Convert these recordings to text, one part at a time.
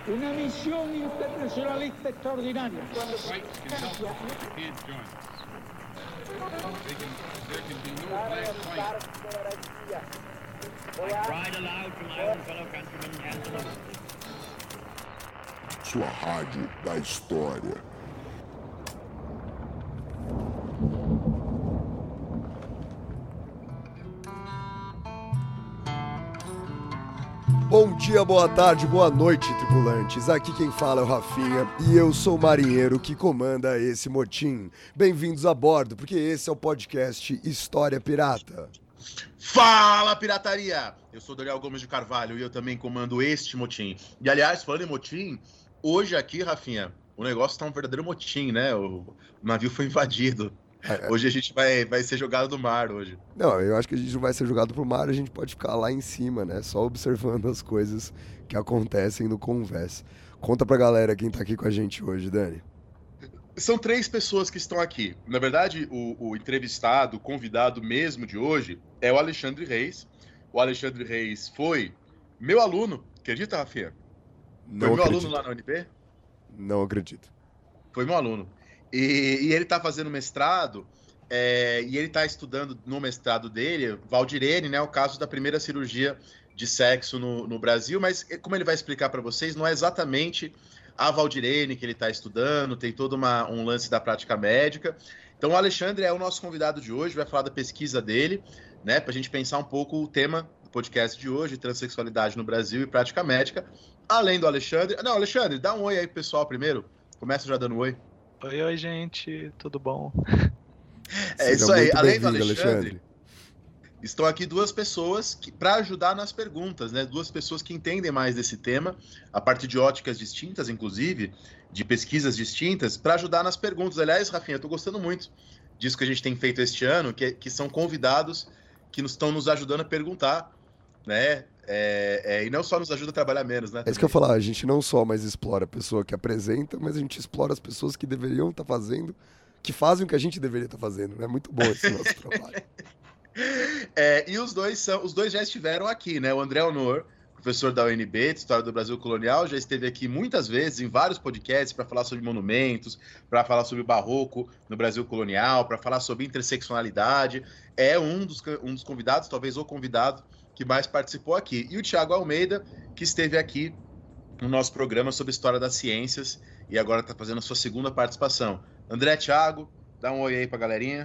Una misión internacionalista extraordinaria. Sua rádio da história. Bom dia, boa tarde, boa noite, tripulantes. Aqui quem fala é o Rafinha e eu sou o marinheiro que comanda esse motim. Bem-vindos a bordo, porque esse é o podcast História Pirata. Fala, pirataria! Eu sou Daniel Gomes de Carvalho e eu também comando este motim. E, aliás, falando em motim, hoje aqui, Rafinha, o negócio tá um verdadeiro motim, né? O navio foi invadido. Hoje a gente vai ser jogado do mar hoje. Não, eu acho que a gente não vai ser jogado pro mar, a gente pode ficar lá em cima, né? Só observando as coisas que acontecem no convés. Conta pra galera quem tá aqui com a gente hoje, Dani. São 3 pessoas que estão aqui. Na verdade, o entrevistado, o convidado mesmo de hoje é o Alexandre Reis. O Alexandre Reis foi meu aluno, acredita, Rafinha? Foi meu aluno lá na UNB? Não acredito. Foi meu aluno. E ele está fazendo mestrado, e ele está estudando no mestrado dele, Valdirene, né, o caso da primeira cirurgia de sexo no Brasil, mas como ele vai explicar para vocês, não é exatamente a Valdirene que ele está estudando, tem todo um lance da prática médica. Então o Alexandre é o nosso convidado de hoje, vai falar da pesquisa dele, né, para a gente pensar um pouco o tema do podcast de hoje, transexualidade no Brasil e prática médica. Além do Alexandre... Não, Alexandre, dá um oi aí pro pessoal primeiro. Começa já dando um oi. Oi, gente, tudo bom? É isso aí. Além do Alexandre, estão aqui 2 pessoas para ajudar nas perguntas, né? 2 pessoas que entendem mais desse tema, a partir de óticas distintas, inclusive, de pesquisas distintas, para ajudar nas perguntas. Aliás, Rafinha, eu estou gostando muito disso que a gente tem feito este ano, que são convidados que estão nos ajudando a perguntar, né? E não só nos ajuda a trabalhar menos, né? É isso que eu ia falar, a gente não só mais explora a pessoa que apresenta, mas a gente explora as pessoas que deveriam estar fazendo, que fazem o que a gente deveria estar fazendo, né? Muito bom esse nosso trabalho. E os dois já estiveram aqui, né? O André Honor, professor da UNB, de História do Brasil Colonial, já esteve aqui muitas vezes em vários podcasts para falar sobre monumentos, para falar sobre o barroco no Brasil colonial, para falar sobre interseccionalidade. É um dos convidados, talvez o convidado que mais participou aqui. E o Thiago Almeida, que esteve aqui no nosso programa sobre História das Ciências e agora está fazendo a sua segunda participação. André, Thiago, dá um oi aí para a galerinha.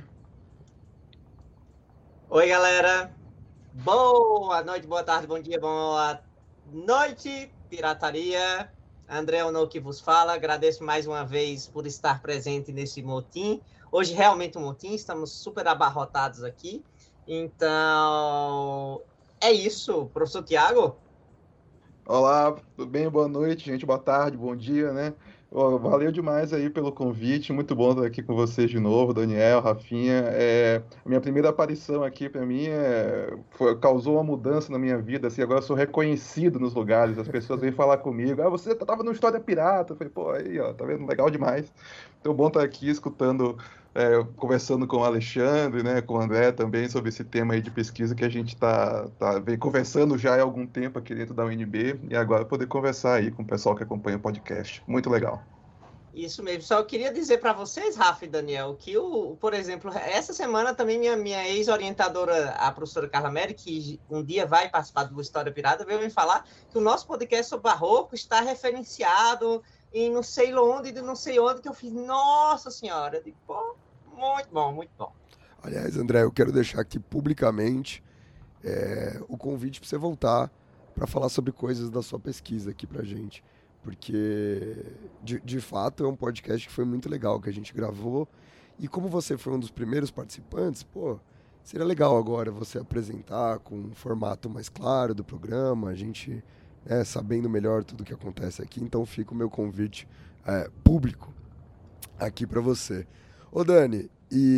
Oi, galera. Boa noite, boa tarde, bom dia, boa noite, pirataria. André Honor que vos fala. Agradeço mais uma vez por estar presente nesse motim. Hoje realmente um motim, estamos super abarrotados aqui. Então, é isso, professor Tiago. Olá, tudo bem? Boa noite, gente. Boa tarde, bom dia, né? Valeu demais aí pelo convite. Muito bom estar aqui com vocês de novo, Daniel, Rafinha. A minha primeira aparição aqui, para mim, causou uma mudança na minha vida. Assim, agora eu sou reconhecido nos lugares. As pessoas vêm falar comigo. Ah, você estava no História Pirata. Eu falei, pô, aí, ó, tá vendo? Legal demais. Então, bom estar aqui escutando, conversando com o Alexandre, né, com o André também sobre esse tema aí de pesquisa que a gente vem conversando já há algum tempo aqui dentro da UNB e agora poder conversar aí com o pessoal que acompanha o podcast. Muito legal. Isso mesmo. Só eu queria dizer para vocês, Rafa e Daniel, que, por exemplo, essa semana também minha ex-orientadora, a professora Carla Meri, que um dia vai participar do História Pirata, veio me falar que o nosso podcast sobre barroco está referenciado em não sei onde, de não sei onde, que eu fiz, nossa senhora, eu digo, pô, muito bom, muito bom. Aliás, André, eu quero deixar aqui publicamente o convite para você voltar para falar sobre coisas da sua pesquisa aqui pra gente. Porque, de fato, é um podcast que foi muito legal, que a gente gravou. E como você foi um dos primeiros participantes, pô, seria legal agora você apresentar com um formato mais claro do programa, a gente sabendo melhor tudo o que acontece aqui. Então fica o meu convite público aqui para você. Ô Dani,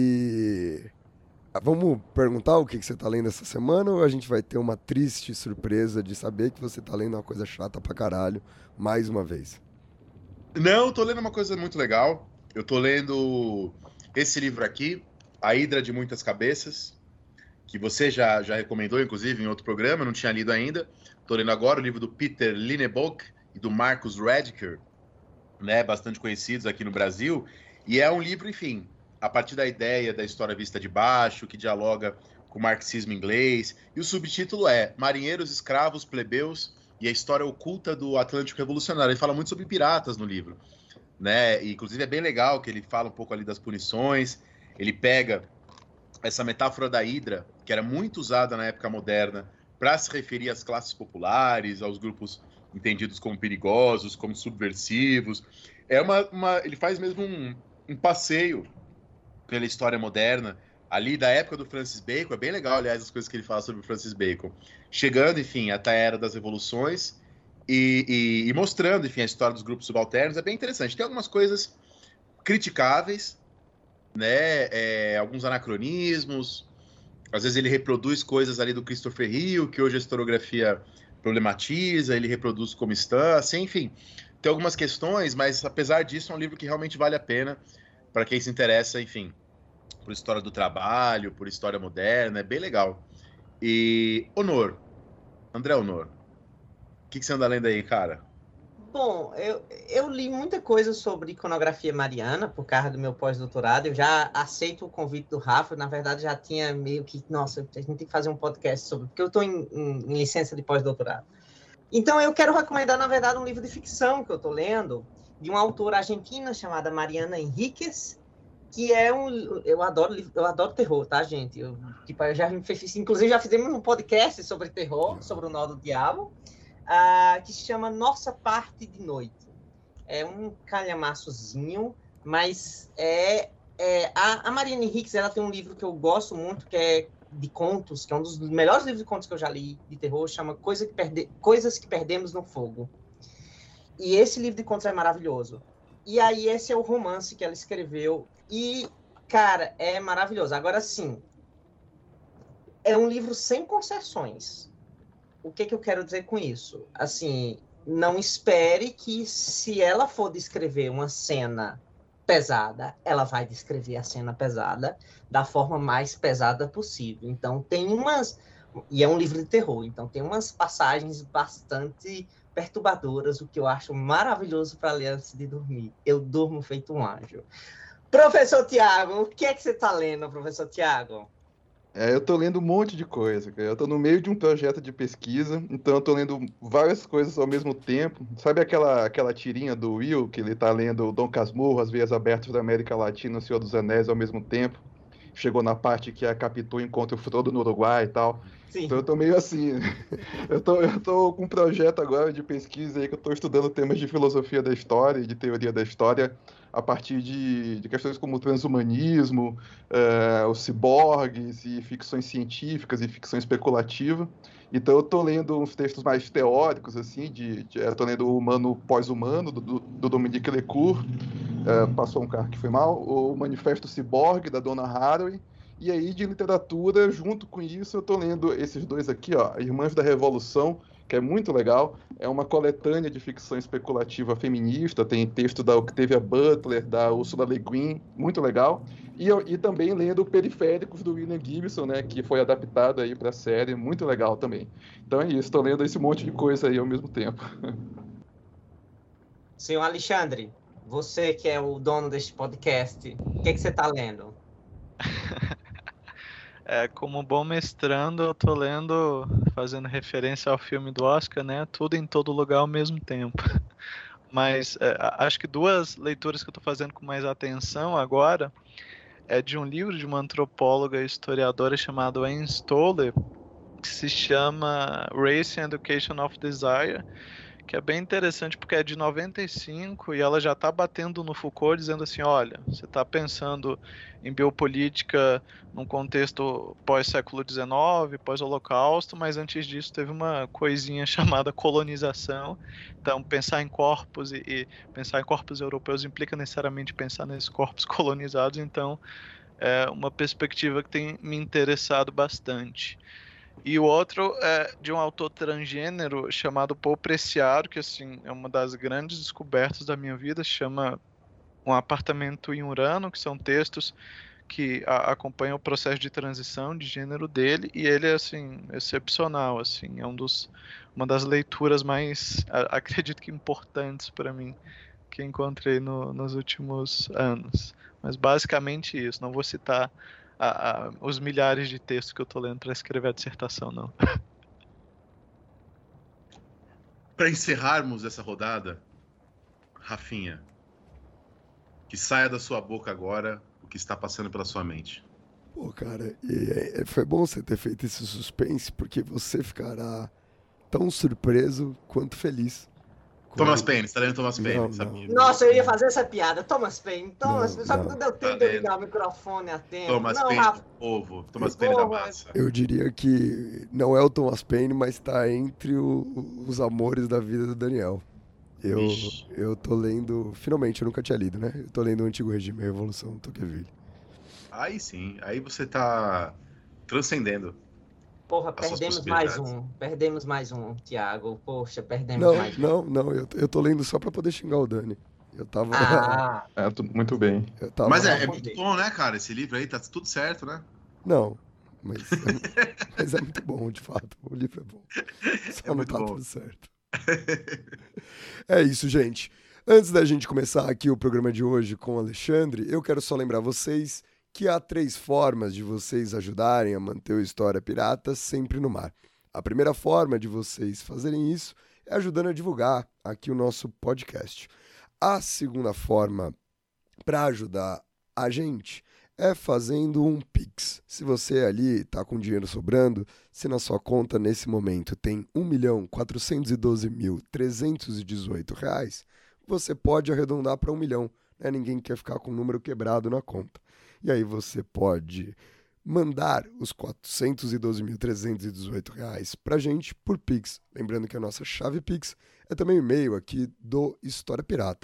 vamos perguntar o que você tá lendo essa semana ou a gente vai ter uma triste surpresa de saber que você tá lendo uma coisa chata pra caralho mais uma vez? Não, eu tô lendo uma coisa muito legal. Eu tô lendo esse livro aqui, A Hidra de Muitas Cabeças, que você já recomendou, inclusive, em outro programa, eu não tinha lido ainda. Tô lendo agora o livro do Peter Lindbergh, e do Marcus Rediker, né, bastante conhecidos aqui no Brasil, e é um livro, enfim, a partir da ideia da história vista de baixo, que dialoga com o marxismo inglês, e o subtítulo é Marinheiros, Escravos, Plebeus e a História Oculta do Atlântico Revolucionário. Ele fala muito sobre piratas no livro, né, e, inclusive é bem legal que ele fala um pouco ali das punições, ele pega essa metáfora da hidra, que era muito usada na época moderna, para se referir às classes populares, aos grupos entendidos como perigosos, como subversivos. Ele faz mesmo um passeio pela história moderna, ali da época do Francis Bacon. É bem legal, aliás, as coisas que ele fala sobre o Francis Bacon. Chegando, enfim, até a Era das Revoluções e mostrando, enfim, a história dos grupos subalternos. É bem interessante. Tem algumas coisas criticáveis, né? Alguns anacronismos. Às vezes ele reproduz coisas ali do Christopher Hill, que hoje a historiografia problematiza, ele reproduz como está, assim, enfim. Tem algumas questões, mas apesar disso é um livro que realmente vale a pena para quem se interessa, enfim, por história do trabalho, por história moderna, é bem legal. E André Honor, o que você anda lendo aí, cara? Bom, eu li muita coisa sobre iconografia mariana por causa do meu pós-doutorado. Eu já aceito o convite do Rafa. Na verdade, já tinha meio que... Nossa, a gente tem que fazer um podcast sobre... Porque eu estou em licença de pós-doutorado. Então, eu quero recomendar, na verdade, um livro de ficção que eu estou lendo, de uma autora argentina chamada Mariana Enríquez, que é eu adoro terror, tá, gente? Inclusive, já fizemos um podcast sobre terror, sobre o Nó do Diabo, que se chama Nossa Parte de Noite. É um calhamaçozinho, mas a Mariana Enríquez, ela tem um livro que eu gosto muito, que é de contos, que é um dos melhores livros de contos que eu já li de terror, chama Coisas que Perdemos no Fogo. E esse livro de contos é maravilhoso. E aí esse é o romance que ela escreveu e, cara, é maravilhoso. Agora, sim, é um livro sem concessões. O que eu quero dizer com isso? Assim, não espere que se ela for descrever uma cena pesada, ela vai descrever a cena pesada da forma mais pesada possível. Então, e é um livro de terror, então tem umas passagens bastante perturbadoras, o que eu acho maravilhoso para ler antes de dormir. Eu durmo feito um anjo. Professor Tiago, o que é que você está lendo, professor Tiago? Eu tô lendo um monte de coisa, cara. Eu tô no meio de um projeto de pesquisa, então eu tô lendo várias coisas ao mesmo tempo. Sabe aquela tirinha do Will, que ele tá lendo Dom Casmurro, As Veias Abertas da América Latina, O Senhor dos Anéis ao mesmo tempo? Chegou na parte que a Capitu encontra o Frodo no Uruguai e tal. Sim. Então eu tô meio assim. Eu tô com um projeto agora de pesquisa aí que eu tô estudando temas de filosofia da história e de teoria da história a partir de questões como o transhumanismo, os ciborgues e ficções científicas e ficção especulativa. Então eu tô lendo uns textos mais teóricos, assim, eu tô lendo O Humano Pós-Humano, do Dominique Lecourt, passou um carro que foi mal, o Manifesto Ciborgue, da Donna Haraway, e aí de literatura, junto com isso, eu tô lendo esses dois aqui, ó, Irmãs da Revolução, que é muito legal, é uma coletânea de ficção especulativa feminista, tem texto da Octavia Butler, da Ursula Le Guin, muito legal, e também lendo Periféricos, do William Gibson, né, que foi adaptado aí para a série, muito legal também. Então é isso, estou lendo esse monte de coisa aí ao mesmo tempo. Senhor Alexandre, você que é o dono deste podcast, o que você está lendo? Como bom mestrando, eu tô lendo, fazendo referência ao filme do Oscar, né? Tudo em todo lugar ao mesmo tempo. Mas acho que duas leituras que eu tô fazendo com mais atenção agora é de um livro de uma antropóloga e historiadora chamada Anne Stoller, que se chama Race and Education of Desire, que é bem interessante porque é de 95 e ela já está batendo no Foucault dizendo assim, olha, você está pensando em biopolítica num contexto pós-século XIX, pós-holocausto, mas antes disso teve uma coisinha chamada colonização. Então pensar em corpos e pensar em corpos europeus implica necessariamente pensar nesses corpos colonizados, então é uma perspectiva que tem me interessado bastante. E o outro é de um autor transgênero chamado Paul Preciado, que assim, é uma das grandes descobertas da minha vida, chama Um Apartamento em Urano, que são textos que acompanha o processo de transição de gênero dele, e ele é, assim, excepcional, assim, é uma das leituras mais, acredito que importantes para mim, que encontrei nos últimos anos. Mas basicamente isso, não vou citar os milhares de textos que eu tô lendo para escrever a dissertação, não. Para encerrarmos essa rodada, Rafinha, que saia da sua boca agora o que está passando pela sua mente. Pô, cara, foi bom você ter feito esse suspense, porque você ficará tão surpreso quanto feliz. Thomas Paine, você tá lendo Thomas Paine, Não, sabia? Nossa, eu ia fazer essa piada. Thomas Paine, Não, só que não. não deu tempo de eu ligar o microfone a tempo. Thomas Não, Paine Rafa, do povo, Thomas Paine da porra. massa. Eu diria que não é o Thomas Paine, mas está entre os amores da vida do Daniel. Ixi. Eu tô lendo, finalmente, eu nunca tinha lido, né? Eu tô lendo o Antigo Regime, a Revolução do Tocqueville. Aí sim, aí você tá transcendendo. Porra, As suas perdemos mais possibilidades. um. Perdemos mais um, Thiago. Poxa, perdemos mais um. Não, eu tô lendo só pra poder xingar o Dani. Eu tava. Ah, Muito bem. Eu tava. Mas é é muito bom, né, cara? Esse livro aí tá tudo certo, né? Não, mas é muito bom, de fato. O livro é bom. Só É não muito tá bom. tudo certo. É isso, gente. Antes da gente começar aqui o programa de hoje com o Alexandre, eu quero só lembrar vocês que há 3 formas de vocês ajudarem a manter o História Pirata sempre no mar. A primeira forma de vocês fazerem isso é ajudando a divulgar aqui o nosso podcast. A segunda forma para ajudar a gente é fazendo um Pix. Se você ali está com dinheiro sobrando, se na sua conta nesse momento tem R$ 1.412.318, você pode arredondar para 1 milhão. Né? Ninguém quer ficar com o número quebrado na conta. E aí você pode mandar os R$ 412.318 para a gente por Pix. Lembrando que a nossa chave Pix é também o e-mail aqui do História Pirata,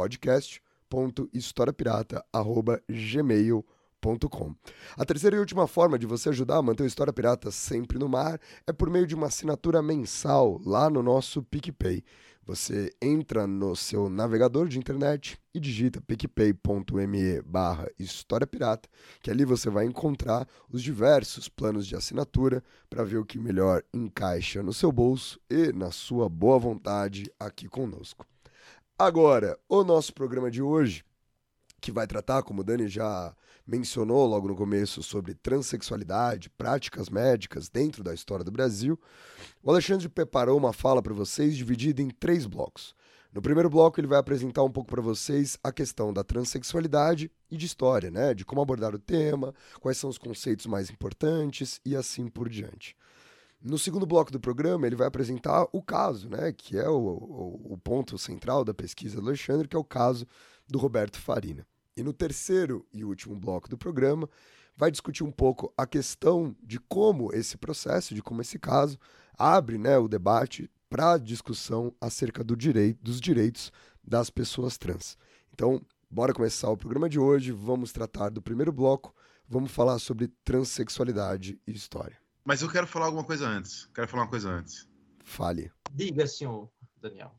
podcast.historiapirata@gmail.com. A terceira e última forma de você ajudar a manter o História Pirata sempre no mar é por meio de uma assinatura mensal lá no nosso PicPay. Você entra no seu navegador de internet e digita picpay.me/historiapirata, que ali você vai encontrar os diversos planos de assinatura para ver o que melhor encaixa no seu bolso e na sua boa vontade aqui conosco. Agora, o nosso programa de hoje, que vai tratar, como o Dani já mencionou logo no começo, sobre transexualidade, práticas médicas dentro da história do Brasil, o Alexandre preparou uma fala para vocês dividida em 3 blocos. No primeiro bloco, ele vai apresentar um pouco para vocês a questão da transexualidade e de história, né? De como abordar o tema, quais são os conceitos mais importantes e assim por diante. No segundo bloco do programa, ele vai apresentar o caso, né? Que é o ponto central da pesquisa do Alexandre, que é o caso do Roberto Farina. E no terceiro e último bloco do programa, vai discutir um pouco a questão de como esse processo, de como esse caso abre, né, o debate para a discussão acerca dos direitos das pessoas trans. Então, bora começar o programa de hoje, vamos tratar do primeiro bloco, vamos falar sobre transexualidade e história. Mas eu quero falar alguma coisa antes. Fale. diga, senhor Daniel.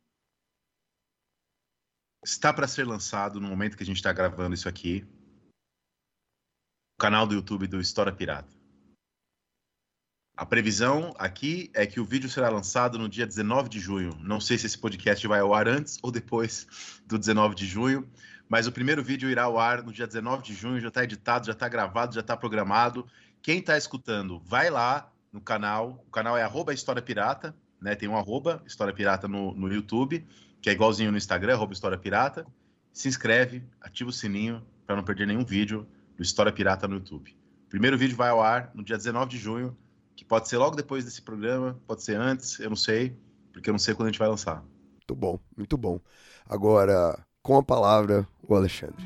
Está para ser lançado, no momento que a gente está gravando isso aqui, o canal do YouTube do História Pirata. A previsão aqui é que o vídeo será lançado no dia 19 de junho. Não sei se esse podcast vai ao ar antes ou depois do 19 de junho, mas o primeiro vídeo irá ao ar no dia 19 de junho, já está editado, já está gravado, já está programado. Quem está escutando, vai lá no canal. O canal é @HistóriaPirata, né? Tem um @História Pirata no YouTube, que é igualzinho no Instagram, @História Pirata. Se inscreve, ativa o sininho para não perder nenhum vídeo do História Pirata no YouTube. O primeiro vídeo vai ao ar no dia 19 de junho, que pode ser logo depois desse programa, pode ser antes, eu não sei, porque eu não sei quando a gente vai lançar. Muito bom, muito bom. Agora, com a palavra, o Alexandre.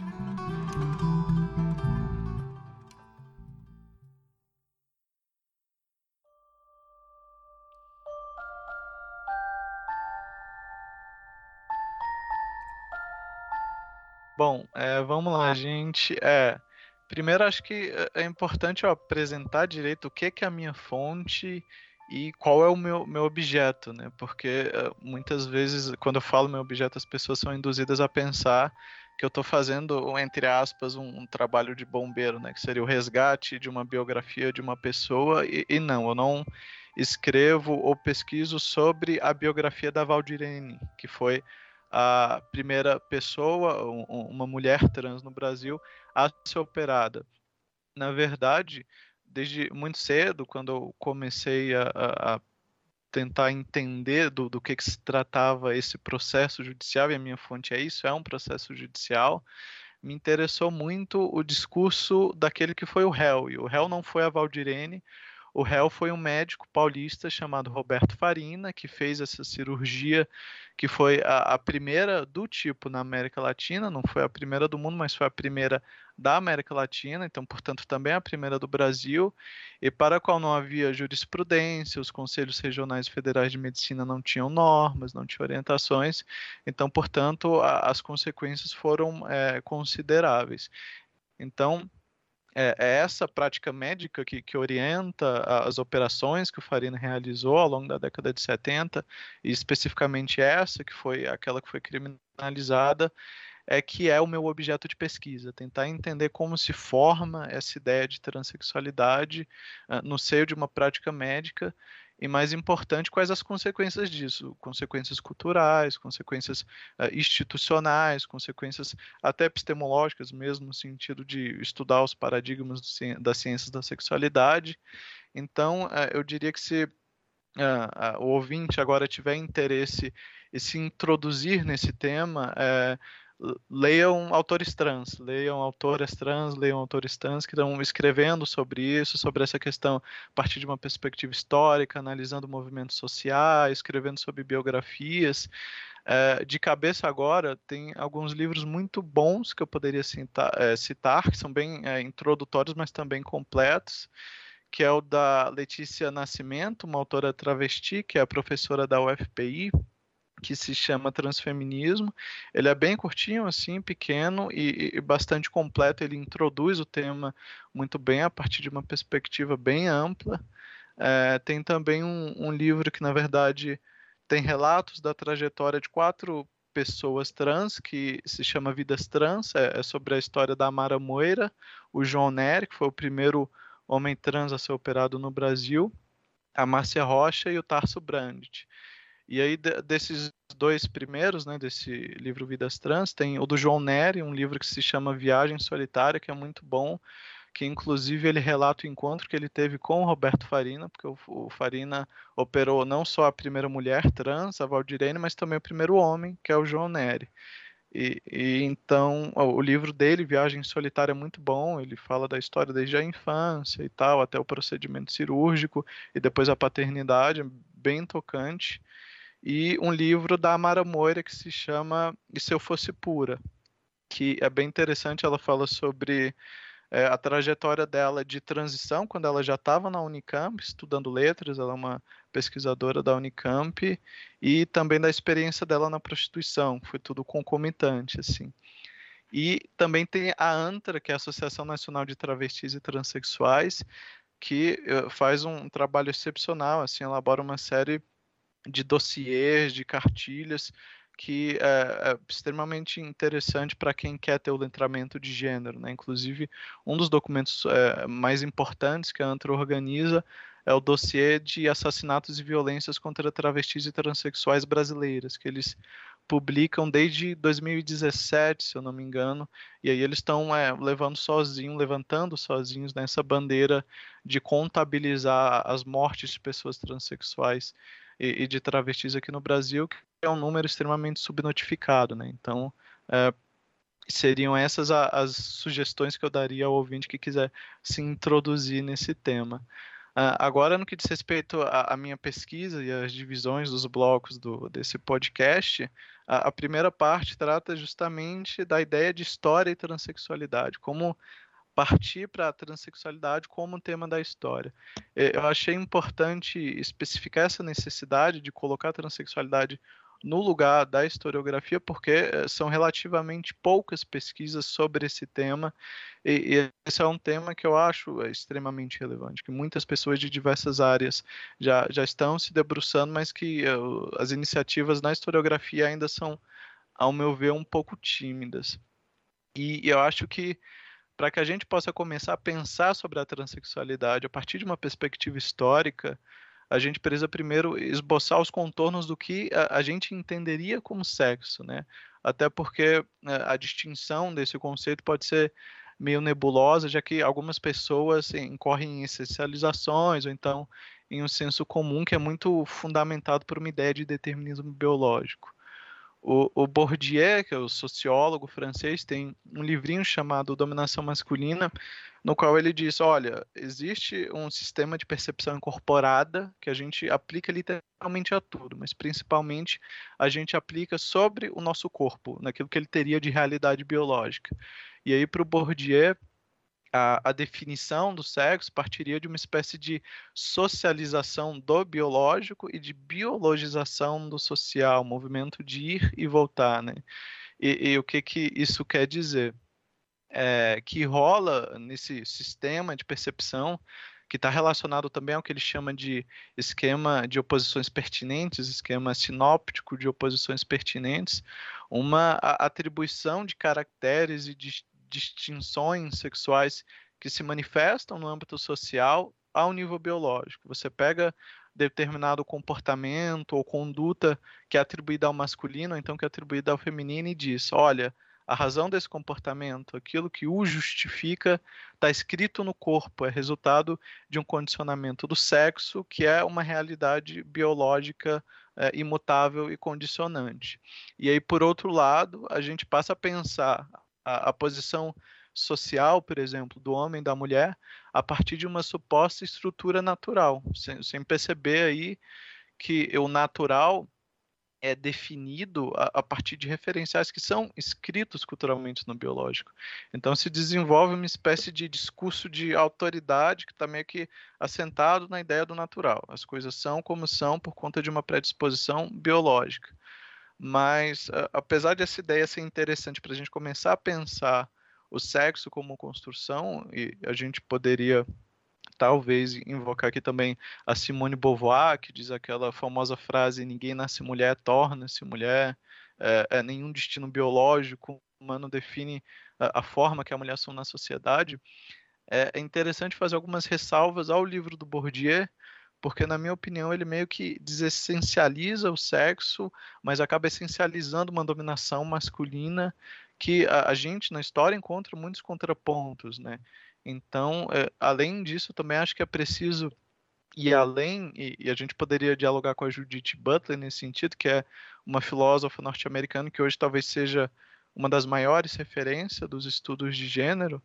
Bom, vamos lá, gente. Primeiro, acho que é importante eu apresentar direito o que é a minha fonte e qual é o meu objeto, né? Porque muitas vezes, quando eu falo meu objeto, as pessoas são induzidas a pensar que eu estou fazendo, entre aspas, um trabalho de bombeiro, né, que seria o resgate de uma biografia de uma pessoa, e não, eu não escrevo ou pesquiso sobre a biografia da Valdirene, que foi a primeira pessoa, uma mulher trans no Brasil, a ser operada. Na verdade, desde muito cedo, quando eu comecei a tentar entender do que se tratava esse processo judicial, e a minha fonte é isso, é um processo judicial, me interessou muito o discurso daquele que foi o réu, e o réu não foi a Valdirene, o réu foi um médico paulista chamado Roberto Farina, que fez essa cirurgia, que foi a primeira do tipo na América Latina, não foi a primeira do mundo, mas foi a primeira da América Latina, então, portanto, também a primeira do Brasil, e para a qual não havia jurisprudência, os conselhos regionais federais de medicina não tinham normas, não tinham orientações, então, portanto, as consequências foram consideráveis. Então, é essa prática médica que orienta as operações que o Farina realizou ao longo da década de 70, e especificamente essa, que foi aquela que foi criminalizada, que é o meu objeto de pesquisa, tentar entender como se forma essa ideia de transexualidade no seio de uma prática médica, e mais importante, quais as consequências disso, consequências culturais, consequências institucionais, consequências até epistemológicas mesmo, no sentido de estudar os paradigmas das ciências da sexualidade. Então, eu diria que se o ouvinte agora tiver interesse em se introduzir nesse tema, leiam autores trans, leiam autoras trans, leiam autores trans que estão escrevendo sobre isso, sobre essa questão a partir de uma perspectiva histórica, analisando movimentos sociais, escrevendo sobre biografias. De cabeça agora, tem alguns livros muito bons que eu poderia citar, que são bem introdutórios, mas também completos, que é o da Letícia Nascimento, uma autora travesti, que é a professora da UFPI, que se chama Transfeminismo. Ele é bem curtinho, assim, pequeno e bastante completo. Ele introduz o tema muito bem a partir de uma perspectiva bem ampla. Tem também um livro que, na verdade, tem relatos da trajetória de 4 pessoas trans, que se chama Vidas Trans. É sobre a história da Amara Moira, o João Nery, que foi o primeiro homem trans a ser operado no Brasil, a Márcia Rocha e o Tarso Brandt. E aí, desses 2 primeiros, né, desse livro Vidas Trans, tem o do João Nery, um livro que se chama Viagem Solitária, que é muito bom, que inclusive ele relata o encontro que ele teve com o Roberto Farina, porque o Farina operou não só a primeira mulher trans, a Valdirene, mas também o primeiro homem, que é o João Nery. E então, o livro dele, Viagem Solitária, é muito bom. Ele fala da história desde a infância e tal, até o procedimento cirúrgico e depois a paternidade, é bem tocante. E um livro da Amara Moira que se chama E Se Eu Fosse Pura, que é bem interessante. Ela fala sobre a trajetória dela de transição, quando ela já estava na Unicamp, estudando letras. Ela é uma pesquisadora da Unicamp, e também da experiência dela na prostituição, foi tudo concomitante, assim. E também tem a ANTRA, que é a Associação Nacional de Travestis e Transsexuais, que faz um trabalho excepcional, assim, elabora uma série de dossiês, de cartilhas, que é extremamente interessante para quem quer ter o letramento de gênero, né? Inclusive, um dos documentos mais importantes que a ANTRA organiza é o dossiê de assassinatos e violências contra travestis e transexuais brasileiras, que eles publicam desde 2017, se eu não me engano, e aí eles estão levantando sozinhos nessa bandeira de contabilizar as mortes de pessoas transexuais e de travestis aqui no Brasil, que é um número extremamente subnotificado, né? Então, seriam essas as sugestões que eu daria ao ouvinte que quiser se introduzir nesse tema. Agora, no que diz respeito à minha pesquisa e às divisões dos blocos desse podcast, a primeira parte trata justamente da ideia de história e transexualidade, como partir para a transexualidade como tema da história. Eu achei importante especificar essa necessidade de colocar a transexualidade no lugar da historiografia, porque são relativamente poucas pesquisas sobre esse tema, e esse é um tema que eu acho extremamente relevante, que muitas pessoas de diversas áreas já estão se debruçando, mas que as iniciativas na historiografia ainda são, ao meu ver, um pouco tímidas. E eu acho que para que a gente possa começar a pensar sobre a transexualidade a partir de uma perspectiva histórica, a gente precisa primeiro esboçar os contornos do que a gente entenderia como sexo, né? Até porque a distinção desse conceito pode ser meio nebulosa, já que algumas pessoas incorrem em essencializações ou então em um senso comum que é muito fundamentado por uma ideia de determinismo biológico. O Bourdieu, que é o sociólogo francês, tem um livrinho chamado Dominação Masculina, no qual ele diz, olha, existe um sistema de percepção incorporada que a gente aplica literalmente a tudo, mas principalmente a gente aplica sobre o nosso corpo, naquilo que ele teria de realidade biológica. E aí, para o Bourdieu, a definição do sexo partiria de uma espécie de socialização do biológico e de biologização do social, movimento de ir e voltar, né? E o que isso quer dizer? Que rola nesse sistema de percepção, que está relacionado também ao que ele chama de esquema de oposições pertinentes, esquema sinóptico de oposições pertinentes, uma atribuição de caracteres e de distinções sexuais que se manifestam no âmbito social ao nível biológico. Você pega determinado comportamento ou conduta que é atribuída ao masculino, ou então que é atribuída ao feminino e diz, olha, a razão desse comportamento, aquilo que o justifica, está escrito no corpo, é resultado de um condicionamento do sexo, que é uma realidade biológica imutável e condicionante. E aí, por outro lado, a gente passa a pensar a posição social, por exemplo, do homem e da mulher, a partir de uma suposta estrutura natural, sem perceber aí que o natural é definido a partir de referenciais que são escritos culturalmente no biológico. Então se desenvolve uma espécie de discurso de autoridade que está meio que assentado na ideia do natural. As coisas são como são por conta de uma predisposição biológica. Mas, apesar dessa ideia ser interessante para a gente começar a pensar o sexo como construção, e a gente poderia talvez invocar aqui também a Simone Beauvoir, que diz aquela famosa frase: ninguém nasce mulher, torna-se mulher, nenhum destino biológico humano define a forma que a mulher são na sociedade. É interessante fazer algumas ressalvas ao livro do Bourdieu, porque, na minha opinião, ele meio que desessencializa o sexo, mas acaba essencializando uma dominação masculina que a gente, na história, encontra muitos contrapontos, né? Então, além disso, também acho que é preciso ir além, e a gente poderia dialogar com a Judith Butler nesse sentido, que é uma filósofa norte-americana que hoje talvez seja uma das maiores referências dos estudos de gênero,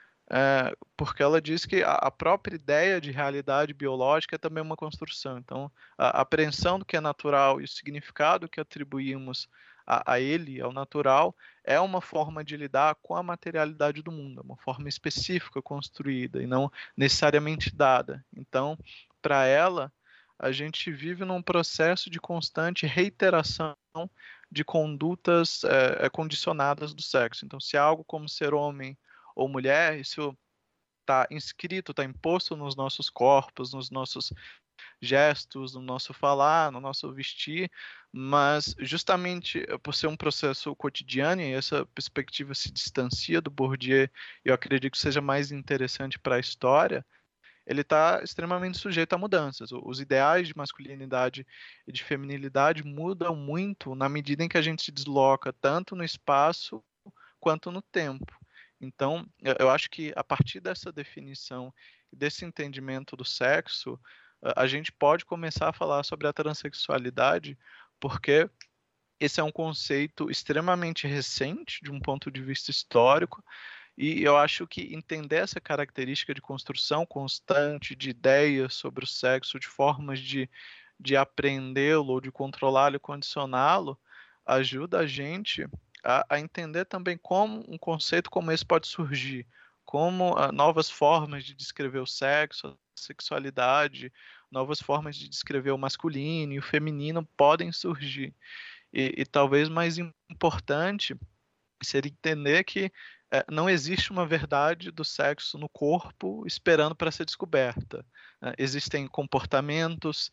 porque ela diz que a própria ideia de realidade biológica é também uma construção. Então, a apreensão do que é natural e o significado que atribuímos a ele, ao natural, é uma forma de lidar com a materialidade do mundo, uma forma específica construída e não necessariamente dada. Então, para ela, a gente vive num processo de constante reiteração de condutas condicionadas do sexo. Então, se algo como ser homem ou mulher, isso está inscrito, está imposto nos nossos corpos, nos nossos gestos, no nosso falar, no nosso vestir, mas justamente por ser um processo cotidiano, e essa perspectiva se distancia do Bourdieu, e eu acredito que seja mais interessante para a história, ele está extremamente sujeito a mudanças. Os ideais de masculinidade e de feminilidade mudam muito na medida em que a gente se desloca tanto no espaço quanto no tempo. Então, eu acho que a partir dessa definição e desse entendimento do sexo, a gente pode começar a falar sobre a transexualidade, porque esse é um conceito extremamente recente de um ponto de vista histórico, e eu acho que entender essa característica de construção constante de ideias sobre o sexo, de formas de apreendê-lo, ou de controlá-lo e condicioná-lo, ajuda a gente a entender também como um conceito como esse pode surgir, como novas formas de descrever o sexo, a sexualidade, novas formas de descrever o masculino e o feminino podem surgir. E talvez mais importante seria entender que não existe uma verdade do sexo no corpo esperando para ser descoberta. Existem comportamentos,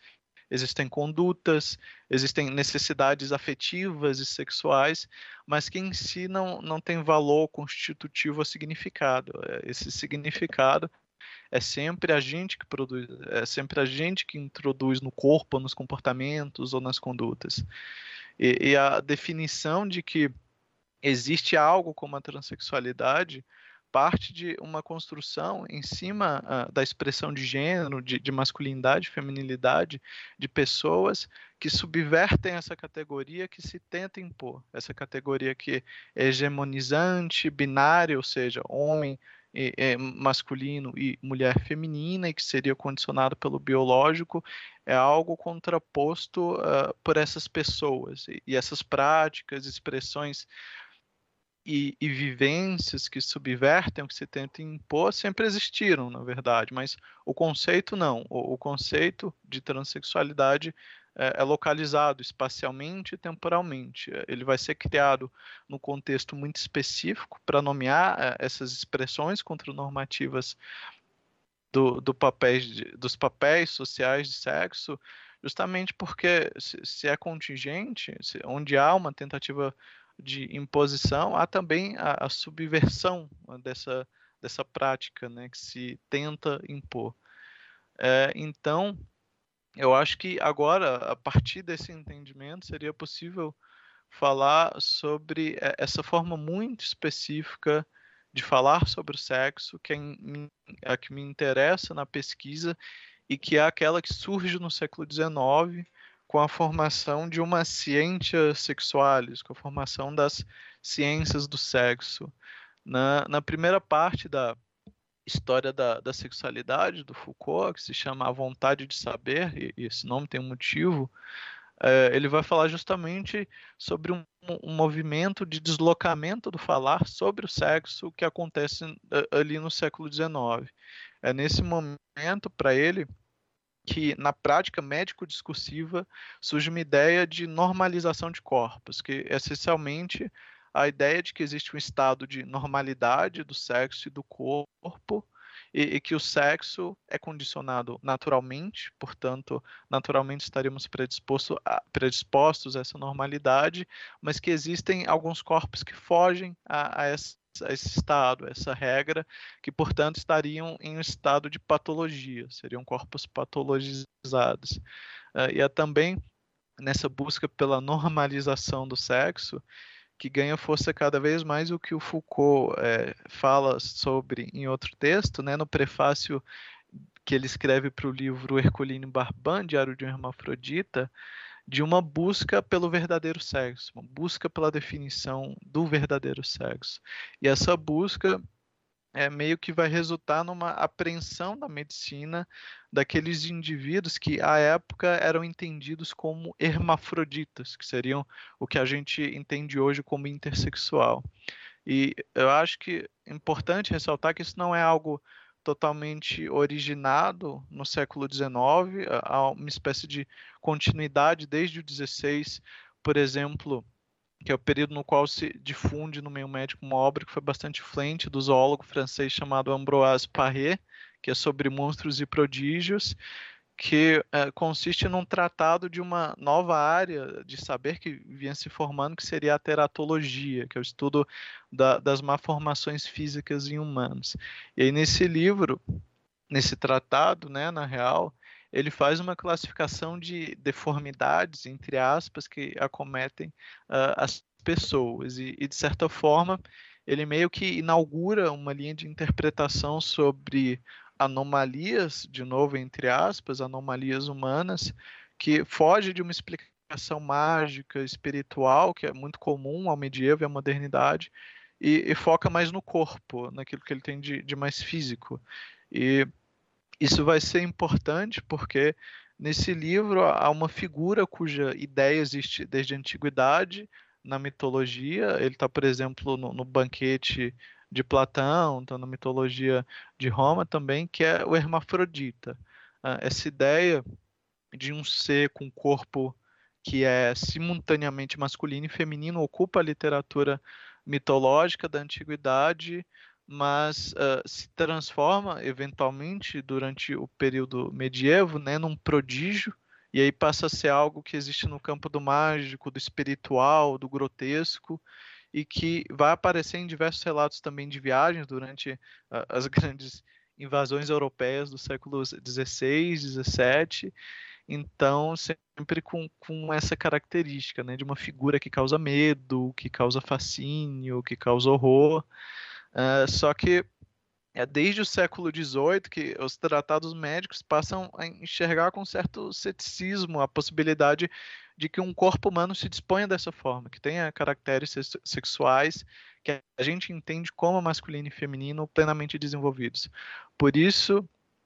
existem condutas, existem necessidades afetivas e sexuais, mas que em si não tem valor constitutivo ou significado. Esse significado é sempre a gente que produz, é sempre a gente que introduz no corpo, nos comportamentos ou nas condutas. E a definição de que existe algo como a transexualidade parte de uma construção em cima da expressão de gênero, de masculinidade, feminilidade, de pessoas que subvertem essa categoria que se tenta impor, essa categoria que é hegemonizante, binária, ou seja, homem masculino e mulher feminina, e que seria condicionado pelo biológico, é algo contraposto por essas pessoas, e essas práticas, expressões e vivências que subvertem o que se tenta impor sempre existiram, na verdade, mas o conceito não. O conceito de transexualidade é localizado espacialmente e temporalmente. Ele vai ser criado num contexto muito específico para nomear essas expressões contranormativas dos papéis sociais de sexo, justamente porque se é contingente, onde há uma tentativa de imposição, há também a subversão dessa prática, né, que se tenta impor. Então, eu acho que agora, a partir desse entendimento, seria possível falar sobre essa forma muito específica de falar sobre o sexo, que é a que me interessa na pesquisa e que é aquela que surge no século XIX, com a formação de uma ciência sexualis, com a formação das ciências do sexo. Na primeira parte da história da sexualidade do Foucault, que se chama A Vontade de Saber, e esse nome tem um motivo, ele vai falar justamente sobre um movimento de deslocamento do falar sobre o sexo que acontece ali no século XIX. É nesse momento, para ele, que na prática médico-discursiva surge uma ideia de normalização de corpos, que é essencialmente a ideia de que existe um estado de normalidade do sexo e do corpo, e que o sexo é condicionado naturalmente, portanto, naturalmente estaríamos predispostos a essa normalidade, mas que existem alguns corpos que fogem a esse estado, a essa regra, que, portanto, estariam em um estado de patologia, seriam corpos patologizados. E é também nessa busca pela normalização do sexo que ganha força cada vez mais o que o Foucault fala sobre em outro texto, né, no prefácio que ele escreve para o livro Herculine Barban, Diário de um Hermafrodita, de uma busca pelo verdadeiro sexo, uma busca pela definição do verdadeiro sexo. E essa busca meio que vai resultar numa apreensão da medicina daqueles indivíduos que, à época, eram entendidos como hermafroditas, que seriam o que a gente entende hoje como intersexual. E eu acho que é importante ressaltar que isso não é algo totalmente originado no século XIX, há uma espécie de continuidade desde o XVI, por exemplo, que é o período no qual se difunde no meio médico uma obra que foi bastante influente do zoólogo francês chamado Ambroise Paré, que é sobre monstros e prodígios, que consiste num tratado de uma nova área de saber que vinha se formando, que seria a teratologia, que é o estudo das malformações físicas em humanos. E aí nesse livro, nesse tratado, né, na real, ele faz uma classificação de deformidades, entre aspas, que acometem as pessoas. E, de certa forma, ele meio que inaugura uma linha de interpretação sobre anomalias, de novo, entre aspas, anomalias humanas, que foge de uma explicação mágica, espiritual, que é muito comum ao medievo e à modernidade, e foca mais no corpo, naquilo que ele tem de mais físico. E isso vai ser importante porque nesse livro há uma figura cuja ideia existe desde a antiguidade na mitologia. Ele está, por exemplo, no banquete de Platão, está na mitologia de Roma também, que é o hermafrodita. Essa ideia de um ser com corpo que é simultaneamente masculino e feminino ocupa a literatura mitológica da antiguidade, mas se transforma eventualmente durante o período medievo, né, num prodígio, e aí passa a ser algo que existe no campo do mágico, do espiritual, do grotesco, e que vai aparecer em diversos relatos também de viagens durante as grandes invasões europeias do século XVI, XVII. Então, sempre com essa característica, né, de uma figura que causa medo, que causa fascínio, que causa horror. Só que é desde o século XVIII que os tratados médicos passam a enxergar com certo ceticismo a possibilidade de que um corpo humano se disponha dessa forma, que tenha caracteres sexuais que a gente entende como masculino e feminino plenamente desenvolvidos. Por isso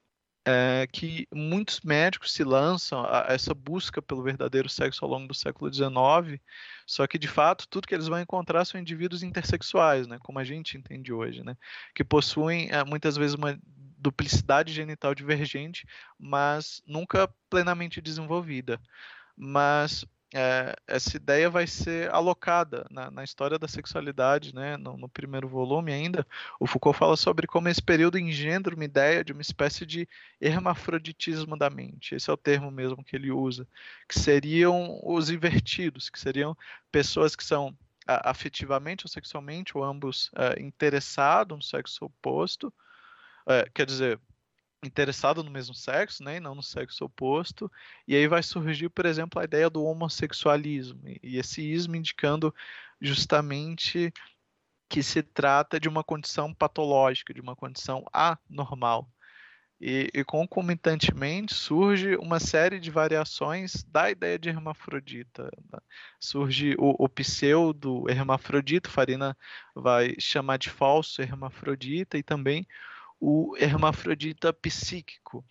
que muitos médicos se lançam a essa busca pelo verdadeiro sexo ao longo do século XIX, só que, de fato, tudo que eles vão encontrar são indivíduos intersexuais, né, como a gente entende hoje, né, que possuem, muitas vezes, uma duplicidade genital divergente, mas nunca plenamente desenvolvida. Mas essa ideia vai ser alocada na história da sexualidade, né? No primeiro volume ainda, o Foucault fala sobre como esse período engendra uma ideia de uma espécie de hermafroditismo da mente. Esse é o termo mesmo que ele usa, que seriam os invertidos, que seriam pessoas que são afetivamente ou sexualmente, ou ambos, interessados no sexo oposto, quer dizer, interessado no mesmo sexo, né, e não no sexo oposto, e aí vai surgir, por exemplo, a ideia do homossexualismo, e esse ismo indicando justamente que se trata de uma condição patológica, de uma condição anormal. E concomitantemente surge uma série de variações da ideia de hermafrodita. Surge o pseudo hermafrodita, Farina vai chamar de falso hermafrodita, e também o hermafrodita psíquico.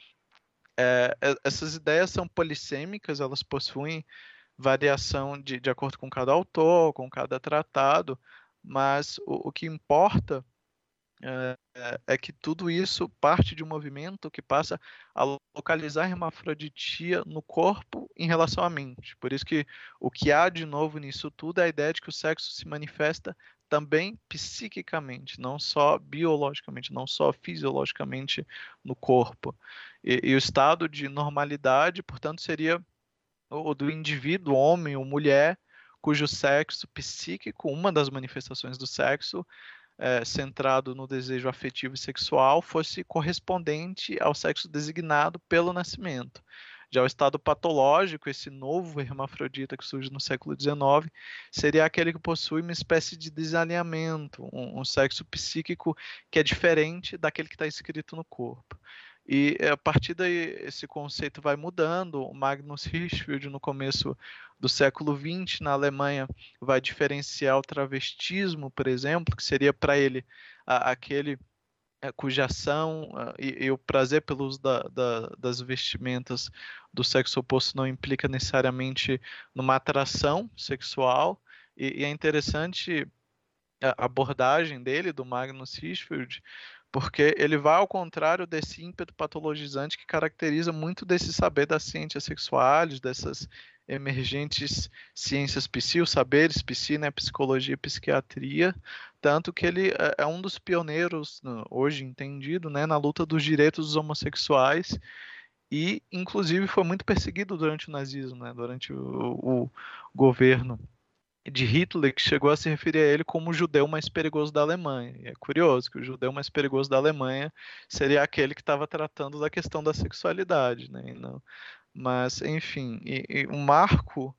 Essas ideias são polissêmicas, elas possuem variação de acordo com cada autor, com cada tratado, mas o que importa é que tudo isso parte de um movimento que passa a localizar a hermafroditia no corpo em relação à mente. Por isso que o que há de novo nisso tudo é a ideia de que o sexo se manifesta também psiquicamente, não só biologicamente, não só fisiologicamente no corpo. E o estado de normalidade, portanto, seria o do indivíduo, homem ou mulher, cujo sexo psíquico, uma das manifestações do sexo, centrado no desejo afetivo e sexual, fosse correspondente ao sexo designado pelo nascimento. Já o estado patológico, esse novo hermafrodita que surge no século XIX, seria aquele que possui uma espécie de desalinhamento, um sexo psíquico que é diferente daquele que está escrito no corpo. E a partir daí esse conceito vai mudando. O Magnus Hirschfeld, no começo do século XX, na Alemanha, vai diferenciar o travestismo, por exemplo, que seria para ele aquele cuja ação e o prazer pelo uso das vestimentas do sexo oposto não implica necessariamente numa atração sexual. E é interessante a abordagem dele, do Magnus Hirschfeld, porque ele vai ao contrário desse ímpeto patologizante que caracteriza muito desse saber das ciências sexuais, dessas emergentes ciências psi, os saberes psi, né, psicologia e psiquiatria, tanto que ele é um dos pioneiros, hoje entendido, né, na luta dos direitos dos homossexuais, e inclusive foi muito perseguido durante o nazismo, né, durante o governo de Hitler, que chegou a se referir a ele como o judeu mais perigoso da Alemanha. E é curioso que o judeu mais perigoso da Alemanha seria aquele que estava tratando da questão da sexualidade, né? Não. Mas, enfim, e um marco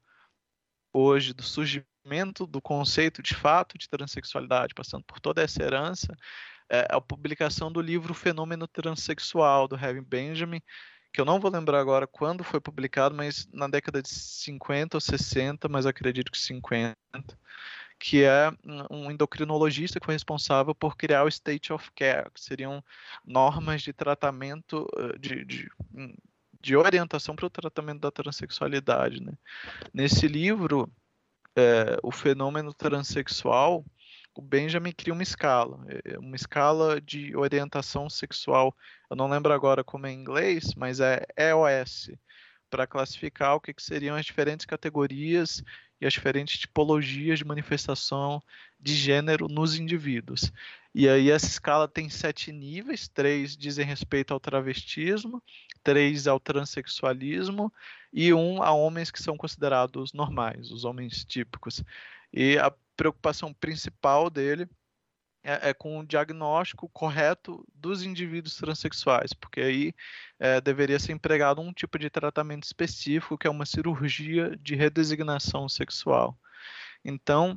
hoje do surgimento do conceito de fato de transexualidade, passando por toda essa herança, é a publicação do livro Fenômeno Transsexual, do Harry Benjamin, que eu não vou lembrar agora quando foi publicado, mas na década de 50 ou 60, mas acredito que 50, que é um endocrinologista que foi responsável por criar o State of Care, que seriam normas de tratamento, de orientação para o tratamento da transexualidade, né? Nesse livro, o fenômeno transexual, o Benjamin cria uma escala de orientação sexual. Eu não lembro agora como é em inglês, mas é EOS, para classificar o que seriam as diferentes categorias e as diferentes tipologias de manifestação de gênero nos indivíduos. E aí essa escala tem 7 níveis, 3 dizem respeito ao travestismo, 3 ao transexualismo e um a homens que são considerados normais, os homens típicos. E a preocupação principal dele é com o diagnóstico correto dos indivíduos transexuais, porque aí deveria ser empregado um tipo de tratamento específico, que é uma cirurgia de redesignação sexual. Então,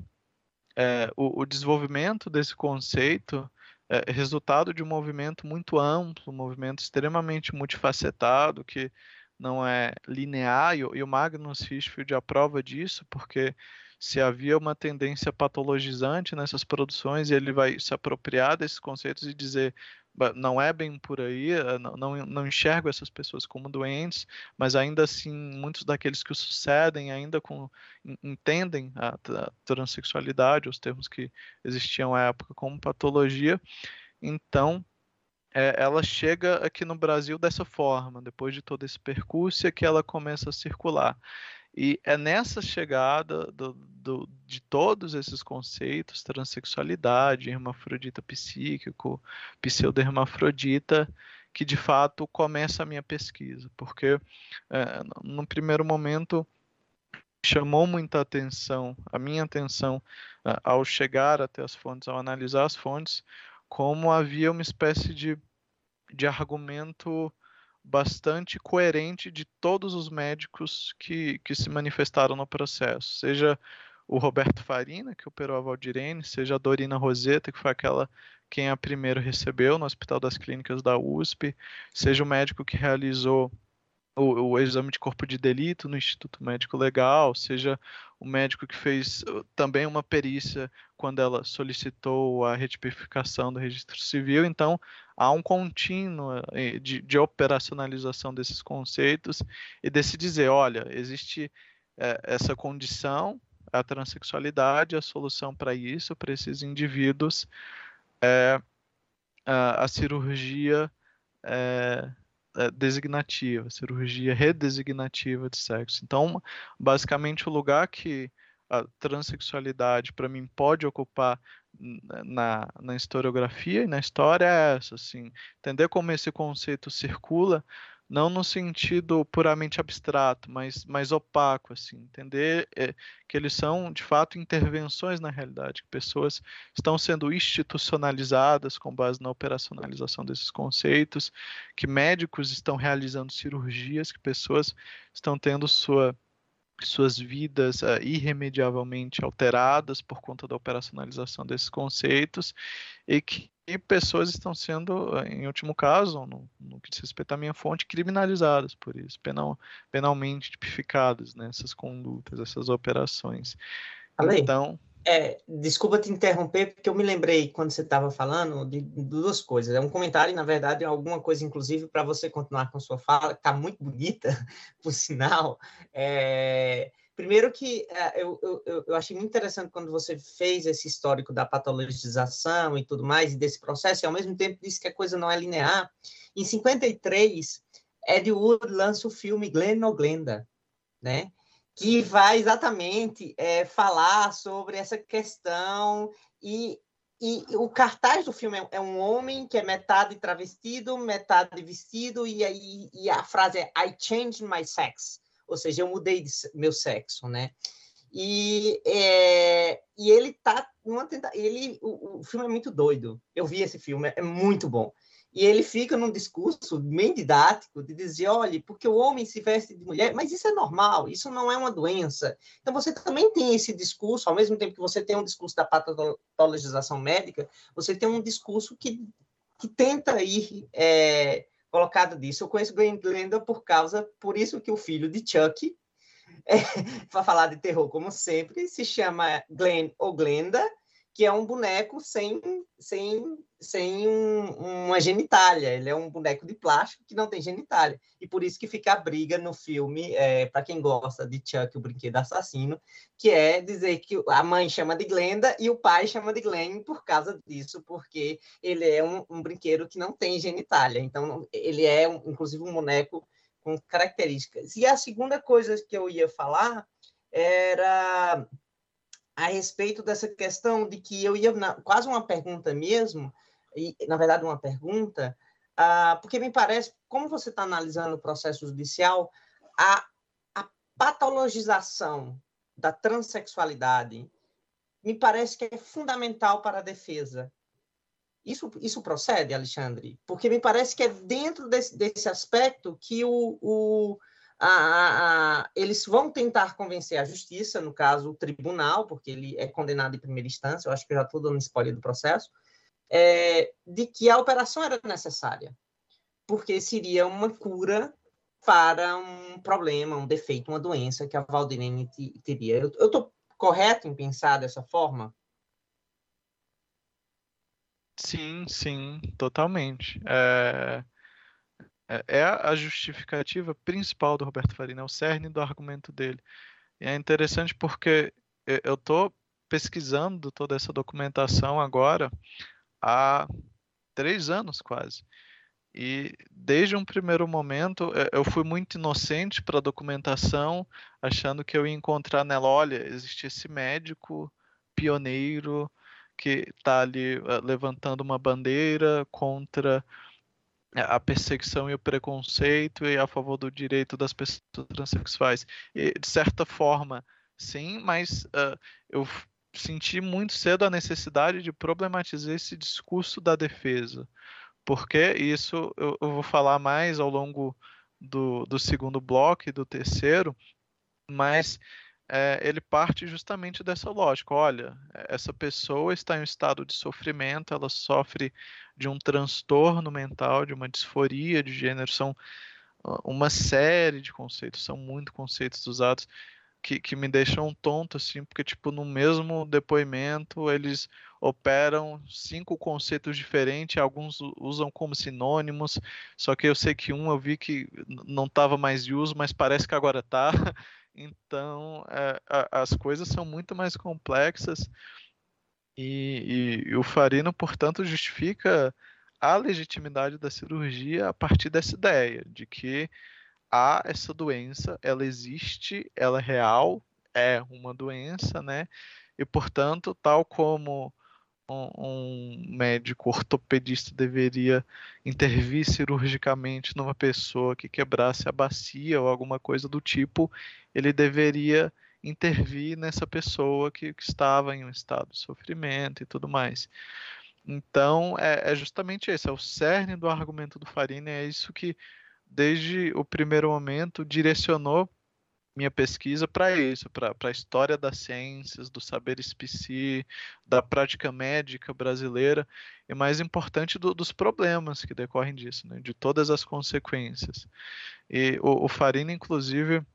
o desenvolvimento desse conceito é resultado de um movimento muito amplo, um movimento extremamente multifacetado, que não é linear, e o Magnus Hirschfeld aprova disso, porque se havia uma tendência patologizante nessas produções, ele vai se apropriar desses conceitos e dizer não é bem por aí, não enxergo essas pessoas como doentes, mas ainda assim muitos daqueles que o sucedem ainda entendem a transexualidade, os termos que existiam à época, como patologia. Então, ela chega aqui no Brasil dessa forma, depois de todo esse percurso, é que ela começa a circular. E é nessa chegada de todos esses conceitos, transexualidade, hermafrodita psíquico, pseudo-hermafrodita, que de fato começa a minha pesquisa, porque no primeiro momento chamou muita atenção, a minha atenção, ao chegar até as fontes, ao analisar as fontes, como havia uma espécie de argumento bastante coerente de todos os médicos que se manifestaram no processo, seja o Roberto Farina, que operou a Valdirene, seja a Dorina Rosetta, que foi quem a primeiro recebeu no Hospital das Clínicas da USP, seja o médico que realizou o exame de corpo de delito no Instituto Médico Legal, seja o médico que fez também uma perícia quando ela solicitou a retificação do registro civil. Então, há um contínuo de operacionalização desses conceitos e de se dizer, olha, existe essa condição, a transexualidade, a solução para isso, para esses indivíduos, a cirurgia designativa, cirurgia redesignativa de sexo. Então, basicamente, o lugar que a transexualidade, para mim, pode ocupar na historiografia e na história é essa, assim, entender como esse conceito circula, não no sentido puramente abstrato, mas mais opaco, assim, entender que eles são, de fato, intervenções na realidade, que pessoas estão sendo institucionalizadas com base na operacionalização desses conceitos, que médicos estão realizando cirurgias, que pessoas estão tendo suas vidas irremediavelmente alteradas por conta da operacionalização desses conceitos, e que pessoas estão sendo, em último caso, no que diz respeito à minha fonte, criminalizadas por isso, penalmente tipificadas nessas condutas, essas operações. Ale, então... desculpa te interromper, porque eu me lembrei, quando você estava falando, de duas coisas. É um comentário, na verdade, alguma coisa, inclusive, para você continuar com sua fala, que está muito bonita, por sinal. Primeiro que eu achei muito interessante quando você fez esse histórico da patologização e tudo mais, e desse processo, e ao mesmo tempo disse que a coisa não é linear. Em 53, Ed Wood lança o filme Glenn ou Glenda, né? Que vai exatamente falar sobre essa questão, e o cartaz do filme é um homem que é metade travestido, metade vestido, e a frase é I changed my sex, ou seja, eu mudei meu sexo, né? E ele tá o filme é muito doido. Eu vi esse filme, é muito bom. E ele fica num discurso bem didático de dizer, olha, porque o homem se veste de mulher, mas isso é normal, isso não é uma doença. Então você também tem esse discurso, ao mesmo tempo que você tem um discurso da patologização médica, você tem um discurso que tenta ir colocado disso. Eu conheço Glenn Glenda por isso que o filho de Chuck, para falar de terror como sempre, se chama Glenn ou Glenda, que é um boneco sem uma genitália. Ele é um boneco de plástico que não tem genitália. E por isso que fica a briga no filme, para quem gosta de Chuck, o brinquedo assassino, que é dizer que a mãe chama de Glenda e o pai chama de Glenn por causa disso, porque ele é um brinquedo que não tem genitália. Então, ele é, inclusive, um boneco com características. E a segunda coisa que eu ia falar era a respeito dessa questão de que eu ia quase uma pergunta mesmo, e na verdade uma pergunta, porque me parece, como você está analisando o processo judicial, patologização da transexualidade me parece que é fundamental para a defesa. Isso procede, Alexandre? Porque me parece que é dentro desse aspecto que eles vão tentar convencer a justiça, no caso o tribunal, porque ele é condenado em primeira instância, eu acho que eu já estou dando spoiler do processo, de que a operação era necessária, porque seria uma cura para um problema, um defeito, uma doença que a Valdirene teria. Eu estou correto em pensar dessa forma? Sim, sim, totalmente. É a justificativa principal do Roberto Farina, é o cerne do argumento dele. E é interessante porque eu estou pesquisando toda essa documentação agora há 3 anos quase. E desde um primeiro momento eu fui muito inocente para a documentação, achando que eu ia encontrar nela, olha, existe esse médico pioneiro que está ali levantando uma bandeira contra a perseguição e o preconceito e a favor do direito das pessoas transexuais. E, de certa forma, sim, mas eu senti muito cedo a necessidade de problematizar esse discurso da defesa, porque isso eu vou falar mais ao longo do segundo bloco e do terceiro, mas ele parte justamente dessa lógica. Olha, essa pessoa está em um estado de sofrimento, ela sofre de um transtorno mental, de uma disforia de gênero, são uma série de conceitos, são muitos conceitos usados que me deixam tonto, assim, porque, tipo, no mesmo depoimento eles operam 5 conceitos diferentes, alguns usam como sinônimos, só que eu sei que eu vi que não estava mais de uso, mas parece que agora está. Então, as coisas são muito mais complexas e o Farino, portanto, justifica a legitimidade da cirurgia a partir dessa ideia de que há essa doença, ela existe, ela é real, é uma doença, né? E, portanto, tal como um médico ortopedista deveria intervir cirurgicamente numa pessoa que quebrasse a bacia ou alguma coisa do tipo, ele deveria intervir nessa pessoa que estava em um estado de sofrimento e tudo mais. Então, é justamente esse, é o cerne do argumento do Farina, é isso que, desde o primeiro momento, direcionou minha pesquisa para isso, para a história das ciências, do saber psi, da prática médica brasileira e, mais importante, dos problemas que decorrem disso, né, de todas as consequências. E o Farina, inclusive,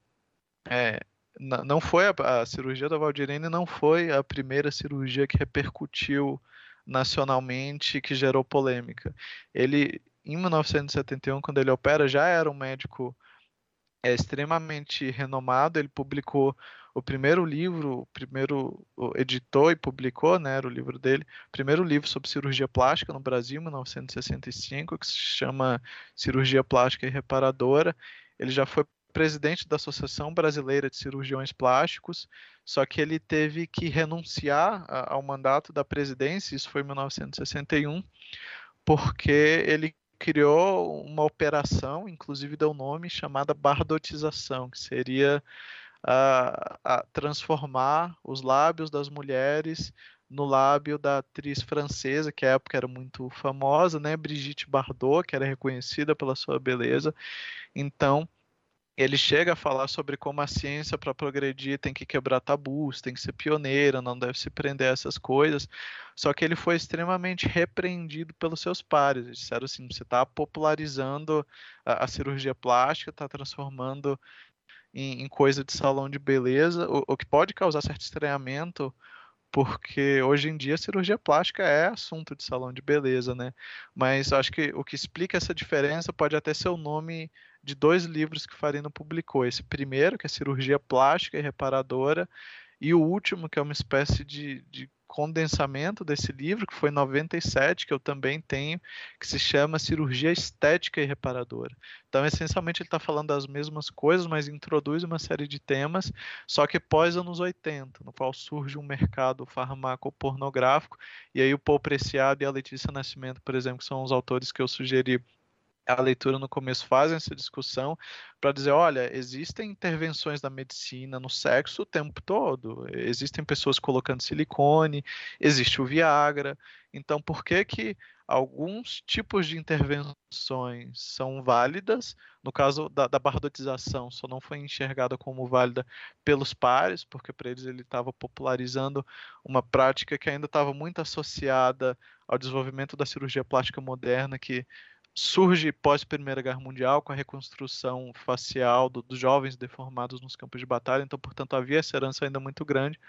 não foi a cirurgia da Valdirene não foi a primeira cirurgia que repercutiu nacionalmente, que gerou polêmica. Ele, em 1971, quando ele opera, já era um médico extremamente renomado. Ele publicou o primeiro livro, editou e publicou, né, era o livro dele, o primeiro livro sobre cirurgia plástica no Brasil, em 1965, que se chama Cirurgia Plástica e Reparadora. Ele já foi presidente da Associação Brasileira de Cirurgiões Plásticos, só que ele teve que renunciar ao mandato da presidência, isso foi em 1961, porque ele criou uma operação, inclusive deu nome, chamada bardotização, que seria transformar os lábios das mulheres no lábio da atriz francesa, que à época era muito famosa, né, Brigitte Bardot, que era reconhecida pela sua beleza. Então, ele chega a falar sobre como a ciência, para progredir, tem que quebrar tabus, tem que ser pioneira, não deve se prender a essas coisas. Só que ele foi extremamente repreendido pelos seus pares. Eles disseram assim: você está popularizando a cirurgia plástica, está transformando em coisa de salão de beleza, o que pode causar certo estranhamento, porque hoje em dia a cirurgia plástica é assunto de salão de beleza, né? Mas acho que o que explica essa diferença pode até ser o nome de 2 livros que Farina publicou. Esse primeiro, que é Cirurgia Plástica e Reparadora, e o último, que é uma espécie de condensamento desse livro, que foi em 97, que eu também tenho, que se chama Cirurgia Estética e Reparadora. Então, essencialmente, ele está falando das mesmas coisas, mas introduz uma série de temas, só que pós anos 80, no qual surge um mercado farmacopornográfico, e aí o Paul Preciado e a Letícia Nascimento, por exemplo, que são os autores que eu sugeri a leitura no começo fazem essa discussão para dizer, olha, existem intervenções da medicina no sexo o tempo todo, existem pessoas colocando silicone, existe o Viagra, então por que que alguns tipos de intervenções são válidas, no caso da bardotização só não foi enxergada como válida pelos pares, porque para eles ele estava popularizando uma prática que ainda estava muito associada ao desenvolvimento da cirurgia plástica moderna, que surge pós Primeira Guerra Mundial com a reconstrução facial dos jovens deformados nos campos de batalha, então, portanto, havia essa herança ainda muito grande.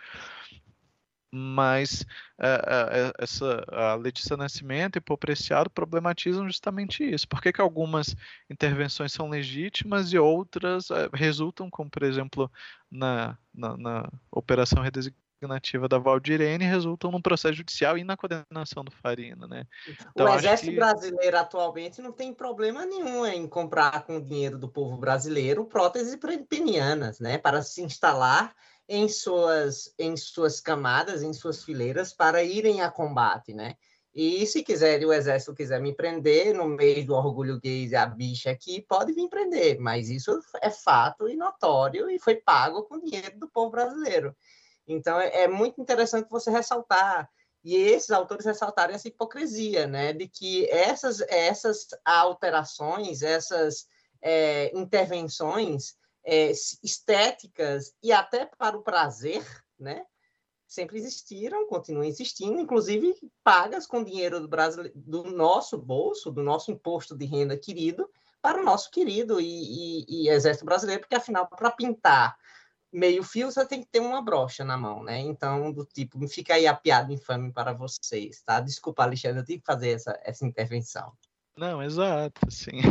Mas a Letícia Nascimento e Paul Preciado problematizam justamente isso. Por que que algumas intervenções são legítimas e outras resultam, como por exemplo na Operação Redesignativa da Valdirene, resultam num processo judicial e na condenação do Farina, né? Então, o Exército Brasileiro atualmente não tem problema nenhum em comprar com o dinheiro do povo brasileiro próteses penianas, né, para se instalar em suas camadas, em suas fileiras, para irem a combate, né? E se quiser, o Exército quiser me prender no meio do orgulho gay, a bicha aqui, pode vir prender, mas isso é fato e notório e foi pago com dinheiro do povo brasileiro. Então, é muito interessante você ressaltar, e esses autores ressaltarem essa hipocrisia, né, de que essas alterações, essas intervenções estéticas e até para o prazer, né, sempre existiram, continuam existindo, inclusive pagas com dinheiro do nosso bolso, do nosso imposto de renda querido, para o nosso querido e Exército Brasileiro, porque, afinal, para pintar meio fio, você tem que ter uma brocha na mão, né? Então, do tipo, fica aí a piada infame para vocês, tá? Desculpa, Alexandre, eu tive que fazer essa intervenção. Não, exato, sim.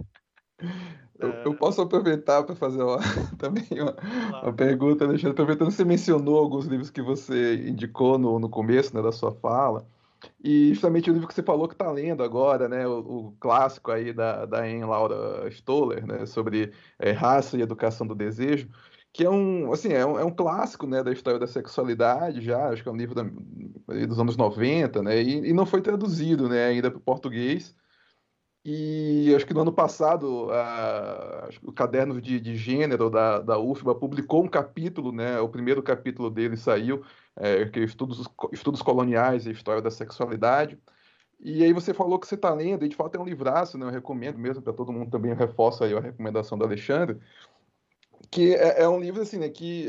Eu posso aproveitar para fazer também uma pergunta, Alexandre. Aproveitando que você mencionou alguns livros que você indicou no começo, né, da sua fala, e justamente o livro que você falou que está lendo agora, né, o clássico aí da Anne Laura Stoller, né, sobre raça e educação do desejo, que é um clássico, né, da história da sexualidade já, acho que é um livro dos anos 90, né, e não foi traduzido, né, ainda para o português. E acho que no ano passado, o Caderno de Gênero da UFBA publicou um capítulo, né? O primeiro capítulo dele saiu, que é estudos coloniais e história da sexualidade. E aí você falou que você está lendo, e de fato é um livraço, né? Eu recomendo mesmo para todo mundo, também reforço aí a recomendação do Alexandre, que é um livro assim, né? Que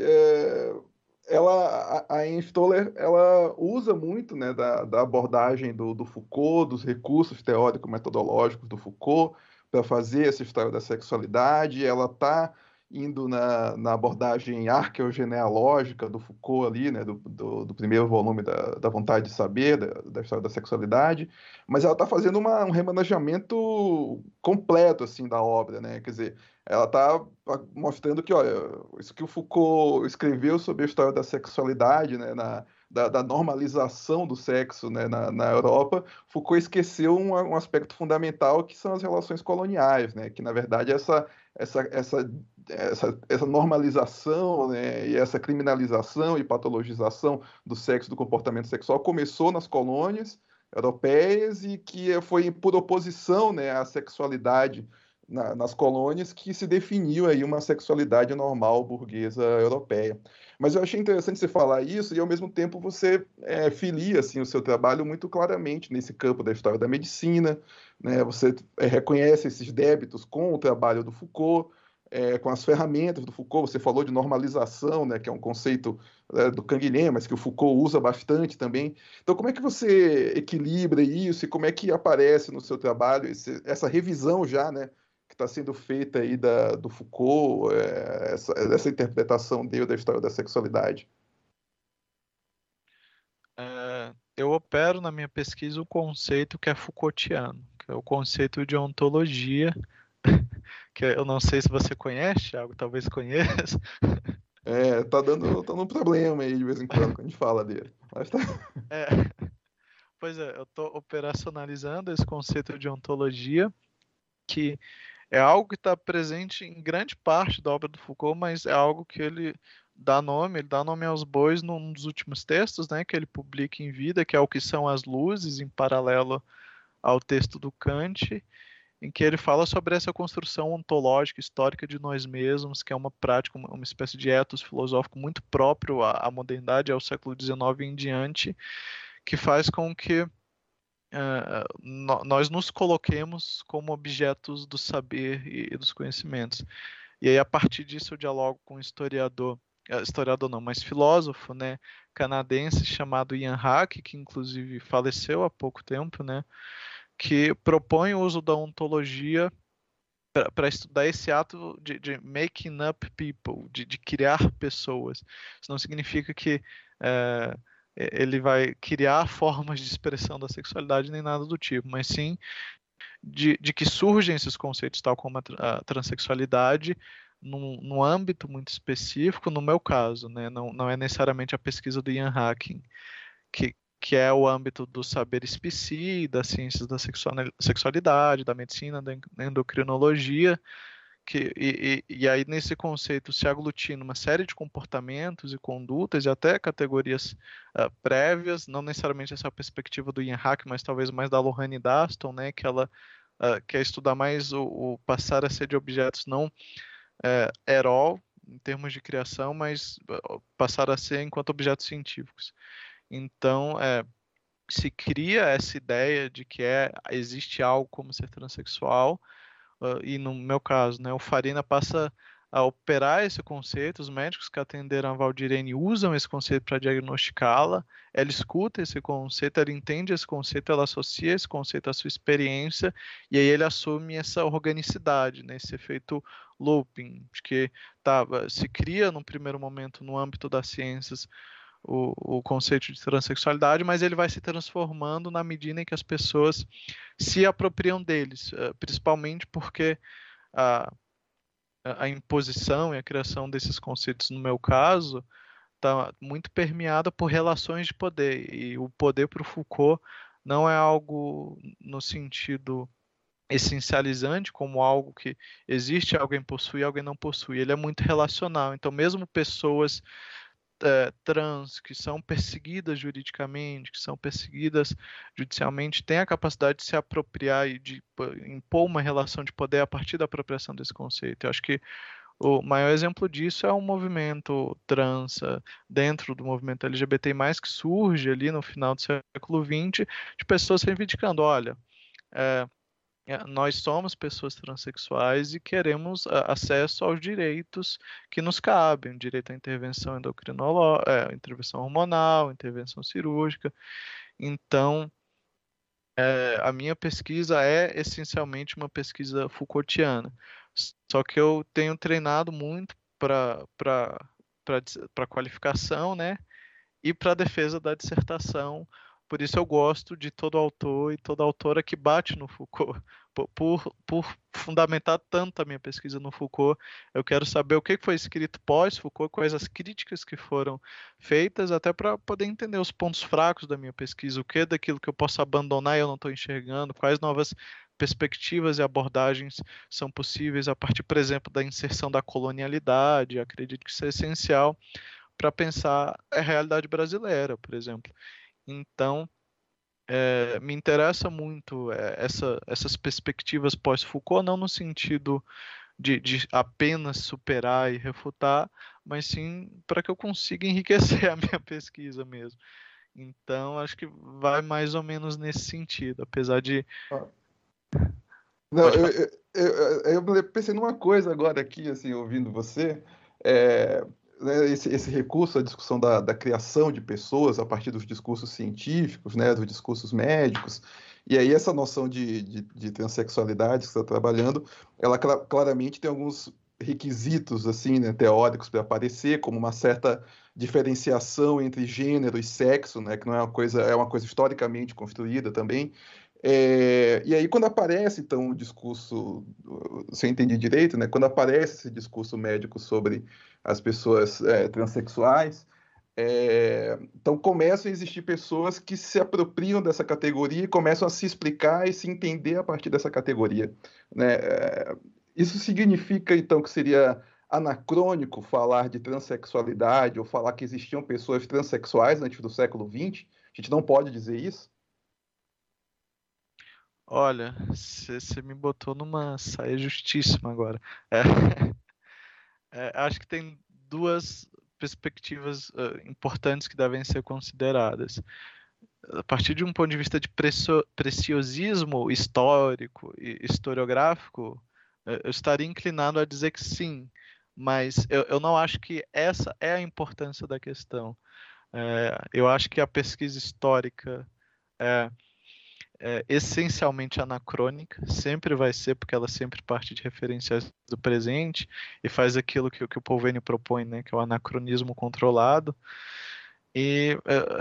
a Anne Stoller, ela usa muito, né, da abordagem do Foucault, dos recursos teórico-metodológicos do Foucault para fazer essa história da sexualidade. Ela está indo na abordagem arqueogenealógica do Foucault ali, né, do primeiro volume da Vontade de Saber, da história da sexualidade, mas ela está fazendo um remanejamento completo assim da obra, né? Quer dizer, ela está mostrando que, olha, isso que o Foucault escreveu sobre a história da sexualidade, né, da normalização do sexo, né, na Europa, Foucault esqueceu um aspecto fundamental, que são as relações coloniais, né, que, na verdade, essa normalização, né, e essa criminalização e patologização do sexo, do comportamento sexual, começou nas colônias europeias e que foi por oposição, né, à sexualidade nas colônias que se definiu aí uma sexualidade normal burguesa europeia. Mas eu achei interessante você falar isso e, ao mesmo tempo, você filia assim, o seu trabalho muito claramente nesse campo da história da medicina, né? Você reconhece esses débitos com o trabalho do Foucault, com as ferramentas do Foucault. Você falou de normalização, né, que é um conceito do Canguilhem, mas que o Foucault usa bastante também. Então, como é que você equilibra isso e como é que aparece no seu trabalho essa revisão já, né, que está sendo feita aí do Foucault, essa interpretação dele da história da sexualidade? Eu opero na minha pesquisa um conceito que é Foucaultiano, que é o conceito de ontologia, que eu não sei se você conhece, Thiago, talvez conheça. Tá dando um problema aí de vez em quando a gente fala dele. Mas tá... Pois é, eu estou operacionalizando esse conceito de ontologia, que é algo que está presente em grande parte da obra do Foucault, mas é algo que ele dá nome aos bois num dos últimos textos, né, que ele publica em vida, que é o que são as luzes, em paralelo ao texto do Kant. em que ele fala sobre essa construção ontológica, histórica de nós mesmos, que é uma prática, uma espécie de ethos filosófico muito próprio à modernidade, ao século XIX em diante, que faz com que nós nos coloquemos como objetos do saber e dos conhecimentos. E aí, a partir disso, eu dialogo com um historiador não, mas filósofo, né, canadense chamado Ian Hack, que inclusive faleceu há pouco tempo, né, que propõe o uso da ontologia para estudar esse ato de making up people, de criar pessoas. Isso não significa que ele vai criar formas de expressão da sexualidade nem nada do tipo, mas sim de que surgem esses conceitos, tal como a transexualidade, num âmbito muito específico, no meu caso, né? Não é necessariamente a pesquisa do Ian Hacking, que é o âmbito do saber SPC, das ciências da sexualidade, da medicina, da endocrinologia, e aí nesse conceito se aglutina uma série de comportamentos e condutas e até categorias prévias, não necessariamente essa perspectiva do Ian Hack, mas talvez mais da Lohane Daston, né, que ela quer estudar mais o passar a ser de objetos não at all, em termos de criação, mas passar a ser enquanto objetos científicos. Então, se cria essa ideia de que existe algo como ser transexual, e no meu caso, né, o Farina passa a operar esse conceito, os médicos que atenderam a Valdirene usam esse conceito para diagnosticá-la, ela escuta esse conceito, ela entende esse conceito, ela associa esse conceito à sua experiência, e aí ele assume essa organicidade, né, esse efeito looping, que se cria no primeiro momento no âmbito das ciências o conceito de transexualidade, mas ele vai se transformando na medida em que as pessoas se apropriam deles, principalmente porque a imposição e a criação desses conceitos, no meu caso, está muito permeada por relações de poder, e o poder para o Foucault não é algo no sentido essencializante, como algo que existe, alguém possui, alguém não possui, ele é muito relacional, então mesmo pessoas trans que são perseguidas juridicamente, que são perseguidas judicialmente, têm a capacidade de se apropriar e de impor uma relação de poder a partir da apropriação desse conceito. Eu acho que o maior exemplo disso é o movimento trans dentro do movimento LGBT+, que surge ali no final do século XX, de pessoas reivindicando, olha, nós somos pessoas transexuais e queremos acesso aos direitos que nos cabem, direito à intervenção endocrinológica, intervenção hormonal, intervenção cirúrgica. Então, a minha pesquisa é essencialmente uma pesquisa Foucaultiana, só que eu tenho treinado muito para qualificação, né, e para a defesa da dissertação. Por isso eu gosto de todo autor e toda autora que bate no Foucault. Por fundamentar tanto a minha pesquisa no Foucault, eu quero saber o que foi escrito pós-Foucault, quais as críticas que foram feitas, até para poder entender os pontos fracos da minha pesquisa, o que daquilo que eu posso abandonar e eu não estou enxergando, quais novas perspectivas e abordagens são possíveis a partir, por exemplo, da inserção da colonialidade. Acredito que isso é essencial para pensar a realidade brasileira, por exemplo. Então, me interessa muito essas perspectivas pós-Foucault, não no sentido de apenas superar e refutar, mas sim para que eu consiga enriquecer a minha pesquisa mesmo. Então, acho que vai mais ou menos nesse sentido, apesar de... Não, eu pensei numa coisa agora aqui, assim, ouvindo você, né, esse recurso à discussão da criação de pessoas a partir dos discursos científicos, né, dos discursos médicos, e aí essa noção de transexualidade que você está trabalhando, ela claramente tem alguns requisitos, assim, né, teóricos para aparecer, como uma certa diferenciação entre gênero e sexo, né, que não é uma coisa historicamente construída também. E aí, quando aparece, então, o discurso, se eu entendi direito, né, quando aparece esse discurso médico sobre as pessoas transexuais, então começam a existir pessoas que se apropriam dessa categoria e começam a se explicar e se entender a partir dessa categoria, né? Isso significa, então, que seria anacrônico falar de transexualidade ou falar que existiam pessoas transexuais antes do século XX? A gente não pode dizer isso? Olha, você me botou numa saia justíssima agora. É, acho que tem duas perspectivas importantes que devem ser consideradas. A partir de um ponto de vista de preciosismo histórico e historiográfico, eu estaria inclinado a dizer que sim, mas eu não acho que essa é a importância da questão. Eu acho que a pesquisa histórica é essencialmente anacrônica, sempre vai ser, porque ela sempre parte de referenciais do presente e faz aquilo que o Pouvene propõe, né, que é o anacronismo controlado. E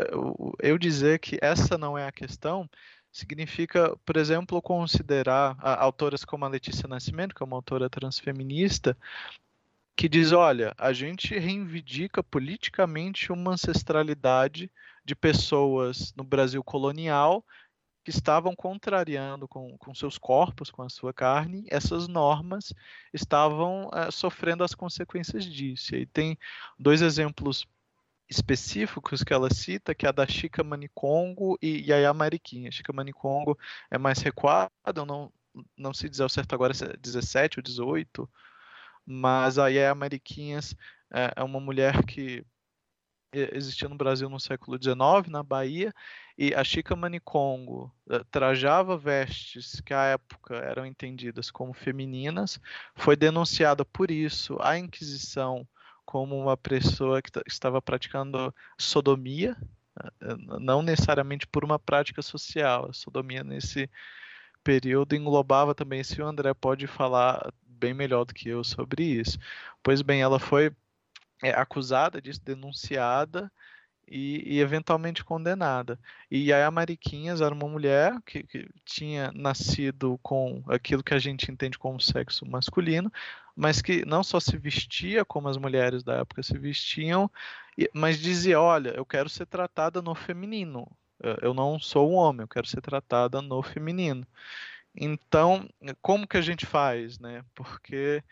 eu dizer que essa não é a questão significa, por exemplo, considerar autoras como a Letícia Nascimento, que é uma autora transfeminista, que diz, olha, a gente reivindica politicamente uma ancestralidade de pessoas no Brasil colonial que estavam contrariando com seus corpos, com a sua carne, essas normas estavam sofrendo as consequências disso. E aí tem dois exemplos específicos que ela cita, que é a da Chica Manicongo e Yaya Mariquinha. A Chica Manicongo é mais recuada, eu não sei dizer ao certo agora se é 17 ou 18, mas a Yaya Mariquinhas é uma mulher que existia no Brasil no século XIX, na Bahia, e a Chica Manicongo trajava vestes que à época eram entendidas como femininas, foi denunciada por isso à Inquisição como uma pessoa que estava praticando sodomia, não necessariamente por uma prática social. A sodomia nesse período englobava também, se o André pode falar bem melhor do que eu sobre isso. Pois bem, ela foi acusada disso, denunciada e eventualmente condenada. E aí a Mariquinhas era uma mulher que tinha nascido com aquilo que a gente entende como sexo masculino, mas que não só se vestia como as mulheres da época se vestiam, mas dizia, olha, eu quero ser tratada no feminino. Eu não sou um homem, eu quero ser tratada no feminino. Então, como que a gente faz, né? Porque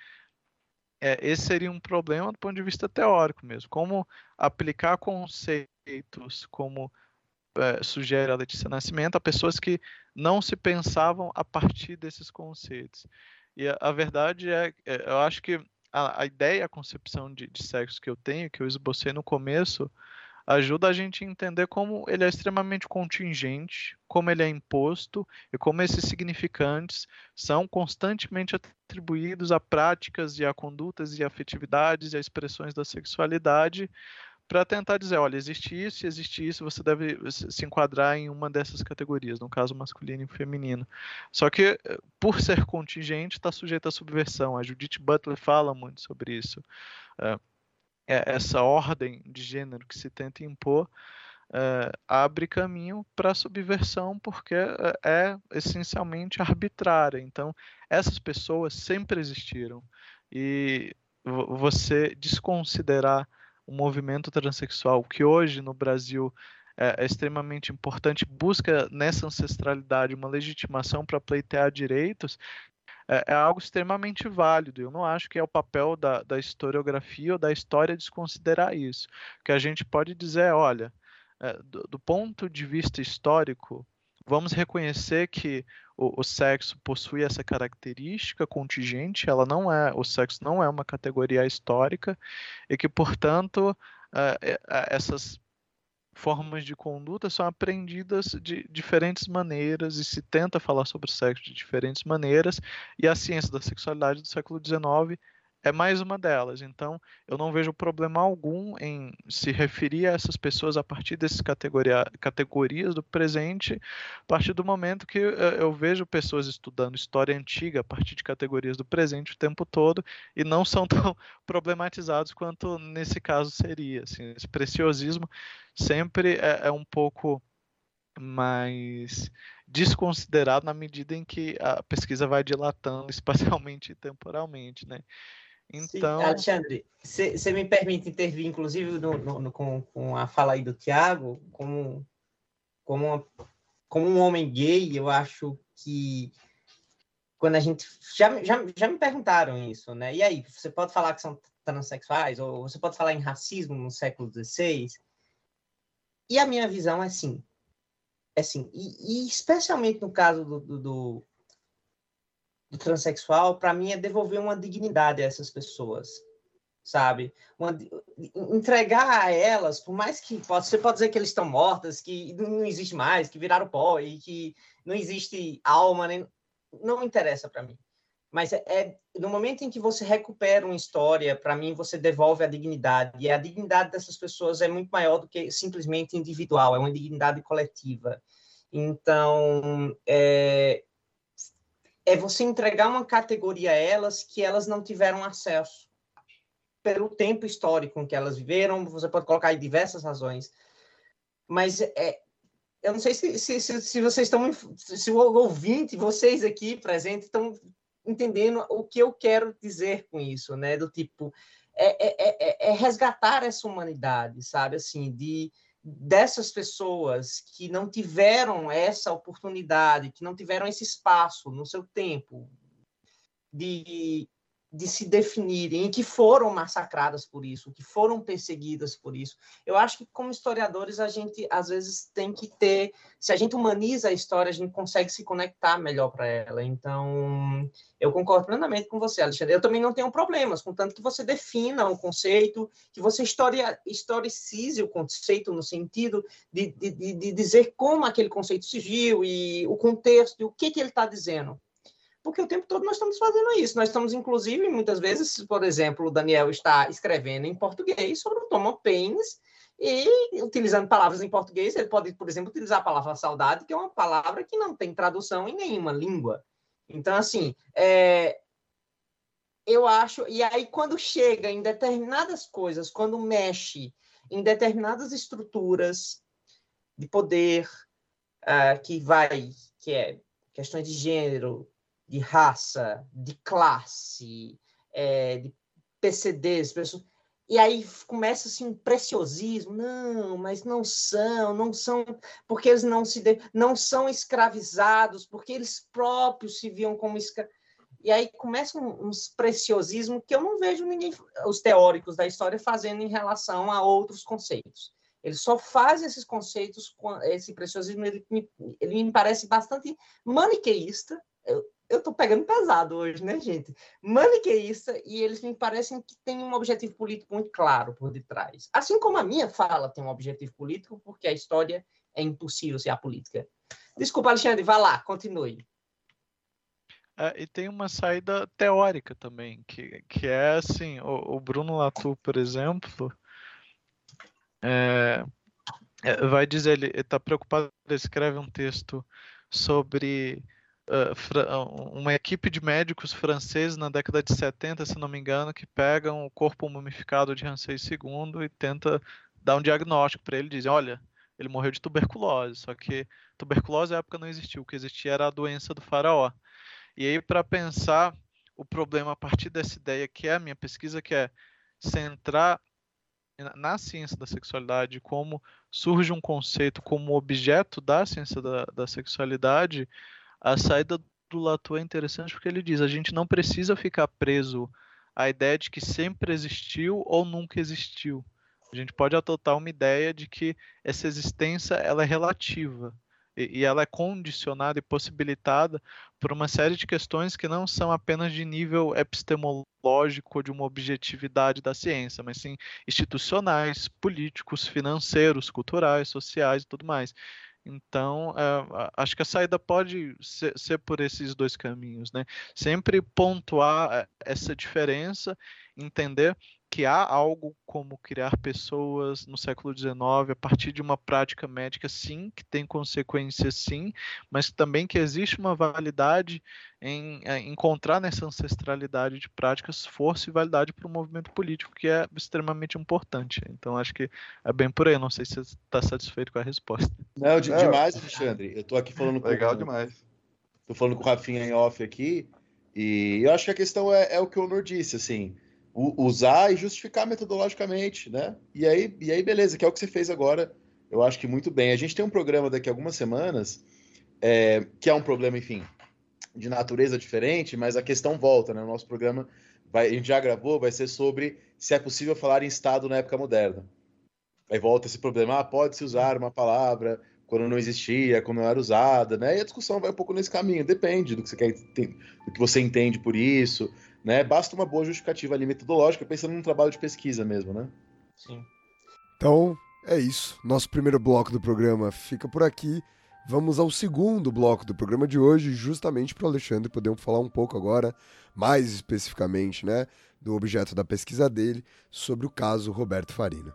esse seria um problema do ponto de vista teórico mesmo. Como aplicar conceitos como sugere a Letícia Nascimento a pessoas que não se pensavam a partir desses conceitos. E a verdade eu acho que a ideia, a concepção de sexo que eu tenho, que eu esbocei no começo, ajuda a gente a entender como ele é extremamente contingente, como ele é imposto e como esses significantes são constantemente atribuídos a práticas e a condutas e a afetividades e a expressões da sexualidade para tentar dizer, olha, existe isso, você deve se enquadrar em uma dessas categorias, no caso masculino e feminino. Só que, por ser contingente, está sujeito à subversão. A Judith Butler fala muito sobre isso. Essa ordem de gênero que se tenta impor abre caminho para a subversão porque é essencialmente arbitrária. Então, essas pessoas sempre existiram. E você desconsiderar o movimento transexual, que hoje no Brasil é extremamente importante, busca nessa ancestralidade uma legitimação para pleitear direitos, é algo extremamente válido. Eu não acho que é o papel da historiografia ou da história desconsiderar isso. O que a gente pode dizer é, olha, do ponto de vista histórico, vamos reconhecer que o sexo possui essa característica contingente, o sexo não é uma categoria histórica, e que, portanto, essas formas de conduta são aprendidas de diferentes maneiras e se tenta falar sobre sexo de diferentes maneiras, e a ciência da sexualidade do século XIX é mais uma delas. Então, eu não vejo problema algum em se referir a essas pessoas a partir dessas categorias do presente, a partir do momento que eu vejo pessoas estudando história antiga a partir de categorias do presente o tempo todo e não são tão problematizados quanto nesse caso seria. Assim, esse preciosismo sempre é um pouco mais desconsiderado na medida em que a pesquisa vai dilatando espacialmente e temporalmente, né? Sim, Então, Alexandre, você me permite intervir, inclusive, com a fala aí do Tiago, como um homem gay, eu acho que quando a gente... Já me perguntaram isso, né? E aí, você pode falar que são transexuais, ou você pode falar em racismo no século XVI? E a minha visão é assim, assim, e especialmente no caso do transexual, para mim é devolver uma dignidade a essas pessoas, sabe? Entregar a elas, por mais que você pode dizer que eles estão mortas, que não existe mais, que viraram pó e que não existe alma, nem, não interessa para mim. Mas no momento em que você recupera uma história, para mim, você devolve a dignidade. E a dignidade dessas pessoas é muito maior do que simplesmente individual, é uma dignidade coletiva. Então, é você entregar uma categoria a elas que elas não tiveram acesso pelo tempo histórico em que elas viveram. Você pode colocar aí diversas razões. Mas eu não sei se vocês estão... Se o ouvinte, vocês aqui presentes, estão entendendo o que eu quero dizer com isso, né? Do tipo, resgatar essa humanidade, sabe? Assim, dessas pessoas que não tiveram essa oportunidade, que não tiveram esse espaço no seu tempo de se definirem, que foram massacradas por isso, que foram perseguidas por isso. Eu acho que, como historiadores, a gente, às vezes, tem que ter... Se a gente humaniza a história, a gente consegue se conectar melhor para ela. Então, eu concordo plenamente com você, Alexandre. Eu também não tenho problemas, contanto que você defina o conceito, que você historicize o conceito no sentido de dizer como aquele conceito surgiu e o contexto, e o que ele está dizendo. Porque o tempo todo nós estamos fazendo isso. Nós estamos, inclusive, muitas vezes, por exemplo, o Daniel está escrevendo em português sobre o Thomas Paine e utilizando palavras em português. Ele pode, por exemplo, utilizar a palavra saudade, que é uma palavra que não tem tradução em nenhuma língua. Então, assim, eu acho... E aí, quando chega em determinadas coisas, quando mexe em determinadas estruturas de poder, que é questões de gênero, de raça, de classe, de PCDs, pessoas... E aí começa assim, um preciosismo. Não, mas não são, porque eles não são escravizados, porque eles próprios se viam como escravos. E aí começa uns preciosismos que eu não vejo os teóricos da história fazendo em relação a outros conceitos. Eles só fazem esses conceitos, esse preciosismo, ele me parece bastante maniqueísta. Eu estou pegando pesado hoje, né, gente? Maniqueísta, e eles me parecem que têm um objetivo político muito claro por detrás. Assim como a minha fala tem um objetivo político, porque a história é impossível sem a política. Desculpa, Alexandre, vá lá, continue. E tem uma saída teórica também, que é assim, o Bruno Latour, por exemplo, vai dizer, ele está preocupado, ele escreve um texto sobre uma equipe de médicos franceses na década de 70, se não me engano, que pegam o corpo mumificado de Ramsés II e tenta dar um diagnóstico para ele, dizem, olha, ele morreu de tuberculose, só que tuberculose na época não existiu, o que existia era a doença do faraó. E aí, para pensar o problema a partir dessa ideia que é a minha pesquisa, que é centrar na ciência da sexualidade, como surge um conceito como objeto da ciência da sexualidade, a saída do Latour é interessante porque ele diz, a gente não precisa ficar preso à ideia de que sempre existiu ou nunca existiu. A gente pode adotar uma ideia de que essa existência ela é relativa e ela é condicionada e possibilitada por uma série de questões que não são apenas de nível epistemológico ou de uma objetividade da ciência, mas sim institucionais, políticos, financeiros, culturais, sociais e tudo mais. Então, acho que a saída pode ser por esses dois caminhos, né? Sempre pontuar essa diferença, entender que há algo como criar pessoas no século XIX a partir de uma prática médica, sim, que tem consequências, sim, mas também que existe uma validade em encontrar nessa ancestralidade de práticas força e validade para o movimento político, que é extremamente importante. Então, acho que é bem por aí. Não sei se você está satisfeito com a resposta. Não, demais, Alexandre. Eu estou aqui falando Legal demais. Estou falando com o Rafinha em off aqui, e eu acho que a questão é o que o Onur disse, assim, usar e justificar metodologicamente, né? E aí, beleza, que é o que você fez agora, eu acho que muito bem. A gente tem um programa daqui a algumas semanas, que é um problema, enfim, de natureza diferente, mas a questão volta, né? O nosso programa, a gente já gravou, vai ser sobre se é possível falar em Estado na época moderna. Aí volta esse problema, pode-se usar uma palavra quando não existia, quando não era usada, né? E a discussão vai um pouco nesse caminho, depende do que você quer, do que você entende por isso, né? Basta uma boa justificativa ali metodológica, pensando num trabalho de pesquisa mesmo, né? Sim. Então, é isso. Nosso primeiro bloco do programa fica por aqui. Vamos ao segundo bloco do programa de hoje, justamente para o Alexandre poder falar um pouco agora, mais especificamente, né, do objeto da pesquisa dele, sobre o caso Roberto Farina.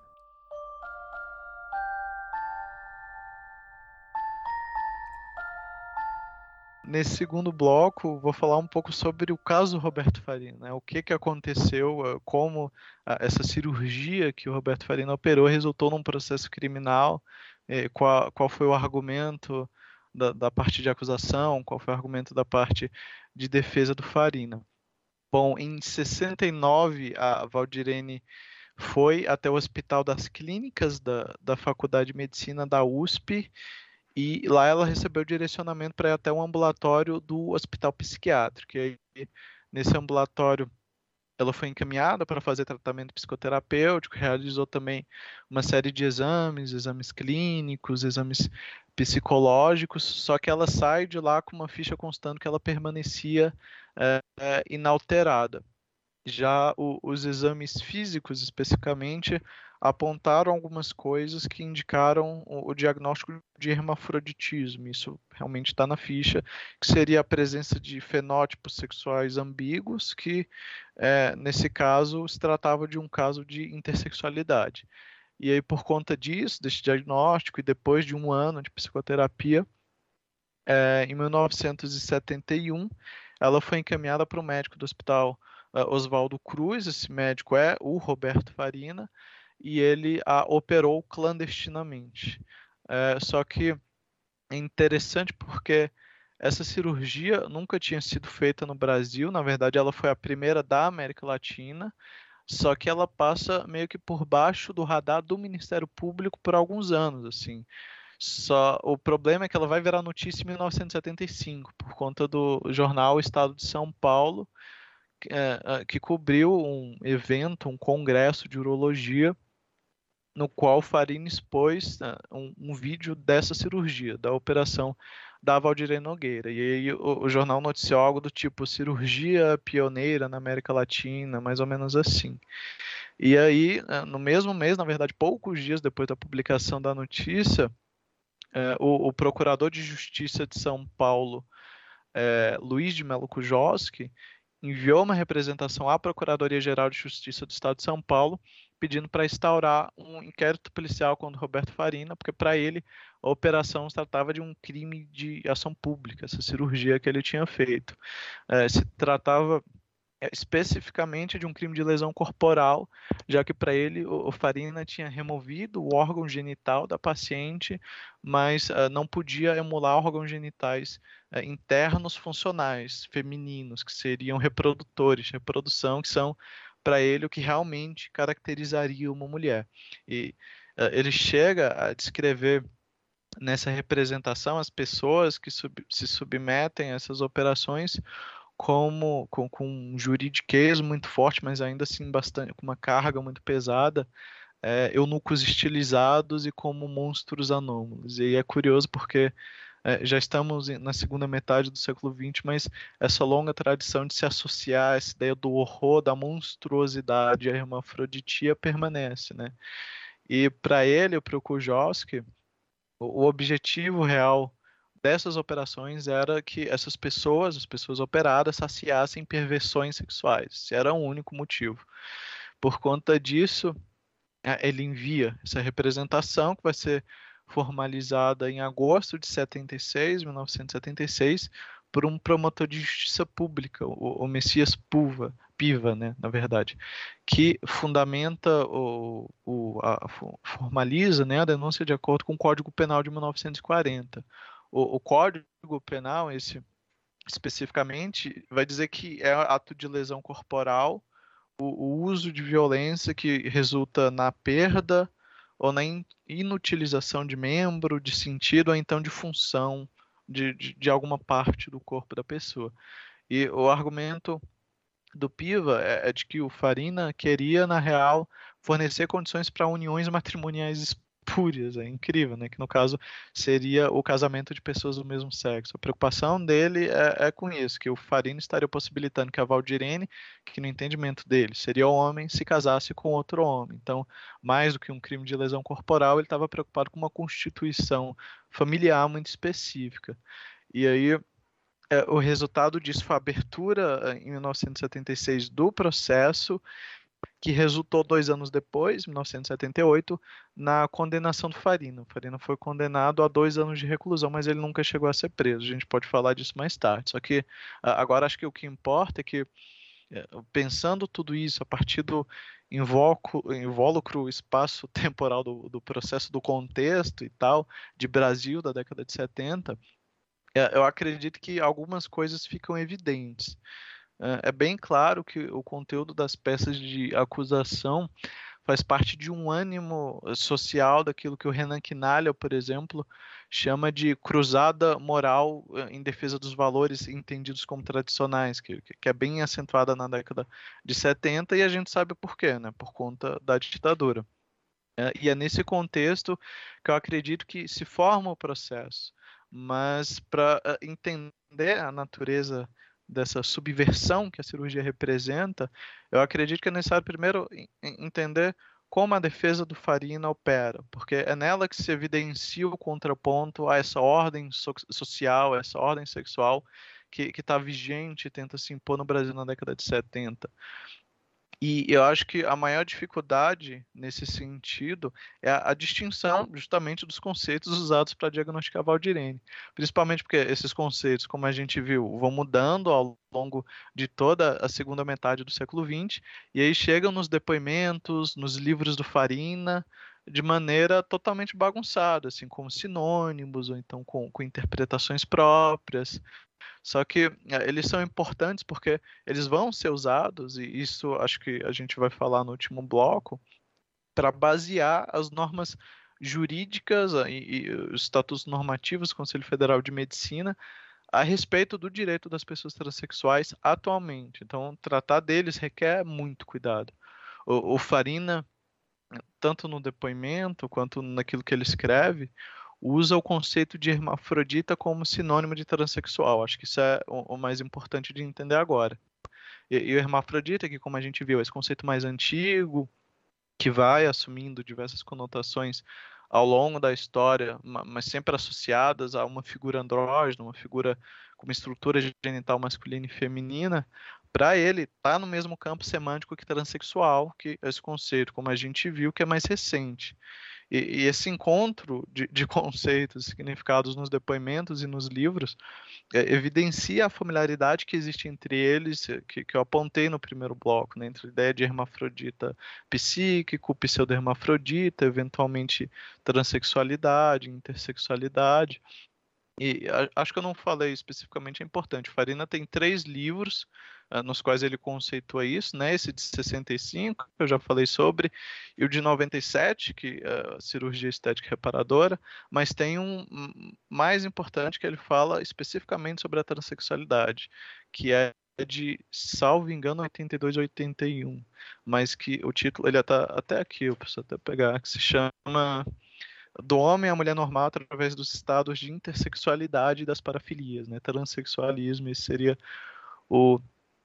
Nesse segundo bloco, vou falar um pouco sobre o caso Roberto Farina, né? O que aconteceu, como essa cirurgia que o Roberto Farina operou resultou num processo criminal, qual foi o argumento da parte de acusação, qual foi o argumento da parte de defesa do Farina. Bom, em 69, a Valdirene foi até o Hospital das Clínicas da Faculdade de Medicina da USP, e lá ela recebeu direcionamento para ir até um ambulatório do hospital psiquiátrico. E aí, nesse ambulatório, ela foi encaminhada para fazer tratamento psicoterapêutico, realizou também uma série de exames clínicos, exames psicológicos, só que ela sai de lá com uma ficha constando que ela permanecia inalterada. Já os exames físicos, especificamente, apontaram algumas coisas que indicaram o diagnóstico de hermafroditismo. Isso realmente está na ficha, que seria a presença de fenótipos sexuais ambíguos, que, nesse caso, se tratava de um caso de intersexualidade. E aí, por conta disso, desse diagnóstico, e depois de um ano de psicoterapia, em 1971, ela foi encaminhada para o médico do hospital Oswaldo Cruz. Esse médico é o Roberto Farina, e ele a operou clandestinamente. Só que é interessante porque essa cirurgia nunca tinha sido feita no Brasil. Na verdade, ela foi a primeira da América Latina, só que ela passa meio que por baixo do radar do Ministério Público por alguns anos, assim. Só o problema é que ela vai virar notícia em 1975, por conta do jornal Estado de São Paulo, que cobriu um evento, um congresso de urologia, no qual Farina expôs um vídeo dessa cirurgia, da operação da Valdirene Nogueira. E aí o jornal noticiou algo do tipo cirurgia pioneira na América Latina, mais ou menos assim. E aí, no mesmo mês, na verdade, poucos dias depois da publicação da notícia, o procurador de Justiça de São Paulo, Luiz de Melo Kujoski, enviou uma representação à Procuradoria-Geral de Justiça do Estado de São Paulo, pedindo para instaurar um inquérito policial contra Roberto Farina, porque para ele a operação se tratava de um crime de ação pública, essa cirurgia que ele tinha feito. Se tratava especificamente de um crime de lesão corporal, já que para ele o Farina tinha removido o órgão genital da paciente, mas não podia emular órgãos genitais internos funcionais, femininos, que seriam reprodutores, reprodução, que são para ele o que realmente caracterizaria uma mulher. E ele chega a descrever nessa representação as pessoas que se submetem a essas operações com um juridiquês muito forte, mas ainda assim bastante, com uma carga muito pesada, eunucos estilizados e como monstros anômalos. E é curioso porque já estamos na segunda metade do século XX, mas essa longa tradição de se associar essa ideia do horror, da monstruosidade, a hermafroditia permanece, né? E para ele, para o Kujoski, o objetivo real dessas operações era que essas pessoas, as pessoas operadas, saciassem perversões sexuais. Esse era o único motivo. Por conta disso, ele envia essa representação, que vai ser formalizada em agosto de 1976, por um promotor de justiça pública, o Messias Piva, né, na verdade, que fundamenta, formaliza, né, a denúncia de acordo com o Código Penal de 1940. O Código Penal, esse especificamente, vai dizer que é ato de lesão corporal o uso de violência que resulta na perda ou na inutilização de membro, de sentido, ou então de função de alguma parte do corpo da pessoa. E o argumento do Piva de que o Farina queria, na real, fornecer condições para uniões matrimoniais espúrias, é incrível, né? Que no caso seria o casamento de pessoas do mesmo sexo. A preocupação dele é com isso, que o Farina estaria possibilitando que a Valdirene, que no entendimento dele seria homem, se casasse com outro homem. Então, mais do que um crime de lesão corporal, ele estava preocupado com uma constituição familiar muito específica. E aí o resultado disso foi a abertura em 1976 do processo, que resultou 2 anos depois, 1978, na condenação do Farina. O Farina foi condenado a 2 anos de reclusão, mas ele nunca chegou a ser preso. A gente pode falar disso mais tarde. Só que agora acho que o que importa é que, pensando tudo isso a partir do invólucro espaço temporal do processo, do contexto e tal, de Brasil da década de 70, eu acredito que algumas coisas ficam evidentes. É bem claro que o conteúdo das peças de acusação faz parte de um ânimo social daquilo que o Renan Quinalha, por exemplo, chama de cruzada moral em defesa dos valores entendidos como tradicionais, que é bem acentuada na década de 70, e a gente sabe por quê, né? Por conta da ditadura. E é nesse contexto que eu acredito que se forma o processo. Mas para entender a natureza dessa subversão que a cirurgia representa, eu acredito que é necessário primeiro entender como a defesa do Farina opera, porque é nela que se evidencia o contraponto a essa ordem social, essa ordem sexual que está vigente e tenta se impor no Brasil na década de 70. E eu acho que a maior dificuldade nesse sentido é a distinção justamente dos conceitos usados para diagnosticar Valdirene. Principalmente porque esses conceitos, como a gente viu, vão mudando ao longo de toda a segunda metade do século XX, e aí chegam nos depoimentos, nos livros do Farina, de maneira totalmente bagunçada, assim, como sinônimos, ou então com interpretações próprias. Só que eles são importantes porque eles vão ser usados, e isso acho que a gente vai falar no último bloco, para basear as normas jurídicas e os estatutos normativos do Conselho Federal de Medicina a respeito do direito das pessoas transexuais atualmente. Então, tratar deles requer muito cuidado. O Farina, tanto no depoimento quanto naquilo que ele escreve, usa o conceito de hermafrodita como sinônimo de transexual. Acho que isso é o mais importante de entender agora. E o hermafrodita, que como a gente viu, é esse conceito mais antigo, que vai assumindo diversas conotações ao longo da história, mas sempre associadas a uma figura andrógena, uma figura com uma estrutura genital masculina e feminina. Para ele, está no mesmo campo semântico que transexual, que esse conceito, como a gente viu, que é mais recente. E esse encontro de conceitos, significados nos depoimentos e nos livros evidencia a familiaridade que existe entre eles, que eu apontei no primeiro bloco, né, entre a ideia de hermafrodita psíquico, pseudo-hermafrodita, eventualmente transexualidade, intersexualidade. E acho que eu não falei especificamente, é importante. Farina tem 3 livros nos quais ele conceitua isso, né? Esse de 65, que eu já falei sobre, e o de 97, que é a cirurgia estética reparadora, mas tem um mais importante que ele fala especificamente sobre a transexualidade, que é de, salvo engano, 82 ou 81, mas que o título, ele está até aqui, eu preciso até pegar, que se chama Do Homem à Mulher Normal através dos estados de intersexualidade e das parafilias, né? Transexualismo, esse seria o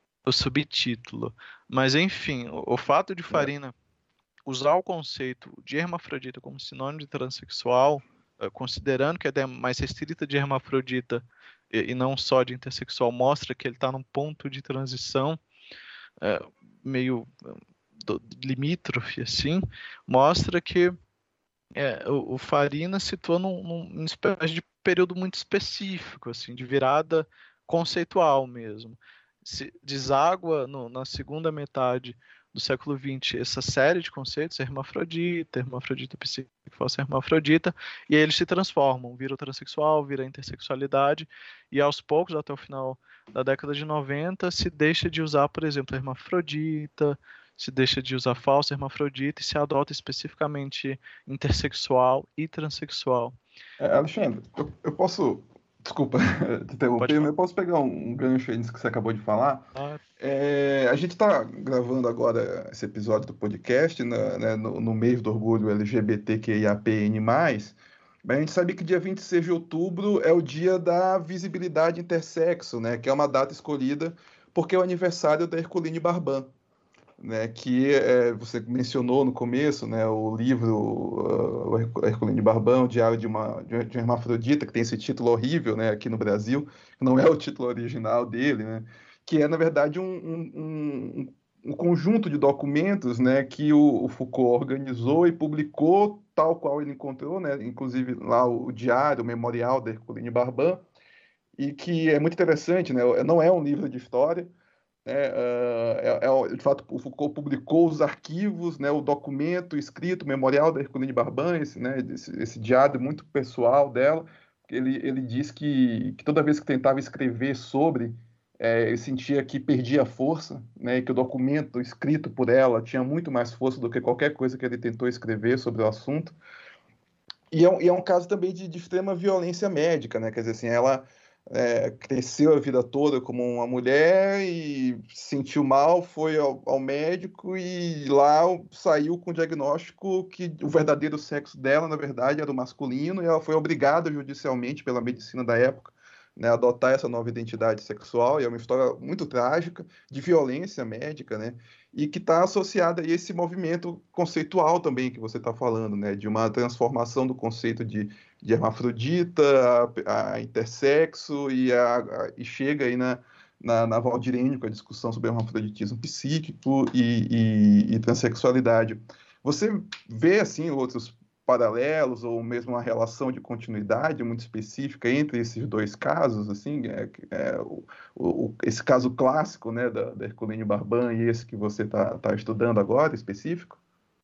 subtítulo. Mas, enfim, o fato de Farina usar o conceito de hermafrodita como sinônimo de transexual, considerando que a ideia mais restrita de hermafrodita e não só de intersexual, mostra que ele está num ponto de transição meio limítrofe, assim, mostra que o Farina situa numa espécie de período muito específico, assim, de virada conceitual mesmo. Se deságua na segunda metade do século XX essa série de conceitos, hermafrodita psíquica, falsa hermafrodita, e aí eles se transformam, vira o transexual, vira a intersexualidade, e aos poucos, até o final da década de 90, se deixa de usar, por exemplo, hermafrodita, se deixa de usar falsa hermafrodita e se adota especificamente intersexual e transexual. Alexandre, eu posso Desculpa te interromper, mas eu posso pegar um gancho aí nisso que você acabou de falar? A gente está gravando agora esse episódio do podcast, né, no mês do orgulho LGBTQIAPN+, mas a gente sabe que dia 26 de outubro é o dia da visibilidade intersexo, né, que é uma data escolhida porque é o aniversário da Herculine Barban, né, que você mencionou no começo, né, o livro o Herculine Barban, o Diário de uma Hermafrodita, que tem esse título horrível, né, aqui no Brasil, que não é o título original dele, né, que é, na verdade, um conjunto de documentos, né, que o Foucault organizou e publicou tal qual ele encontrou, né, inclusive lá o diário, o memorial da Herculine Barban, e que é muito interessante, né, não é um livro de história, de fato, o Foucault publicou os arquivos, né, o documento escrito, o memorial da Herculine Barban, esse diário muito pessoal dela. Ele diz que toda vez que tentava escrever sobre, ele sentia que perdia força, né, e que o documento escrito por ela tinha muito mais força do que qualquer coisa que ele tentou escrever sobre o assunto. E é um caso também de extrema violência médica, né? Quer dizer, assim, ela cresceu a vida toda como uma mulher e se sentiu mal, foi ao médico e lá saiu com o diagnóstico que o verdadeiro sexo dela, na verdade, era o masculino, e ela foi obrigada judicialmente pela medicina da época, né, a adotar essa nova identidade sexual, e é uma história muito trágica de violência médica, né? E que está associada a esse movimento conceitual também que você está falando, né? De uma transformação do conceito de hermafrodita, a intersexo, e chega aí na Valdirene com a discussão sobre hermafroditismo psíquico e transexualidade. Você vê, assim, outros paralelos ou mesmo uma relação de continuidade muito específica entre esses dois casos, assim, esse caso clássico, né, da Herculine Barban e esse que você tá estudando agora, específico?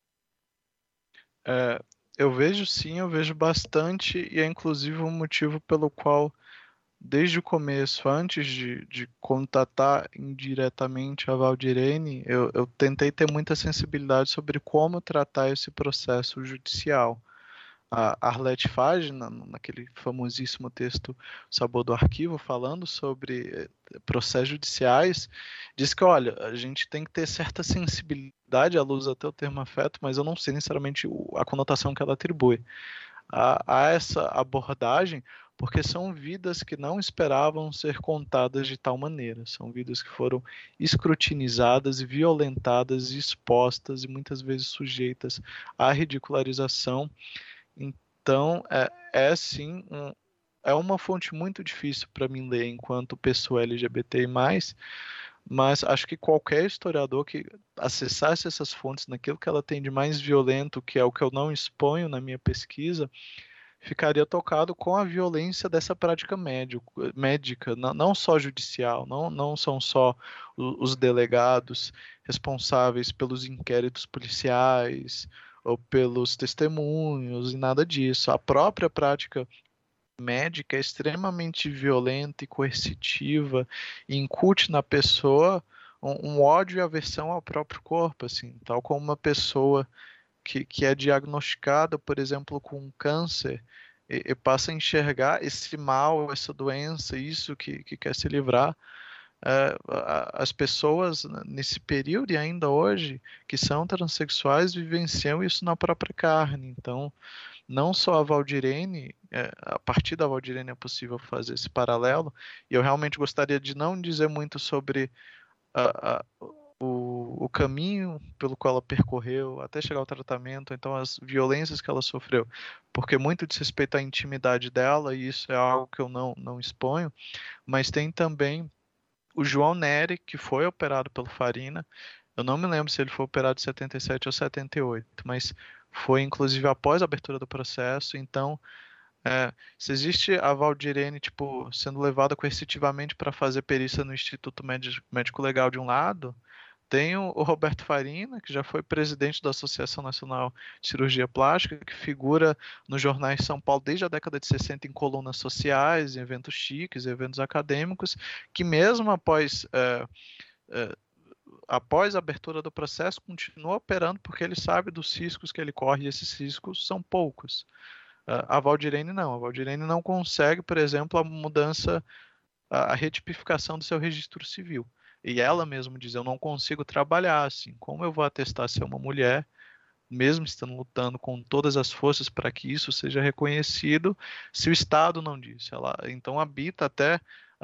Eu vejo sim, eu vejo bastante, e é inclusive um motivo pelo qual, desde o começo, antes de contatar indiretamente a Valdirene, eu tentei ter muita sensibilidade sobre como tratar esse processo judicial. A Arlette Fage, naquele famosíssimo texto Sabor do Arquivo, falando sobre processos judiciais, diz que, olha, a gente tem que ter certa sensibilidade, ela usa até o termo afeto, mas eu não sei necessariamente a conotação que ela atribui a essa abordagem, porque são vidas que não esperavam ser contadas de tal maneira, são vidas que foram escrutinizadas, violentadas, expostas e muitas vezes sujeitas à ridicularização. Então, sim, é uma fonte muito difícil para mim ler enquanto pessoa LGBTI+, mas acho que qualquer historiador que acessasse essas fontes naquilo que ela tem de mais violento, que é o que eu não exponho na minha pesquisa, ficaria tocado com a violência dessa prática médica, não só judicial, não são só os delegados responsáveis pelos inquéritos policiais ou pelos testemunhos e nada disso. A própria prática médica é extremamente violenta e coercitiva e incute na pessoa um ódio e aversão ao próprio corpo, assim, tal como uma pessoa que é diagnosticada, por exemplo, com câncer e passa a enxergar esse mal, essa doença, isso que quer se livrar. As pessoas nesse período e ainda hoje que são transexuais vivenciam isso na própria carne. Então, não só a Valdirene, a partir da Valdirene é possível fazer esse paralelo, e eu realmente gostaria de não dizer muito sobre o caminho pelo qual ela percorreu até chegar ao tratamento, então as violências que ela sofreu, porque muito diz respeito à intimidade dela, e isso é algo que eu não exponho, mas tem também o João Nery, que foi operado pelo Farina. Eu não me lembro se ele foi operado em 77 ou 78, mas foi inclusive após a abertura do processo. Então, se existe a Valdirene sendo levada coercitivamente para fazer perícia no Instituto Médico Legal de um lado, tem o Roberto Farina, que já foi presidente da Associação Nacional de Cirurgia Plástica, que figura nos jornais de São Paulo desde a década de 60 em colunas sociais, em eventos chiques, eventos acadêmicos, que mesmo após a abertura do processo, continua operando porque ele sabe dos riscos que ele corre, e esses riscos são poucos. A Valdirene não. A Valdirene não consegue, por exemplo, a mudança, a retipificação do seu registro civil. E ela mesma diz, eu não consigo trabalhar assim. Como eu vou atestar ser uma mulher, mesmo estando lutando com todas as forças para que isso seja reconhecido, se o Estado não diz? Ela, então, habita até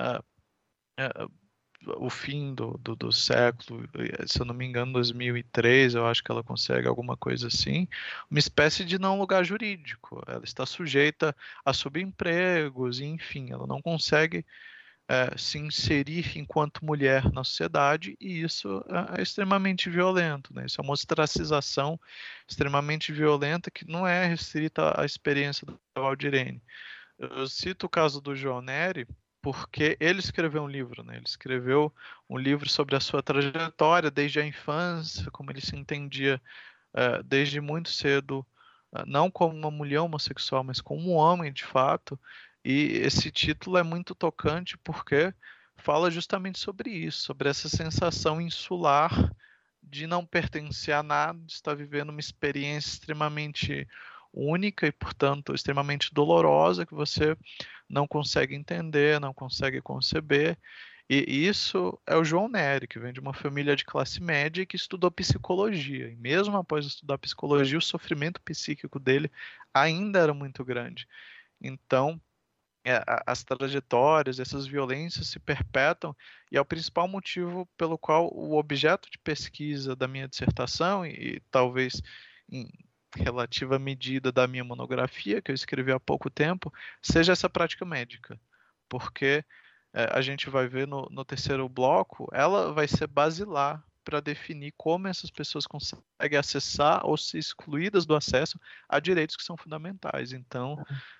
o fim do século, se eu não me engano, 2003, eu acho que ela consegue alguma coisa assim, uma espécie de não lugar jurídico. Ela está sujeita a subempregos, enfim, ela não consegue se inserir enquanto mulher na sociedade, e isso é extremamente violento, né? Isso é uma ostracização extremamente violenta que não é restrita à experiência da Valdirene. Eu cito o caso do João Nery porque ele escreveu um livro, né? Ele escreveu um livro sobre a sua trajetória desde a infância, como ele se entendia desde muito cedo, não como uma mulher homossexual, mas como um homem de fato. E esse título é muito tocante porque fala justamente sobre isso, sobre essa sensação insular de não pertencer a nada, de estar vivendo uma experiência extremamente única e, portanto, extremamente dolorosa, que você não consegue entender, não consegue conceber. E isso é o João Nery, que vem de uma família de classe média e que estudou psicologia. E mesmo após estudar psicologia, o sofrimento psíquico dele ainda era muito grande. Então, as trajetórias, essas violências se perpetuam, e é o principal motivo pelo qual o objeto de pesquisa da minha dissertação, e talvez em relativa medida da minha monografia, que eu escrevi há pouco tempo, seja essa prática médica. Porque a gente vai ver no terceiro bloco, ela vai ser basilar para definir como essas pessoas conseguem acessar ou ser excluídas do acesso a direitos que são fundamentais. Então,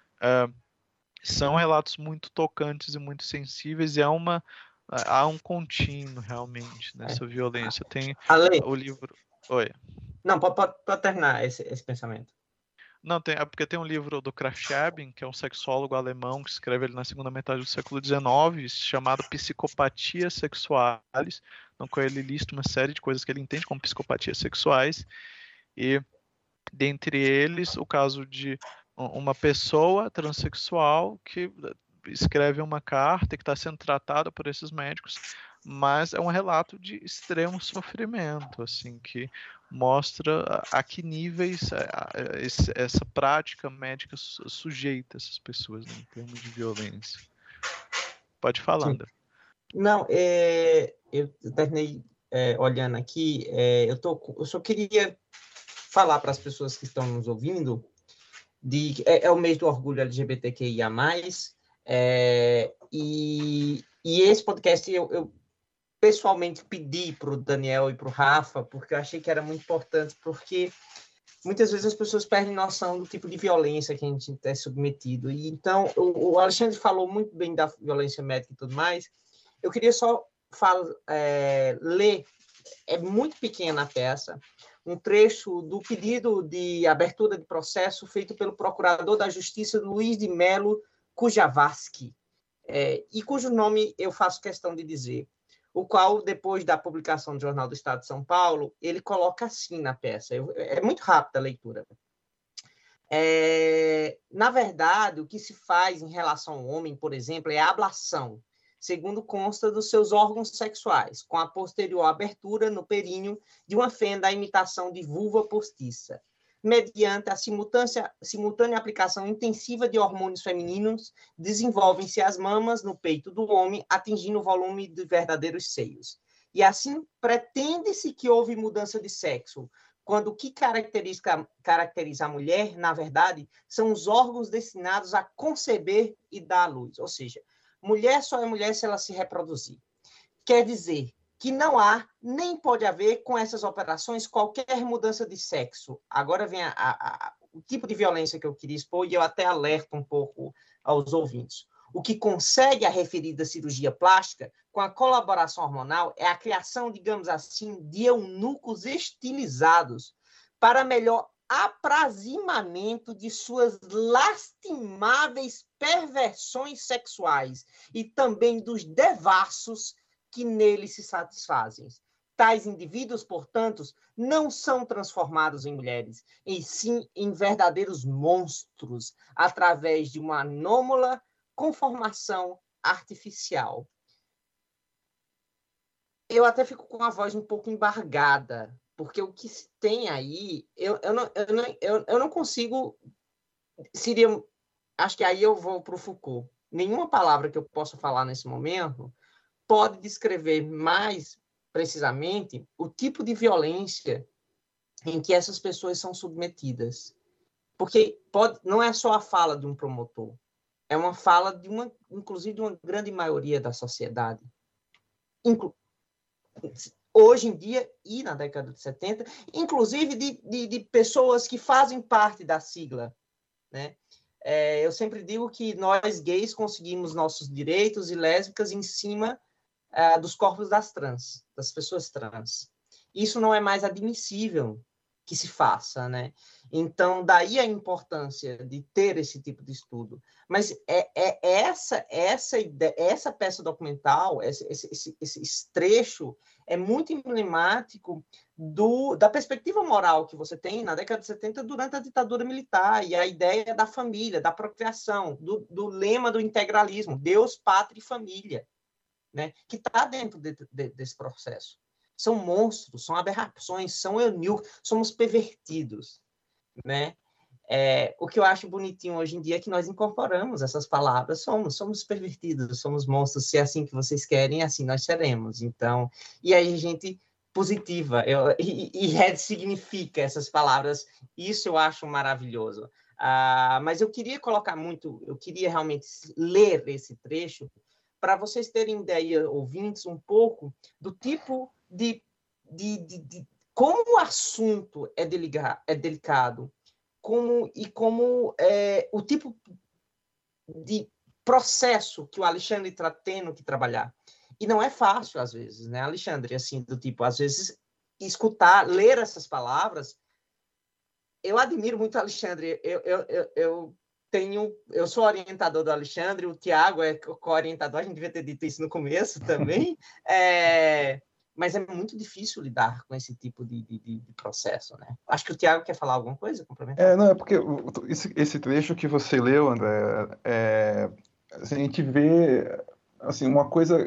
são relatos muito tocantes e muito sensíveis, e há um contínuo realmente nessa violência. Tem o livro... Oi. Não, pode terminar esse pensamento. Não, porque tem um livro do Krafft-Ebing, que é um sexólogo alemão que escreve ele na segunda metade do século XIX, chamado Psicopatias Sexuais, no qual ele lista uma série de coisas que ele entende como psicopatias sexuais, e dentre eles o caso de uma pessoa transexual que escreve uma carta que está sendo tratada por esses médicos, mas é um relato de extremo sofrimento, assim, que mostra a que níveis essa prática médica sujeita essas pessoas, né, em termos de violência. Pode falar, André. Não, eu terminei olhando aqui, eu só queria falar para as pessoas que estão nos ouvindo de é o mês do orgulho LGBTQIA+, e esse podcast eu pessoalmente pedi para o Daniel e para o Rafa, porque eu achei que era muito importante, porque muitas vezes as pessoas perdem noção do tipo de violência que a gente é submetido. E então, o Alexandre falou muito bem da violência médica e tudo mais. Eu queria só ler, é muito pequena a peça, um trecho do pedido de abertura de processo feito pelo procurador da Justiça, Luiz de Melo Kujawski, e cujo nome eu faço questão de dizer, o qual, depois da publicação do Jornal do Estado de São Paulo, ele coloca assim na peça. É muito rápida a leitura. Na verdade, o que se faz em relação ao homem, por exemplo, é a ablação, segundo consta dos seus órgãos sexuais, com a posterior abertura no períneo de uma fenda à imitação de vulva postiça, mediante a simultânea aplicação intensiva de hormônios femininos, desenvolvem-se as mamas no peito do homem, atingindo o volume de verdadeiros seios. E assim, pretende-se que houve mudança de sexo, quando o que caracteriza a mulher, na verdade, são os órgãos destinados a conceber e dar à luz. Ou seja, mulher só é mulher se ela se reproduzir. Quer dizer que não há, nem pode haver, com essas operações, qualquer mudança de sexo. Agora vem o tipo de violência que eu queria expor, e eu até alerto um pouco aos ouvintes. O que consegue a referida cirurgia plástica, com a colaboração hormonal, é a criação, digamos assim, de eunucos estilizados para melhor aprazimamento de suas lastimáveis perversões sexuais e também dos devassos que nele se satisfazem. tais indivíduos, portanto, não são transformados em mulheres, e sim em verdadeiros monstros, através de uma anômala conformação artificial. Eu até fico com a voz um pouco embargada, porque o que se tem aí, eu não consigo... Acho que aí eu vou para o Foucault. Nenhuma palavra que eu possa falar nesse momento pode descrever mais precisamente o tipo de violência em que essas pessoas são submetidas. Porque não é só a fala de um promotor, é uma fala, inclusive, de uma grande maioria da sociedade. Hoje em dia, e na década de 70, inclusive de pessoas que fazem parte da sigla, né? Eu sempre digo que nós, gays, conseguimos nossos direitos e lésbicas em cima dos corpos das pessoas trans. Isso não é mais admissível que se faça, né? Então, daí a importância de ter esse tipo de estudo. Mas essa peça documental, esse trecho, é muito emblemático da perspectiva moral que você tem na década de 70 durante a ditadura militar, e a ideia da família, da procriação, do lema do integralismo, Deus, pátria e família, né? Que está dentro desse processo. São monstros, são aberrações, são eunucos, somos pervertidos, né? O que eu acho bonitinho hoje em dia é que nós incorporamos essas palavras, somos pervertidos, somos monstros, se é assim que vocês querem, assim nós seremos. Então, e aí a gente positiva e ressignifica essas palavras, isso eu acho maravilhoso. Mas eu queria realmente ler esse trecho para vocês terem ideia, ouvintes, um pouco do tipo de como o assunto é delicado, como o tipo de processo que o Alexandre está tendo que trabalhar. E não é fácil, às vezes, né, Alexandre? Assim, do tipo, às vezes, ler essas palavras... Eu admiro muito o Alexandre. Eu sou orientador do Alexandre, o Tiago é co-orientador, a gente devia ter dito isso no começo também, mas é muito difícil lidar com esse tipo de processo, né? Acho que o Tiago quer falar alguma coisa, complementar? Não, é porque esse trecho que você leu, André, assim, a gente vê assim, uma coisa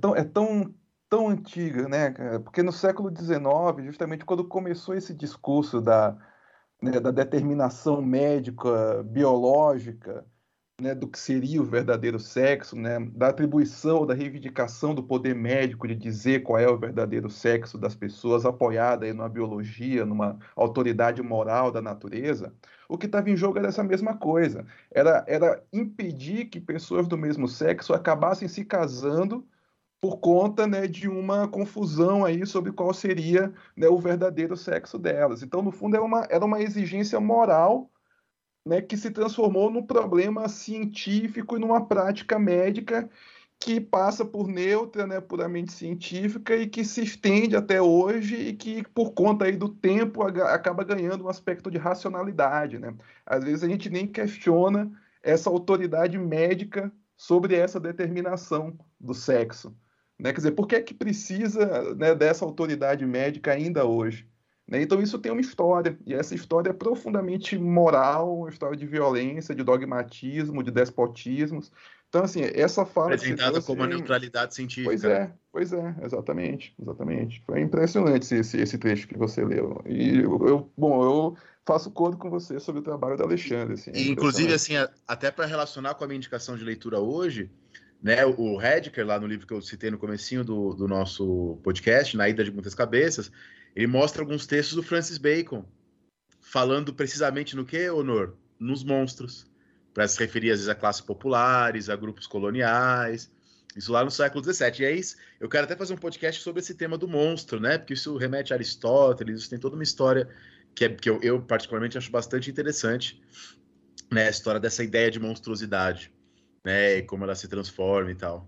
tão antiga, né? Porque no século XIX, justamente quando começou esse discurso da determinação médica, biológica, né, do que seria o verdadeiro sexo, né, da atribuição, da reivindicação do poder médico de dizer qual é o verdadeiro sexo das pessoas, apoiada aí numa biologia, numa autoridade moral da natureza, o que estava em jogo era essa mesma coisa. Era impedir que pessoas do mesmo sexo acabassem se casando por conta, né, de uma confusão aí sobre qual seria, né, o verdadeiro sexo delas. Então, no fundo, era uma exigência moral, né, que se transformou num problema científico e numa prática médica que passa por neutra, né, puramente científica e que se estende até hoje e que, por conta aí do tempo, acaba ganhando um aspecto de racionalidade, né? Às vezes a gente nem questiona essa autoridade médica sobre essa determinação do sexo. Né? Quer dizer, por que é que precisa, né, dessa autoridade médica ainda hoje? Né? Então isso tem uma história, e essa história é profundamente moral, uma história de violência, de dogmatismo, de despotismos. Então, assim, essa fala apresentada como a neutralidade científica. Pois é, exatamente. Foi impressionante esse trecho que você leu. E eu faço coro com você sobre o trabalho da Alexandre. Assim, e, inclusive, assim, até para relacionar com a minha indicação de leitura hoje, né, o Heidegger, lá no livro que eu citei no comecinho do nosso podcast, Na Ida de Muitas Cabeças, ele mostra alguns textos do Francis Bacon, falando precisamente no que, Honor? Nos monstros, para se referir às vezes a classes populares, a grupos coloniais, isso lá no século XVII. E aí eu quero até fazer um podcast sobre esse tema do monstro, né? Porque isso remete a Aristóteles, isso tem toda uma história que eu particularmente acho bastante interessante, né? A história dessa ideia de monstruosidade, né? E como ela se transforma e tal.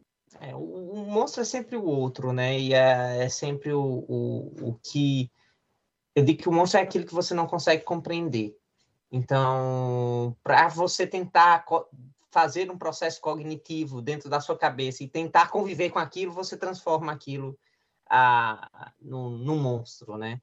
O monstro é sempre o outro, né? E é sempre o que... Eu digo que o monstro é aquilo que você não consegue compreender. Então, para você tentar fazer um processo cognitivo dentro da sua cabeça e tentar conviver com aquilo, você transforma aquilo no monstro, né?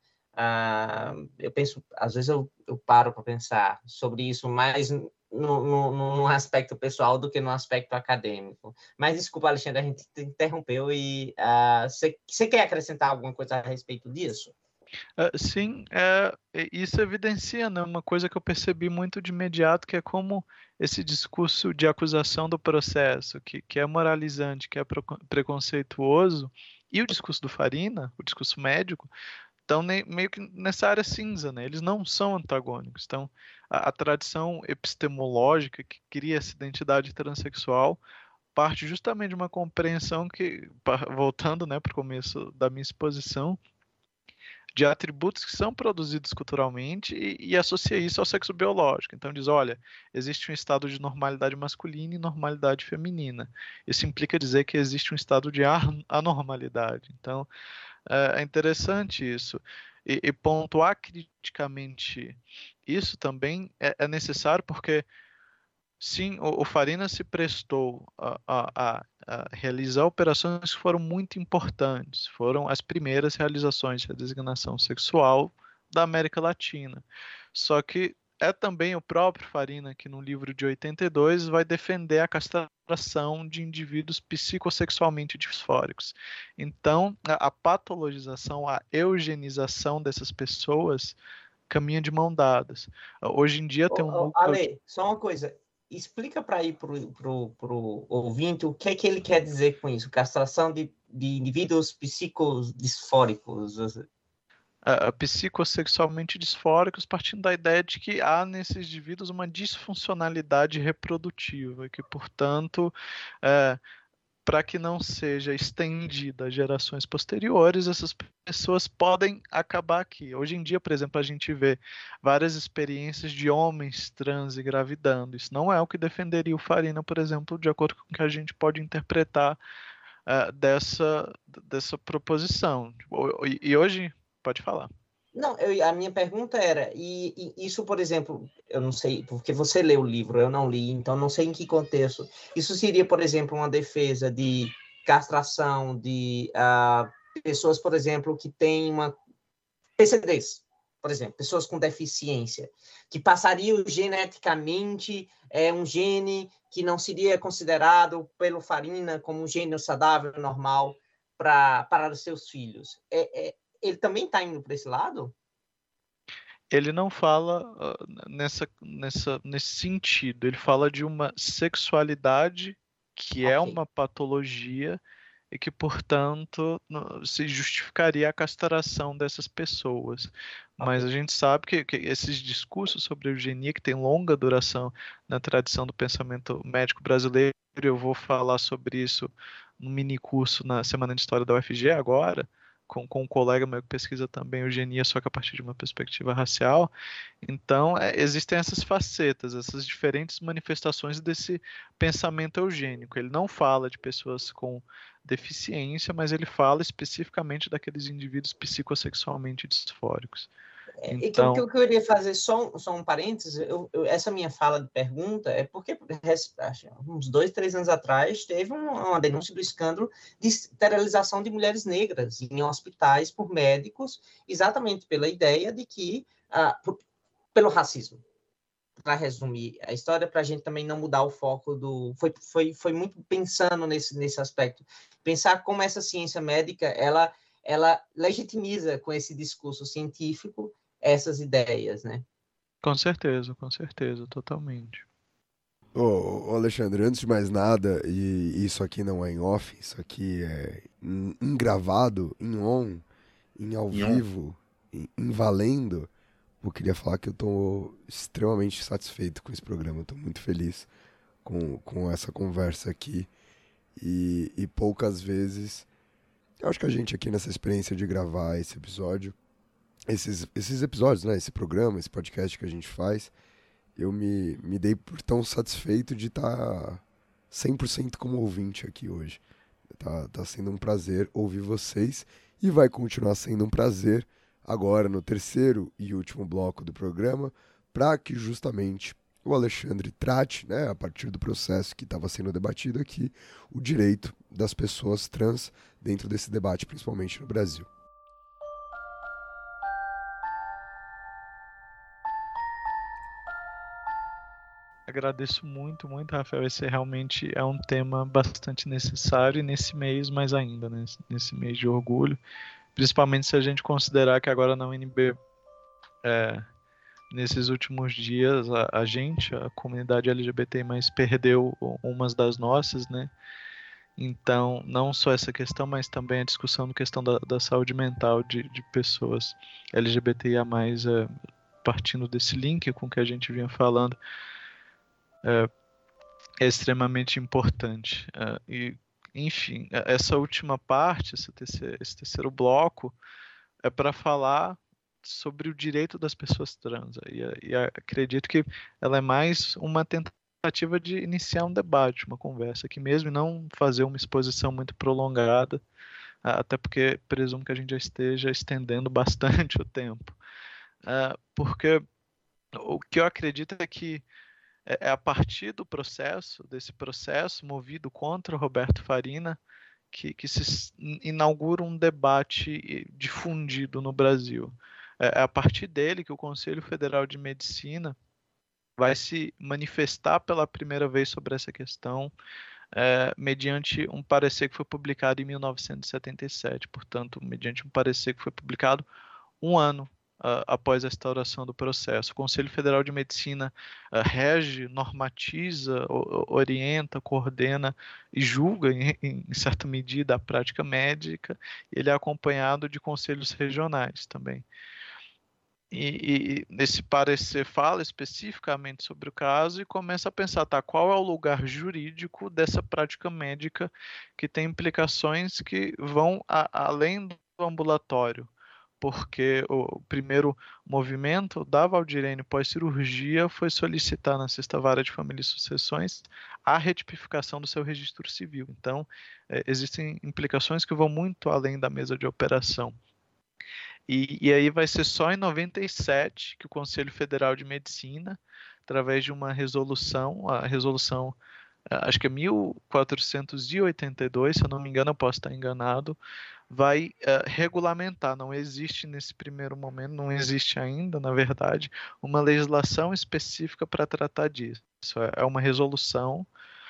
Eu penso, às vezes eu paro para pensar sobre isso mais no aspecto pessoal do que no aspecto acadêmico. Mas desculpa, Alexandre, a gente te interrompeu e você quer acrescentar alguma coisa a respeito disso? Sim, isso evidencia, né, uma coisa que eu percebi muito de imediato, que é como esse discurso de acusação do processo, que é moralizante, que é preconceituoso, e o discurso do Farina, o discurso médico, estão meio que nessa área cinza, né? Eles não são antagônicos. Então, a tradição epistemológica que cria essa identidade transexual parte justamente de uma compreensão que, voltando, né, para o começo da minha exposição, de atributos que são produzidos culturalmente e associa isso ao sexo biológico. Então diz, olha, existe um estado de normalidade masculina e normalidade feminina. Isso implica dizer que existe um estado de anormalidade. Então é interessante isso. E pontuar criticamente isso também é necessário porque sim, o Farina se prestou a realizar operações que foram muito importantes. Foram as primeiras realizações de designação sexual da América Latina. Só que é também o próprio Farina que no livro de 82 vai defender a castração de indivíduos psicossexualmente disfóricos. Então, a patologização, a eugenização dessas pessoas caminha de mão dadas. Hoje em dia tem um núcleo... Ale, só uma coisa. Explica para ir pro ouvinte o que é que ele quer dizer com isso, castração de indivíduos psicodisfóricos. Psicossexualmente disfóricos, partindo da ideia de que há nesses indivíduos uma disfuncionalidade reprodutiva, que, portanto, para que não seja estendida a gerações posteriores, essas pessoas podem acabar aqui. Hoje em dia, por exemplo, a gente vê várias experiências de homens trans engravidando. Isso não é o que defenderia o Farina, por exemplo, de acordo com o que a gente pode interpretar dessa proposição. E hoje, pode falar. Não, a minha pergunta era, e isso, por exemplo, eu não sei, porque você leu o livro, eu não li, então não sei em que contexto. Isso seria, por exemplo, uma defesa de castração de pessoas, por exemplo, que têm uma PCDs, por exemplo, pessoas com deficiência, que passariam geneticamente um gene que não seria considerado pelo Farina como um gene saudável, normal, para os seus filhos. Ele também está indo para esse lado? Ele não fala nesse sentido. Ele fala de uma sexualidade que é uma patologia e que, portanto, se justificaria a castração dessas pessoas. Mas a gente sabe que esses discursos sobre eugenia, que tem longa duração na tradição do pensamento médico brasileiro, eu vou falar sobre isso no minicurso na Semana de História da UFG agora, com um colega meu que pesquisa também eugenia, só que a partir de uma perspectiva racial. Então, existem essas facetas, essas diferentes manifestações desse pensamento eugênico. Ele não fala de pessoas com deficiência, mas ele fala especificamente daqueles indivíduos psicossexualmente disfóricos. Então, o que eu iria fazer, só um parênteses, essa minha fala de pergunta é porque, uns 2, 3 anos atrás, teve uma denúncia do escândalo de esterilização de mulheres negras em hospitais por médicos, exatamente pela ideia de que, pelo racismo. Para resumir a história, para a gente também não mudar o foco foi muito pensando nesse aspecto. Pensar como essa ciência médica, ela legitimiza com esse discurso científico essas ideias, né? Com certeza, totalmente. Ô Alexandre, antes de mais nada, e isso aqui não é em off, isso aqui é em gravado, em on, em ao vivo, em valendo, eu queria falar que eu tô extremamente satisfeito com esse programa, eu tô muito feliz com essa conversa aqui, e poucas vezes, eu acho que a gente aqui nessa experiência de gravar esse episódio, esses episódios, né, esse programa, esse podcast que a gente faz, eu me dei por tão satisfeito de estar 100% como ouvinte aqui hoje. Tá sendo um prazer ouvir vocês e vai continuar sendo um prazer agora no terceiro e último bloco do programa, para que justamente o Alexandre trate, né, a partir do processo que estava sendo debatido aqui, o direito das pessoas trans dentro desse debate, principalmente no Brasil. Agradeço muito, muito, Rafael. Esse realmente é um tema bastante necessário e nesse mês mais ainda, né? Nesse mês de orgulho, principalmente se a gente considerar que agora na UNB, nesses últimos dias, a comunidade LGBT+, perdeu umas das nossas, né? Então, não só essa questão, mas também a discussão da questão da saúde mental de pessoas LGBTIA+, partindo desse link com o que a gente vinha falando, é extremamente importante. E, enfim, essa última parte, esse terceiro bloco, é para falar sobre o direito das pessoas trans. E acredito que ela é mais uma tentativa de iniciar um debate, uma conversa aqui mesmo, e não fazer uma exposição muito prolongada, até porque presumo que a gente já esteja estendendo bastante o tempo. Porque o que eu acredito é que é a partir desse processo movido contra o Roberto Farina, que se inaugura um debate difundido no Brasil. É a partir dele que o Conselho Federal de Medicina vai se manifestar pela primeira vez sobre essa questão, mediante um parecer que foi publicado em 1977, portanto, mediante um parecer que foi publicado um ano após a instauração do processo. O Conselho Federal de Medicina rege, normatiza, orienta, coordena e julga, em certa medida, a prática médica. Ele é acompanhado de conselhos regionais também. E nesse parecer fala especificamente sobre o caso e começa a pensar, qual é o lugar jurídico dessa prática médica que tem implicações que vão além do ambulatório, porque o primeiro movimento da Valdirene pós-cirurgia foi solicitar na Sexta Vara de Família e Sucessões a retificação do seu registro civil. Então, existem implicações que vão muito além da mesa de operação. E aí vai ser só em 97 que o Conselho Federal de Medicina, através de uma resolução, a resolução, acho que é 1482, se eu não me engano, eu posso estar enganado, vai regulamentar. Não existe nesse primeiro momento, não existe ainda, na verdade, uma legislação específica para tratar disso. É uma resolução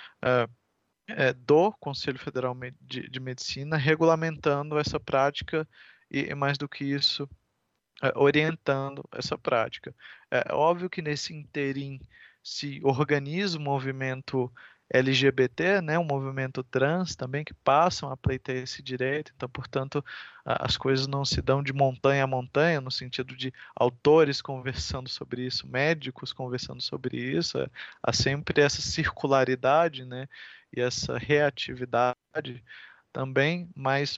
do Conselho Federal de Medicina regulamentando essa prática e, mais do que isso, orientando essa prática. É óbvio que nesse interim se organiza o movimento LGBT, né, um movimento trans também, que passam a pleitear esse direito. Então, portanto, as coisas não se dão de montanha a montanha, no sentido de autores conversando sobre isso, médicos conversando sobre isso. Há sempre essa circularidade, né, e essa reatividade também, mas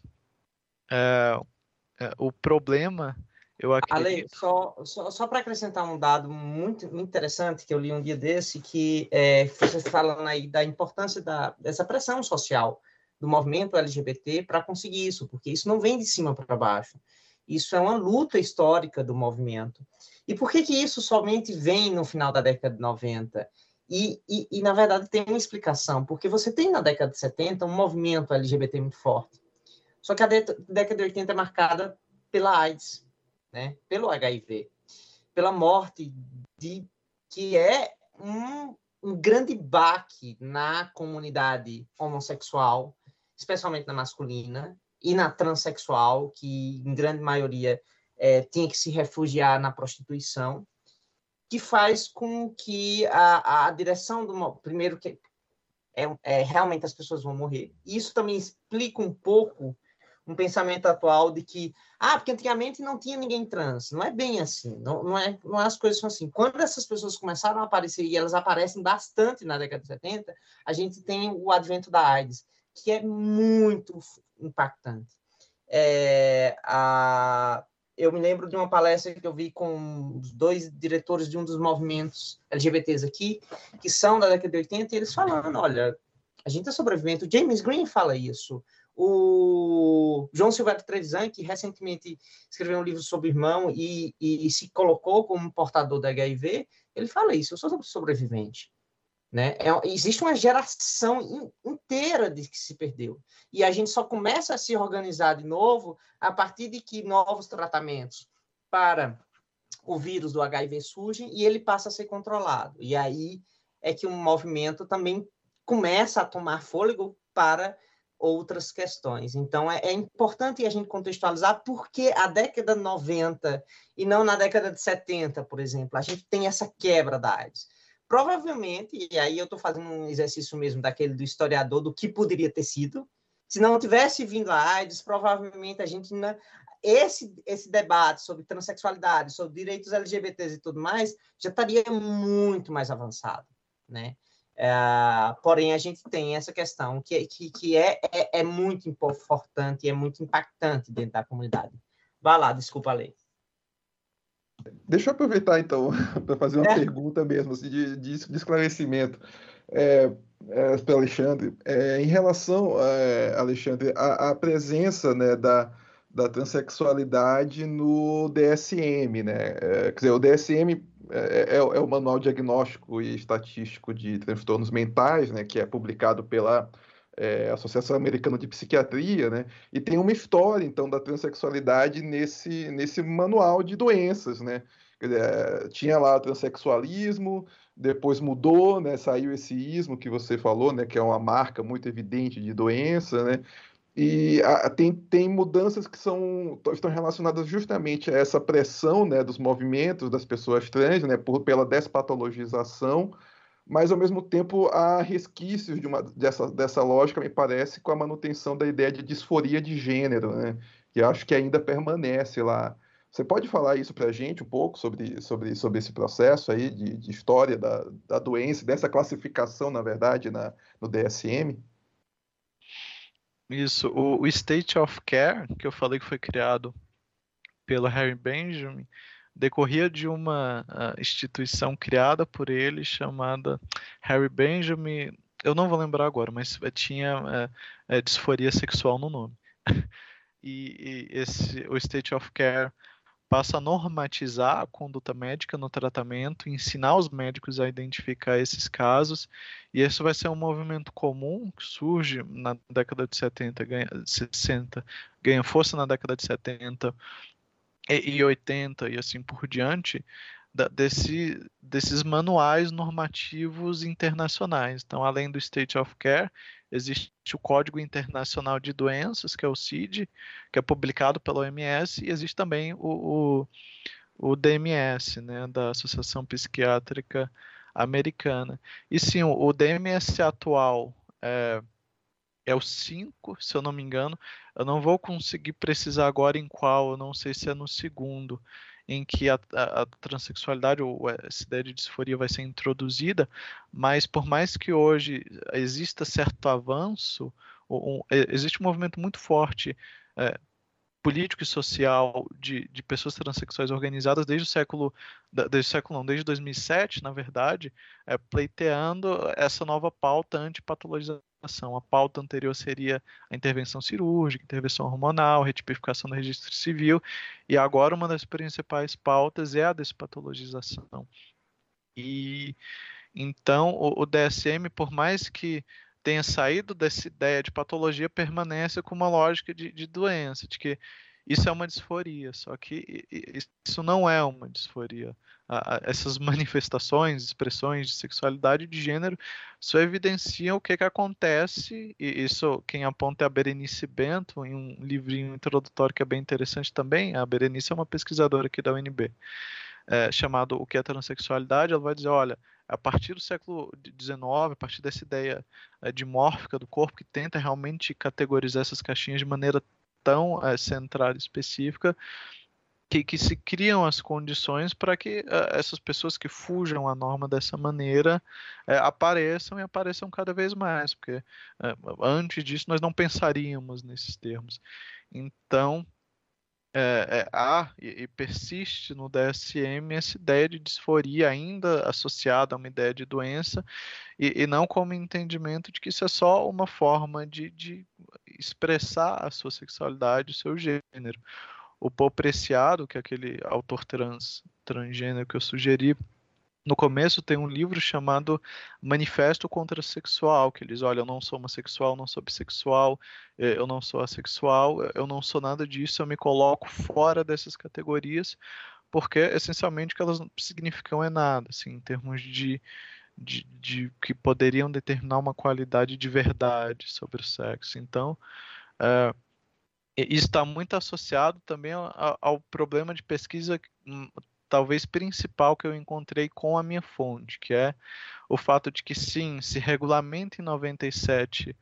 o problema, eu acredito... Ale, só para acrescentar um dado muito interessante que eu li um dia desse, que você falando aí da importância dessa pressão social do movimento LGBT para conseguir isso, porque isso não vem de cima para baixo. Isso é uma luta histórica do movimento. E por que isso somente vem no final da década de 90? E na verdade, tem uma explicação, porque você tem na década de 70 um movimento LGBT muito forte. Só que a década de 80 é marcada pela AIDS, né? Pelo HIV, pela morte, que é um grande baque na comunidade homossexual, especialmente na masculina, e na transexual, que em grande maioria tinha que se refugiar na prostituição, que faz com que a direção do... Primeiro, que realmente as pessoas vão morrer. Isso também explica um pouco um pensamento atual de que, porque antigamente não tinha ninguém trans. Não é bem assim, não é as coisas são assim. Quando essas pessoas começaram a aparecer, e elas aparecem bastante na década de 70, a gente tem o advento da AIDS, que é muito impactante. Eu me lembro de uma palestra que eu vi com os 2 diretores de um dos movimentos LGBTs aqui, que são da década de 80, e eles falando, olha, a gente é sobrevivente. O James Green fala isso. O João Silvério Trevisan, que recentemente escreveu um livro sobre o irmão e se colocou como portador da HIV, ele fala isso, eu sou sobrevivente. Né? Existe uma geração inteira de que se perdeu. E a gente só começa a se organizar de novo a partir de que novos tratamentos para o vírus do HIV surgem e ele passa a ser controlado. E aí é que um movimento também começa a tomar fôlego para outras questões. Então, é importante a gente contextualizar porque a década 90 e não na década de 70, por exemplo, a gente tem essa quebra da AIDS. Provavelmente, e aí eu estou fazendo um exercício mesmo daquele do historiador, do que poderia ter sido, se não tivesse vindo a AIDS, provavelmente a gente... Esse debate sobre transexualidade, sobre direitos LGBTs e tudo mais, já estaria muito mais avançado, né? Porém, a gente tem essa questão que é muito importante e é muito impactante dentro da comunidade. Vai lá, desculpa, Lei. Deixa eu aproveitar, então, para fazer uma pergunta mesmo, assim, de esclarecimento para Alexandre. Em relação, Alexandre, à presença, né, da transexualidade no DSM, né? Quer dizer, o DSM é o Manual Diagnóstico e Estatístico de Transtornos Mentais, né, que é publicado pela Associação Americana de Psiquiatria, né? E tem uma história, então, da transexualidade nesse manual de doenças, né? Quer dizer, tinha lá o transexualismo, depois mudou, né? Saiu esse ismo que você falou, né? Que é uma marca muito evidente de doença, né? E tem mudanças que estão relacionadas justamente a essa pressão, né, dos movimentos das pessoas trans, né, pela despatologização, mas, ao mesmo tempo, há resquícios dessa lógica, me parece, com a manutenção da ideia de disforia de gênero, né, que eu acho que ainda permanece lá. Você pode falar isso para a gente um pouco sobre esse processo aí de história da doença, dessa classificação, na verdade, no DSM? Isso, o State of Care, que eu falei que foi criado pelo Harry Benjamin, decorria de uma instituição criada por ele chamada Harry Benjamin, eu não vou lembrar agora, mas tinha disforia sexual no nome. E o State of Care passa a normatizar a conduta médica no tratamento, ensinar os médicos a identificar esses casos, e isso vai ser um movimento comum que surge na década de 60, ganha força na década de 70 e 80 e assim por diante, desses manuais normativos internacionais. Então, além do State of Care, existe o Código Internacional de Doenças, que é o CID, que é publicado pela OMS, e existe também o DMS, né, da Associação Psiquiátrica Americana. E sim, o DMS atual é o 5, se eu não me engano. Eu não vou conseguir precisar agora em qual, eu não sei se é no segundo, em que a transexualidade ou essa ideia de disforia vai ser introduzida, mas por mais que hoje exista certo avanço, existe um movimento muito forte político e social de pessoas transexuais organizadas desde 2007, na verdade, pleiteando essa nova pauta antipatologização. A pauta anterior seria a intervenção cirúrgica, intervenção hormonal, retipificação do registro civil, e agora uma das principais pautas é a despatologização. E então o DSM, por mais que tenha saído dessa ideia de patologia, permanece com uma lógica de doença, de que isso é uma disforia, só que isso não é uma disforia. Essas manifestações, expressões de sexualidade e de gênero só evidenciam o que acontece, e isso quem aponta é a Berenice Bento, em um livrinho introdutório que é bem interessante também. A Berenice é uma pesquisadora aqui da UNB, chamado O que é Transexualidade. Ela vai dizer, olha, a partir do século XIX, a partir dessa ideia dimórfica do corpo, que tenta realmente categorizar essas caixinhas de maneira tão centrada e específica, que se criam as condições para que essas pessoas que fujam à norma dessa maneira apareçam, e apareçam cada vez mais, porque antes disso nós não pensaríamos nesses termos. Então, há e persiste no DSM essa ideia de disforia ainda associada a uma ideia de doença, e não como entendimento de que isso é só uma forma de expressar a sua sexualidade, o seu gênero. O Paul Preciado, que é aquele autor transgênero que eu sugeri, no começo tem um livro chamado Manifesto Contrassexual, que eles, olha, eu não sou homossexual, não sou bissexual, eu não sou assexual, eu não sou nada disso, eu me coloco fora dessas categorias, porque essencialmente o que elas não significam é nada, assim, em termos de que poderiam determinar uma qualidade de verdade sobre o sexo. Então, isso está muito associado também ao problema de pesquisa, talvez principal, que eu encontrei com a minha fonte, que é o fato de que, sim, se regulamenta em 97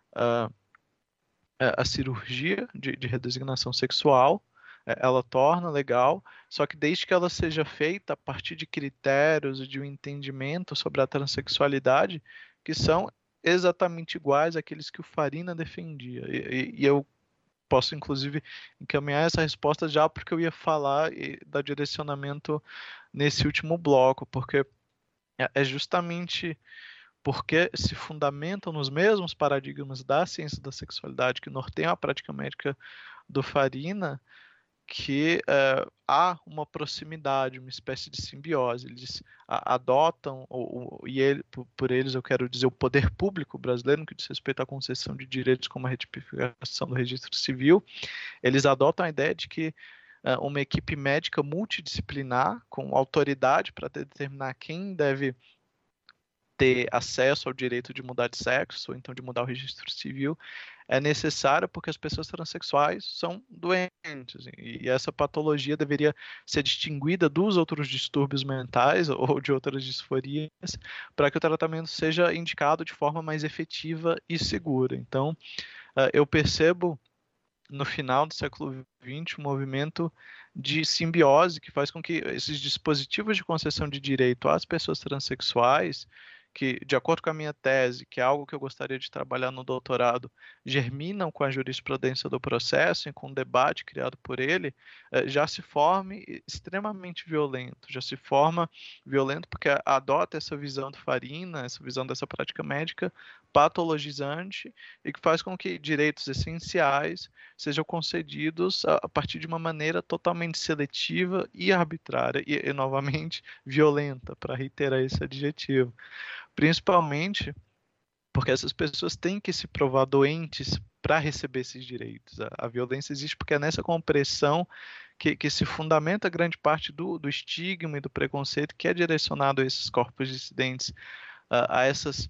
a cirurgia de redesignação sexual, ela torna legal, só que desde que ela seja feita a partir de critérios e de um entendimento sobre a transexualidade que são exatamente iguais àqueles que o Farina defendia. E eu posso, inclusive, encaminhar essa resposta já porque eu ia falar e dar direcionamento nesse último bloco, porque é justamente porque se fundamentam nos mesmos paradigmas da ciência da sexualidade que norteiam a prática médica do Farina, que há uma proximidade, uma espécie de simbiose. Eles adotam, por eles eu quero dizer o poder público brasileiro, no que diz respeito à concessão de direitos como a retificação do registro civil, eles adotam a ideia de que uma equipe médica multidisciplinar, com autoridade para determinar quem deve ter acesso ao direito de mudar de sexo, ou então de mudar o registro civil, é necessário porque as pessoas transexuais são doentes, e essa patologia deveria ser distinguida dos outros distúrbios mentais ou de outras disforias, para que o tratamento seja indicado de forma mais efetiva e segura. Então, eu percebo no final do século XX um movimento de simbiose que faz com que esses dispositivos de concessão de direito às pessoas transexuais, que, de acordo com a minha tese, que é algo que eu gostaria de trabalhar no doutorado, germinam com a jurisprudência do processo e com o debate criado por ele, já se forme extremamente violento, já se forma violento porque adota essa visão do Farina, essa visão dessa prática médica patologizante e que faz com que direitos essenciais sejam concedidos a partir de uma maneira totalmente seletiva e arbitrária e novamente, violenta, para reiterar esse adjetivo. Principalmente porque essas pessoas têm que se provar doentes para receber esses direitos. A violência existe porque é nessa compressão que se fundamenta grande parte do estigma e do preconceito que é direcionado a esses corpos dissidentes, a essas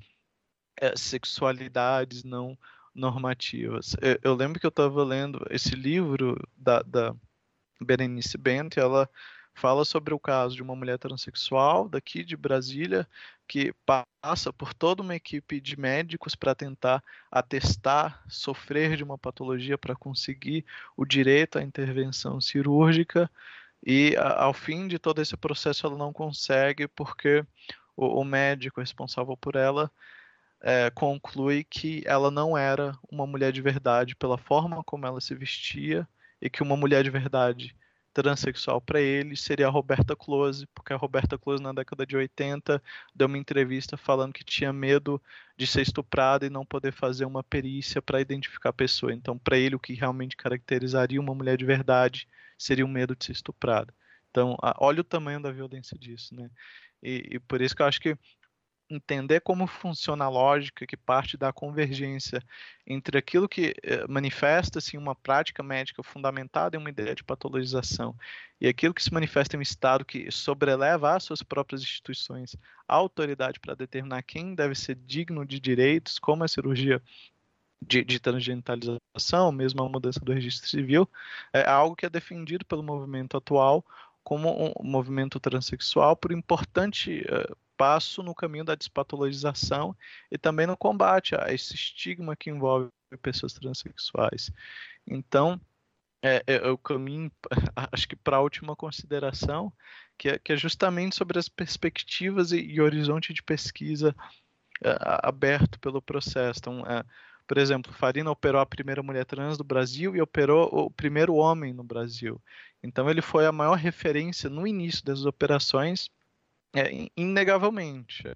sexualidades não normativas. Eu lembro que eu estava lendo esse livro da Berenice Bento, e ela fala sobre o caso de uma mulher transexual daqui de Brasília que passa por toda uma equipe de médicos para tentar atestar, sofrer de uma patologia para conseguir o direito à intervenção cirúrgica, e ao fim de todo esse processo ela não consegue porque o médico responsável por ela conclui que ela não era uma mulher de verdade pela forma como ela se vestia, e que uma mulher de verdade transexual para ele seria a Roberta Close, porque a Roberta Close na década de 80 deu uma entrevista falando que tinha medo de ser estuprada e não poder fazer uma perícia para identificar a pessoa. Então, para ele, o que realmente caracterizaria uma mulher de verdade seria o medo de ser estuprada. Então, olha o tamanho da violência disso, né? E por isso que eu acho que entender como funciona a lógica que parte da convergência entre aquilo que manifesta-se em uma prática médica fundamentada em uma ideia de patologização e aquilo que se manifesta em um Estado que sobreleva às suas próprias instituições a autoridade para determinar quem deve ser digno de direitos, como a cirurgia de transgenitalização, mesmo a mudança do registro civil, é algo que é defendido pelo movimento atual como um movimento transexual por importante passo no caminho da despatologização e também no combate a esse estigma que envolve pessoas transexuais. Então, eu caminho, acho que para a última consideração, que é justamente sobre as perspectivas e horizonte de pesquisa aberto pelo processo. Então, por exemplo, Farina operou a primeira mulher trans do Brasil e operou o primeiro homem no Brasil. Então, ele foi a maior referência no início das operações, inegavelmente.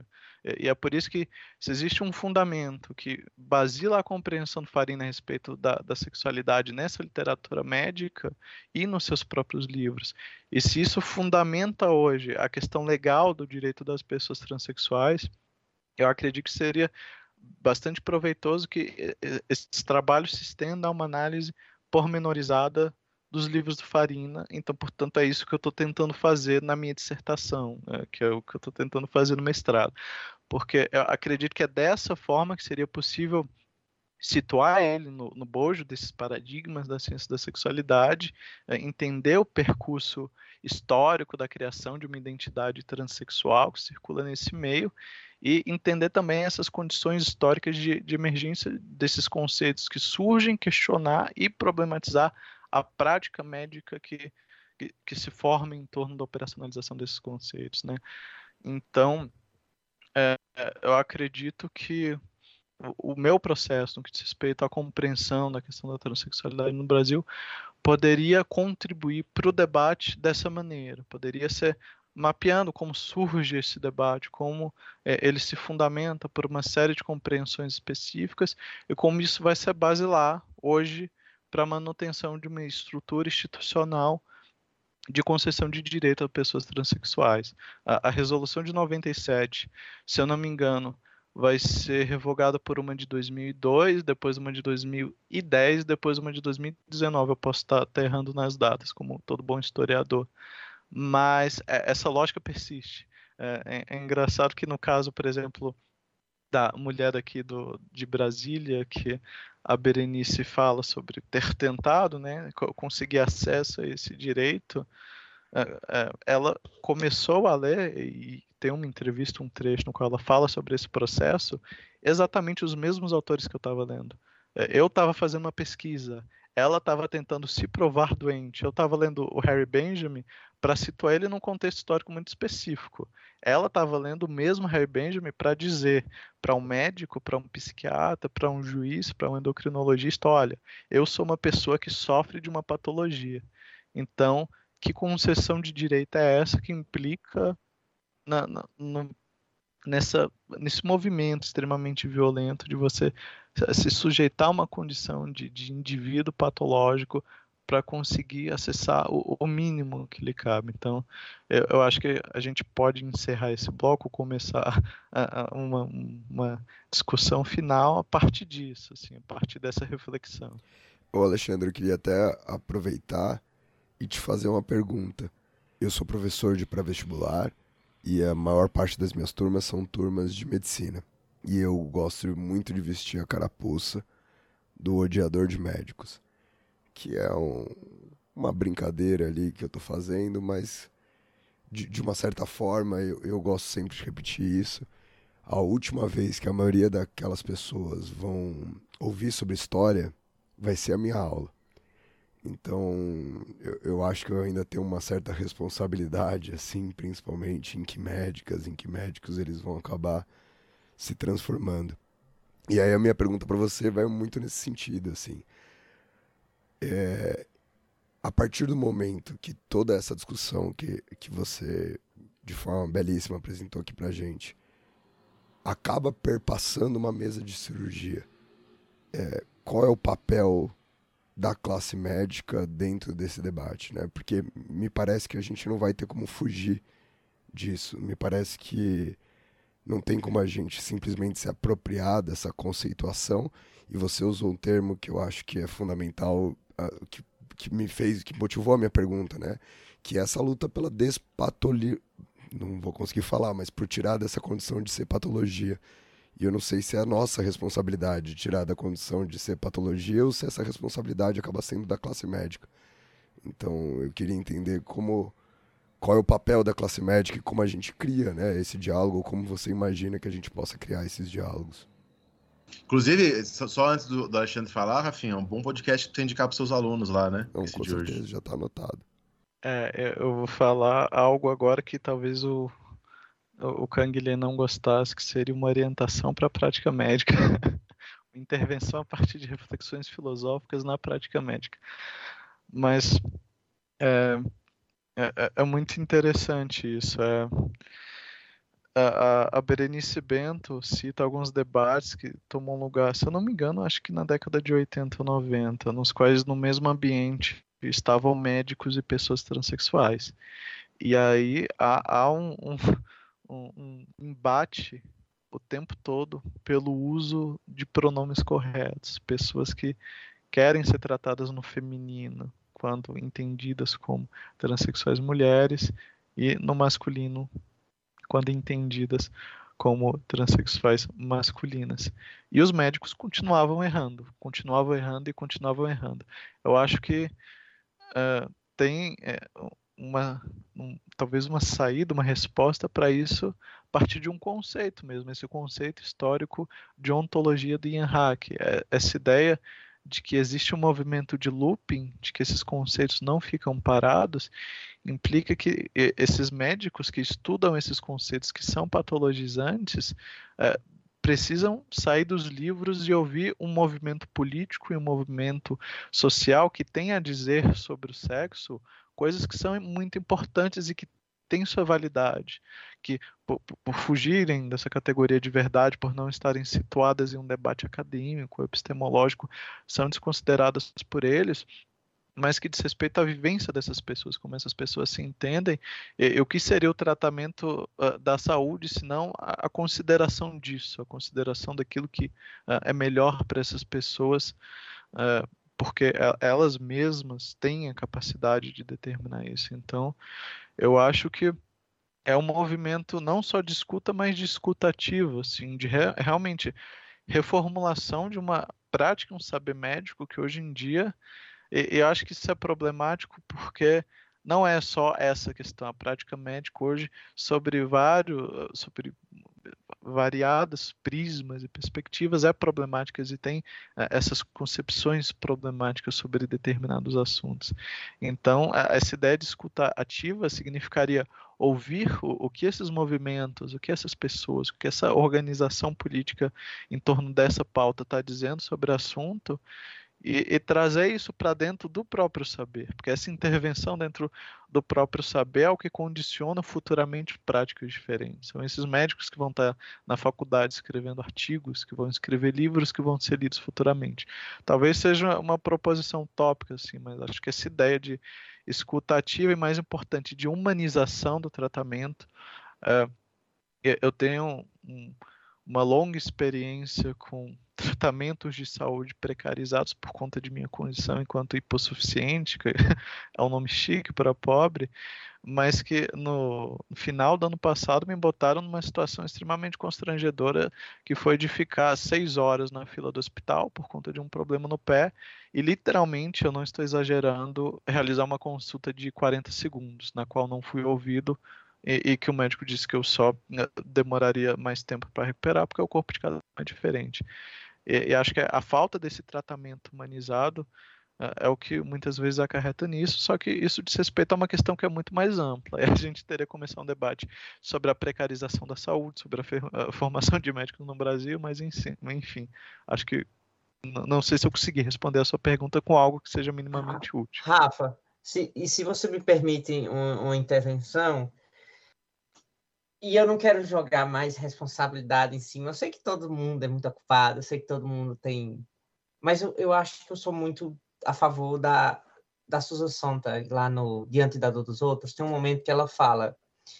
E é por isso que, se existe um fundamento que baseia a compreensão do Farina a respeito da sexualidade nessa literatura médica e nos seus próprios livros, e se isso fundamenta hoje a questão legal do direito das pessoas transexuais, eu acredito que seria bastante proveitoso que esses trabalhos se estendam a uma análise pormenorizada dos livros do Farina. Então, portanto, é isso que eu estou tentando fazer na minha dissertação, que é o que eu estou tentando fazer no mestrado. Porque eu acredito que é dessa forma que seria possível situar ele no bojo desses paradigmas da ciência da sexualidade, entender o percurso histórico da criação de uma identidade transexual que circula nesse meio, e entender também essas condições históricas de emergência desses conceitos que surgem, questionar e problematizar a prática médica que se forma em torno da operacionalização desses conceitos, né? Então, eu acredito que o meu processo, no que diz respeito à compreensão da questão da transexualidade no Brasil, poderia contribuir para o debate dessa maneira, poderia ser mapeando como surge esse debate, como ele se fundamenta por uma série de compreensões específicas e como isso vai ser basilar hoje para a manutenção de uma estrutura institucional de concessão de direito a pessoas transexuais. A resolução de 97, se eu não me engano, vai ser revogada por uma de 2002, depois uma de 2010, depois uma de 2019. Eu posso estar errando nas datas, como todo bom historiador. Mas essa lógica persiste. É engraçado que no caso, por exemplo, da mulher aqui de Brasília, que a Berenice fala sobre ter tentado, né, conseguir acesso a esse direito, ela começou a ler, e tem uma entrevista, um trecho no qual ela fala sobre esse processo, exatamente os mesmos autores que eu estava lendo. Eu estava fazendo uma pesquisa, ela estava tentando se provar doente, eu estava lendo o Harry Benjamin para situar ele num contexto histórico muito específico. Ela estava lendo o mesmo Harry Benjamin para dizer para um médico, para um psiquiatra, para um juiz, para um endocrinologista, olha, eu sou uma pessoa que sofre de uma patologia. Então, que concessão de direito é essa que implica nesse movimento extremamente violento de você se sujeitar a uma condição de indivíduo patológico para conseguir acessar o mínimo que lhe cabe. Então, eu acho que a gente pode encerrar esse bloco, começar uma discussão final a partir disso, assim, a partir dessa reflexão. Ô Alexandre, eu queria até aproveitar e te fazer uma pergunta. Eu sou professor de pré-vestibular e a maior parte das minhas turmas são turmas de medicina. E eu gosto muito de vestir a carapuça do odiador de médicos, que é uma brincadeira ali que eu tô fazendo, mas de uma certa forma eu gosto sempre de repetir isso. A última vez que a maioria daquelas pessoas vão ouvir sobre história vai ser a minha aula. Então, eu acho que eu ainda tenho uma certa responsabilidade, assim, principalmente em que médicos eles vão acabar se transformando. E aí a minha pergunta para você vai muito nesse sentido, assim. A partir do momento que toda essa discussão que você, de forma belíssima, apresentou aqui pra gente, acaba perpassando uma mesa de cirurgia, qual é o papel da classe médica dentro desse debate, né? Porque me parece que a gente não vai ter como fugir disso. Me parece que não tem como a gente simplesmente se apropriar dessa conceituação. E você usou um termo que eu acho que é fundamental, que motivou a minha pergunta, né? Que é essa luta pela despatologia. Não vou conseguir falar, mas por tirar dessa condição de ser patologia. E eu não sei se é a nossa responsabilidade tirar da condição de ser patologia ou se essa responsabilidade acaba sendo da classe médica. Então, eu queria entender qual é o papel da classe médica e como a gente cria, né, esse diálogo, como você imagina que a gente possa criar esses diálogos. Inclusive, só antes do Alexandre falar, Rafinha, é um bom podcast que tu indicar para os seus alunos lá, né? Não, com certeza, já está anotado. Eu vou falar algo agora que talvez o Canguilhem não gostasse, que seria uma orientação para a prática médica. Uma intervenção a partir de reflexões filosóficas na prática médica. Mas é muito interessante isso. a Berenice Bento cita alguns debates que tomam lugar, se eu não me engano, acho que na década de 80 ou 90, nos quais no mesmo ambiente estavam médicos e pessoas transexuais. E aí há um embate o tempo todo pelo uso de pronomes corretos. Pessoas que querem ser tratadas no feminino, quando entendidas como transexuais mulheres, e no masculino, quando entendidas como transexuais masculinas. E os médicos continuavam errando e continuavam errando. Eu acho que tem talvez uma saída, uma resposta para isso a partir de um conceito mesmo, esse conceito histórico de ontologia do Ian Hack, essa ideia de que existe um movimento de looping, de que esses conceitos não ficam parados, implica que esses médicos que estudam esses conceitos que são patologizantes precisam sair dos livros e ouvir um movimento político e um movimento social que tem a dizer sobre o sexo coisas que são muito importantes e que têm sua validade, que por fugirem dessa categoria de verdade, por não estarem situadas em um debate acadêmico, epistemológico, são desconsideradas por eles, mas que diz respeito à vivência dessas pessoas, como essas pessoas se entendem, e o que seria o tratamento da saúde, se não a consideração disso, a consideração daquilo que é melhor para essas pessoas, porque elas mesmas têm a capacidade de determinar isso. Então, eu acho que é um movimento não só de escuta, mas de escuta ativa, assim, de realmente reformulação de uma prática, um saber médico que hoje em dia, eu acho que isso é problemático porque não é só essa questão, a prática médica hoje sobre variados prismas e perspectivas é problemática e tem essas concepções problemáticas sobre determinados assuntos. Então, essa ideia de escuta ativa significaria ouvir o que esses movimentos, o que essas pessoas, o que essa organização política em torno dessa pauta está dizendo sobre o assunto, e trazer isso para dentro do próprio saber, porque essa intervenção dentro do próprio saber é o que condiciona futuramente práticas diferentes. São esses médicos que vão estar na faculdade escrevendo artigos, que vão escrever livros que vão ser lidos futuramente. Talvez seja uma proposição utópica, assim, mas acho que essa ideia de escuta ativa e, mais importante, de humanização do tratamento. Eu tenho uma longa experiência com tratamentos de saúde precarizados por conta de minha condição enquanto hipossuficiente, que é um nome chique para pobre, mas que no final do ano passado me botaram numa situação extremamente constrangedora, que foi de ficar 6 horas na fila do hospital por conta de um problema no pé e literalmente, eu não estou exagerando, realizar uma consulta de 40 segundos, na qual não fui ouvido e que o médico disse que eu só demoraria mais tempo para recuperar, porque o corpo de cada um é diferente. E acho que a falta desse tratamento humanizado é o que muitas vezes acarreta nisso, só que isso diz respeito a uma questão que é muito mais ampla. E a gente teria que começar um debate sobre a precarização da saúde, sobre a formação de médicos no Brasil, mas enfim, acho que não sei se eu consegui responder a sua pergunta com algo que seja minimamente útil. Rafa, se você me permite uma intervenção, e eu não quero jogar mais responsabilidade em cima. Eu sei que todo mundo é muito ocupado, eu sei que todo mundo tem... Mas eu acho que eu sou muito a favor da Susan Sontag, lá no Diante da Dor dos Outros. Tem um momento que ela fala,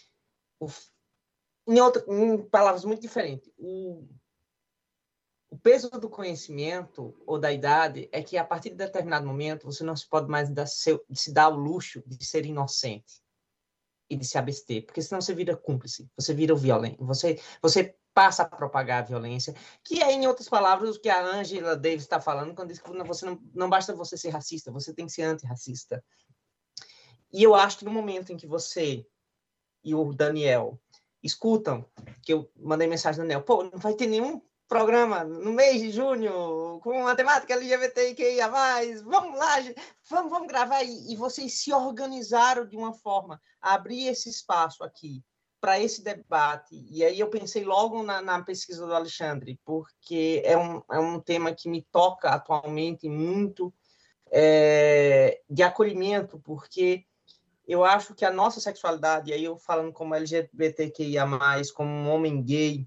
em palavras muito diferentes, o peso do conhecimento ou da idade é que, a partir de determinado momento, você não se pode mais se dar o luxo de ser inocente e de se abster, porque senão você vira cúmplice, você vira o violento, você passa a propagar a violência, que é, em outras palavras, o que a Angela Davis está falando quando diz que não basta você ser racista, você tem que ser antirracista. E eu acho que no momento em que você e o Daniel escutam, que eu mandei mensagem ao Daniel, pô, não vai ter nenhum programa no mês de junho com a temática LGBTQIA+, vamos lá, vamos gravar, e vocês se organizaram de uma forma a abrir esse espaço aqui para esse debate. E aí eu pensei logo na pesquisa do Alexandre, porque é um tema que me toca atualmente muito, de acolhimento, porque eu acho que a nossa sexualidade, e aí eu falando como LGBTQIA+, como um homem gay,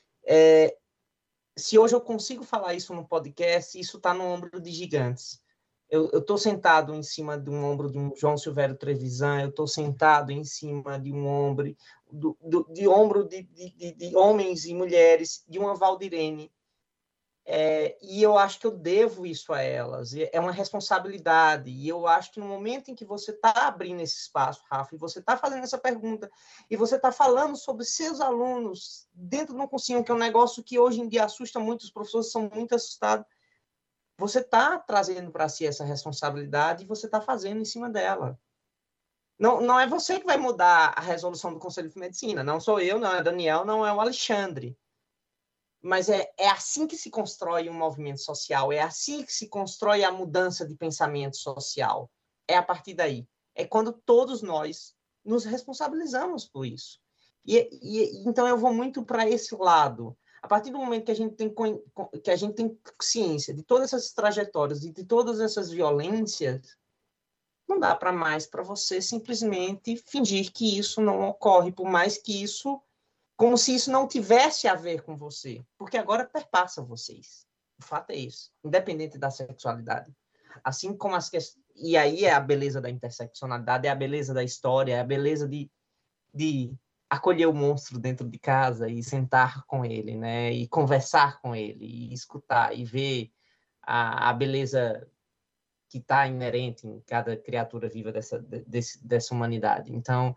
se hoje eu consigo falar isso no podcast, isso está no ombro de gigantes. Eu estou sentado em cima de um ombro de um João Silvério Trevisan, eu estou sentado em cima de um ombro de homens e mulheres, de uma Valdirene. E eu acho que eu devo isso a elas. É uma responsabilidade. E eu acho que no momento em que você está abrindo esse espaço, Rafa, e você está fazendo essa pergunta, e você está falando sobre seus alunos dentro de um cursinho, que é um negócio que hoje em dia assusta muito, os professores são muito assustados, você está trazendo para si essa responsabilidade e você está fazendo em cima dela. Não é você que vai mudar a resolução do Conselho de Medicina. Não sou eu, não é Daniel, não é o Alexandre. Mas é assim que se constrói um movimento social, é assim que se constrói a mudança de pensamento social. É a partir daí. É quando todos nós nos responsabilizamos por isso. Então eu vou muito para esse lado. A partir do momento que a gente tem ciência de todas essas trajetórias e de todas essas violências, não dá para mais para você simplesmente fingir que isso não ocorre, por mais que isso, como se isso não tivesse a ver com você, porque agora perpassa vocês. O fato é isso, independente da sexualidade. Assim como e aí é a beleza da interseccionalidade, é a beleza da história, é a beleza de acolher o monstro dentro de casa e sentar com ele, né? E conversar com ele, e escutar, e ver a beleza que está inerente em cada criatura viva dessa humanidade. Então,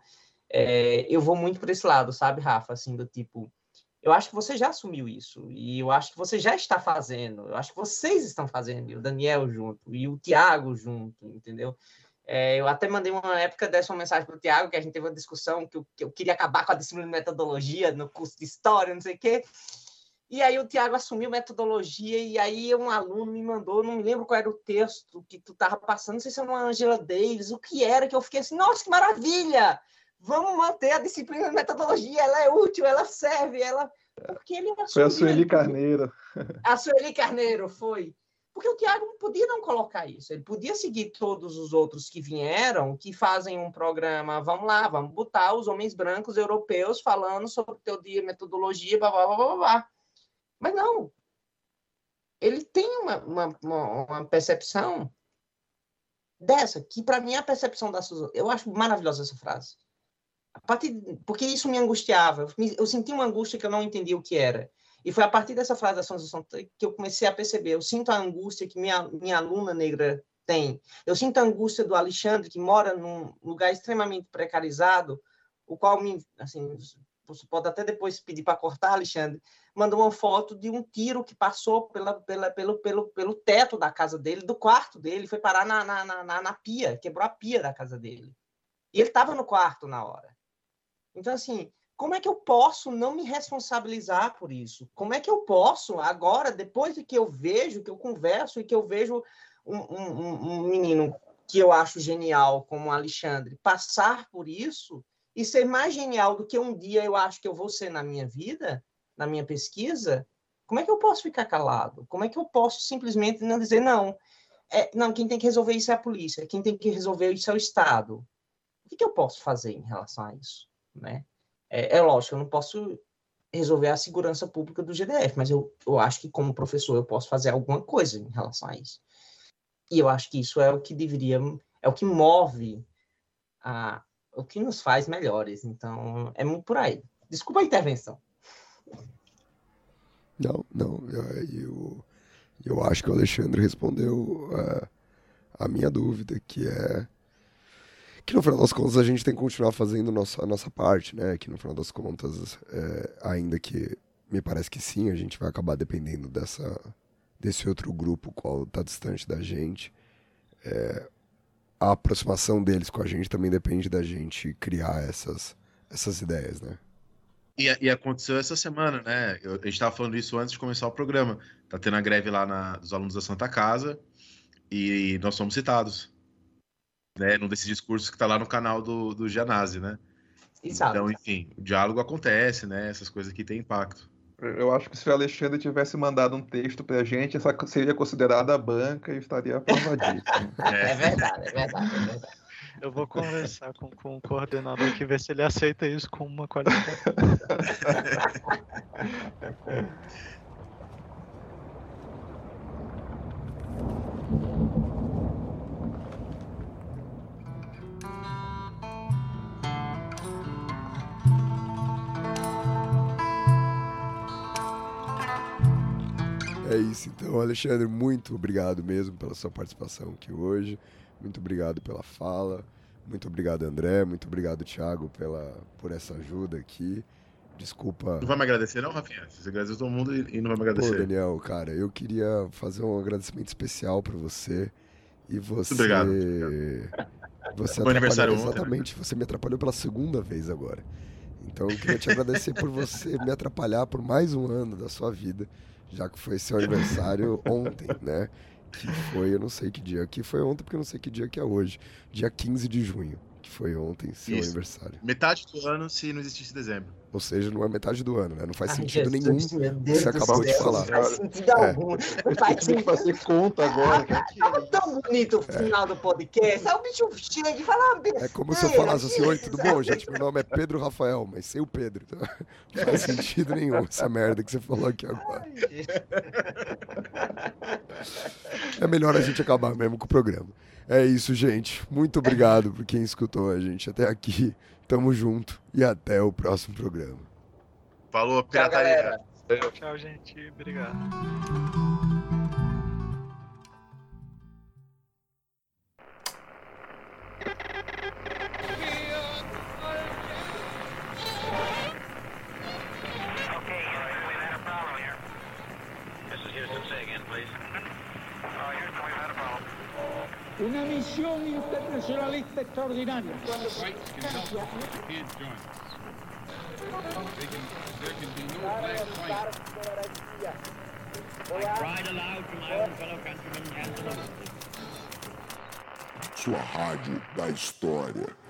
eu vou muito por esse lado, sabe, Rafa? Assim, do tipo, eu acho que você já assumiu isso, e eu acho que você já está fazendo, eu acho que vocês estão fazendo, e o Daniel junto, e o Tiago junto, entendeu? Eu até mandei uma época dessa uma mensagem para o Tiago, que a gente teve uma discussão que eu queria acabar com a disciplina de metodologia no curso de História, não sei o quê. E aí o Tiago assumiu metodologia, e aí um aluno me mandou, não me lembro qual era o texto que tu estava passando, não sei se era uma Angela Davis, o que era, que eu fiquei assim, nossa, que maravilha! Vamos manter a disciplina de metodologia, ela é útil, ela serve, porque ele assumiu. Foi a Sueli Carneiro. A Sueli Carneiro, foi. Porque o Tiago não podia não colocar isso. Ele podia seguir todos os outros que vieram, que fazem um programa, vamos lá, vamos botar os homens brancos europeus falando sobre teoria, metodologia, blá, blá, blá, blá, blá. Mas não. Ele tem uma percepção dessa, que para mim é a percepção da Suzana. Eu acho maravilhosa essa frase. Porque isso me angustiava. Eu senti uma angústia que eu não entendia o que era. E foi a partir dessa frase da Suzana que eu comecei a perceber. Eu sinto a angústia que minha aluna negra tem. Eu sinto a angústia do Alexandre, que mora num lugar extremamente precarizado, o qual, assim, você pode até depois pedir para cortar, Alexandre, mandou uma foto de um tiro que passou pelo teto da casa dele, do quarto dele, foi parar na pia, quebrou a pia da casa dele. E ele estava no quarto na hora. Então, assim, como é que eu posso não me responsabilizar por isso? Como é que eu posso, agora, depois de que eu vejo, que eu converso e que eu vejo um menino que eu acho genial, como o Alexandre, passar por isso e ser mais genial do que um dia eu acho que eu vou ser na minha vida, na minha pesquisa, como é que eu posso ficar calado? Como é que eu posso simplesmente não dizer, não, quem tem que resolver isso é a polícia, quem tem que resolver isso é o Estado. O que eu posso fazer em relação a isso? Né? Lógico, eu não posso resolver a segurança pública do GDF, mas eu acho que, como professor, eu posso fazer alguma coisa em relação a isso. E eu acho que isso é o que é o que move, o que nos faz melhores. Então, é muito por aí. Desculpa a intervenção. Não, eu acho que o Alexandre respondeu a minha dúvida, que no final das contas a gente tem que continuar fazendo a nossa parte, né? Que no final das contas, ainda que me parece que sim, a gente vai acabar dependendo desse outro grupo qual está distante da gente. A aproximação deles com a gente também depende da gente criar essas ideias, né? E aconteceu essa semana, né? A gente estava falando isso antes de começar o programa. Tá tendo a greve lá dos alunos da Santa Casa e nós somos citados, né, num desses discursos que está lá no canal do Gianazzi, né? Então, enfim, o diálogo acontece, né? Essas coisas aqui têm impacto. Eu acho que se o Alexandre tivesse mandado um texto pra gente, essa seria considerada a banca e estaria aprovadíssimo. É verdade. Eu vou conversar com o coordenador aqui, ver se ele aceita isso com uma qualificação. É isso, então, Alexandre, muito obrigado mesmo pela sua participação aqui hoje. Muito obrigado pela fala. Muito obrigado, André. Muito obrigado, Thiago, por essa ajuda aqui. Desculpa. Não vai me agradecer, não, Rafinha? Você agradeceu todo mundo e não vai me agradecer. Pô, Daniel, cara, eu queria fazer um agradecimento especial para você. E você. Muito obrigado. Você Foi aniversário ontem. Exatamente, você me atrapalhou pela segunda vez agora. Então eu queria te agradecer por você me atrapalhar por mais um ano da sua vida, já que foi seu aniversário ontem, né? Que foi, eu não sei que dia que foi ontem, porque eu não sei que dia que é hoje. Dia 15 de junho, que foi ontem seu aniversário. Metade do ano se não existisse dezembro. Ou seja, não é metade do ano, né? Não faz sentido Jesus, nenhum. meu Deus Você acabou do de céu, falar. Não faz sentido algum. Não faz Tem que fazer conta agora. Tava tão bonito o final do podcast. Aí o bicho chega e fala... É como se eu falasse assim: oi, tudo bom, gente? Meu nome é Pedro Rafael, mas sem o Pedro. Então, não faz sentido nenhum essa merda que você falou aqui agora. É melhor a gente acabar mesmo com o programa. É isso, gente. Muito obrigado por quem escutou a gente até aqui. Tamo junto e até o próximo programa. Falou, Tchau, pirataria. galera. Tchau, gente. Obrigado. Una misión internacionalista extraordinaria. Whites can help us, can't join us. There can be no black white. I cried aloud to my own fellow countrymen and to the world. Sua rádio da história.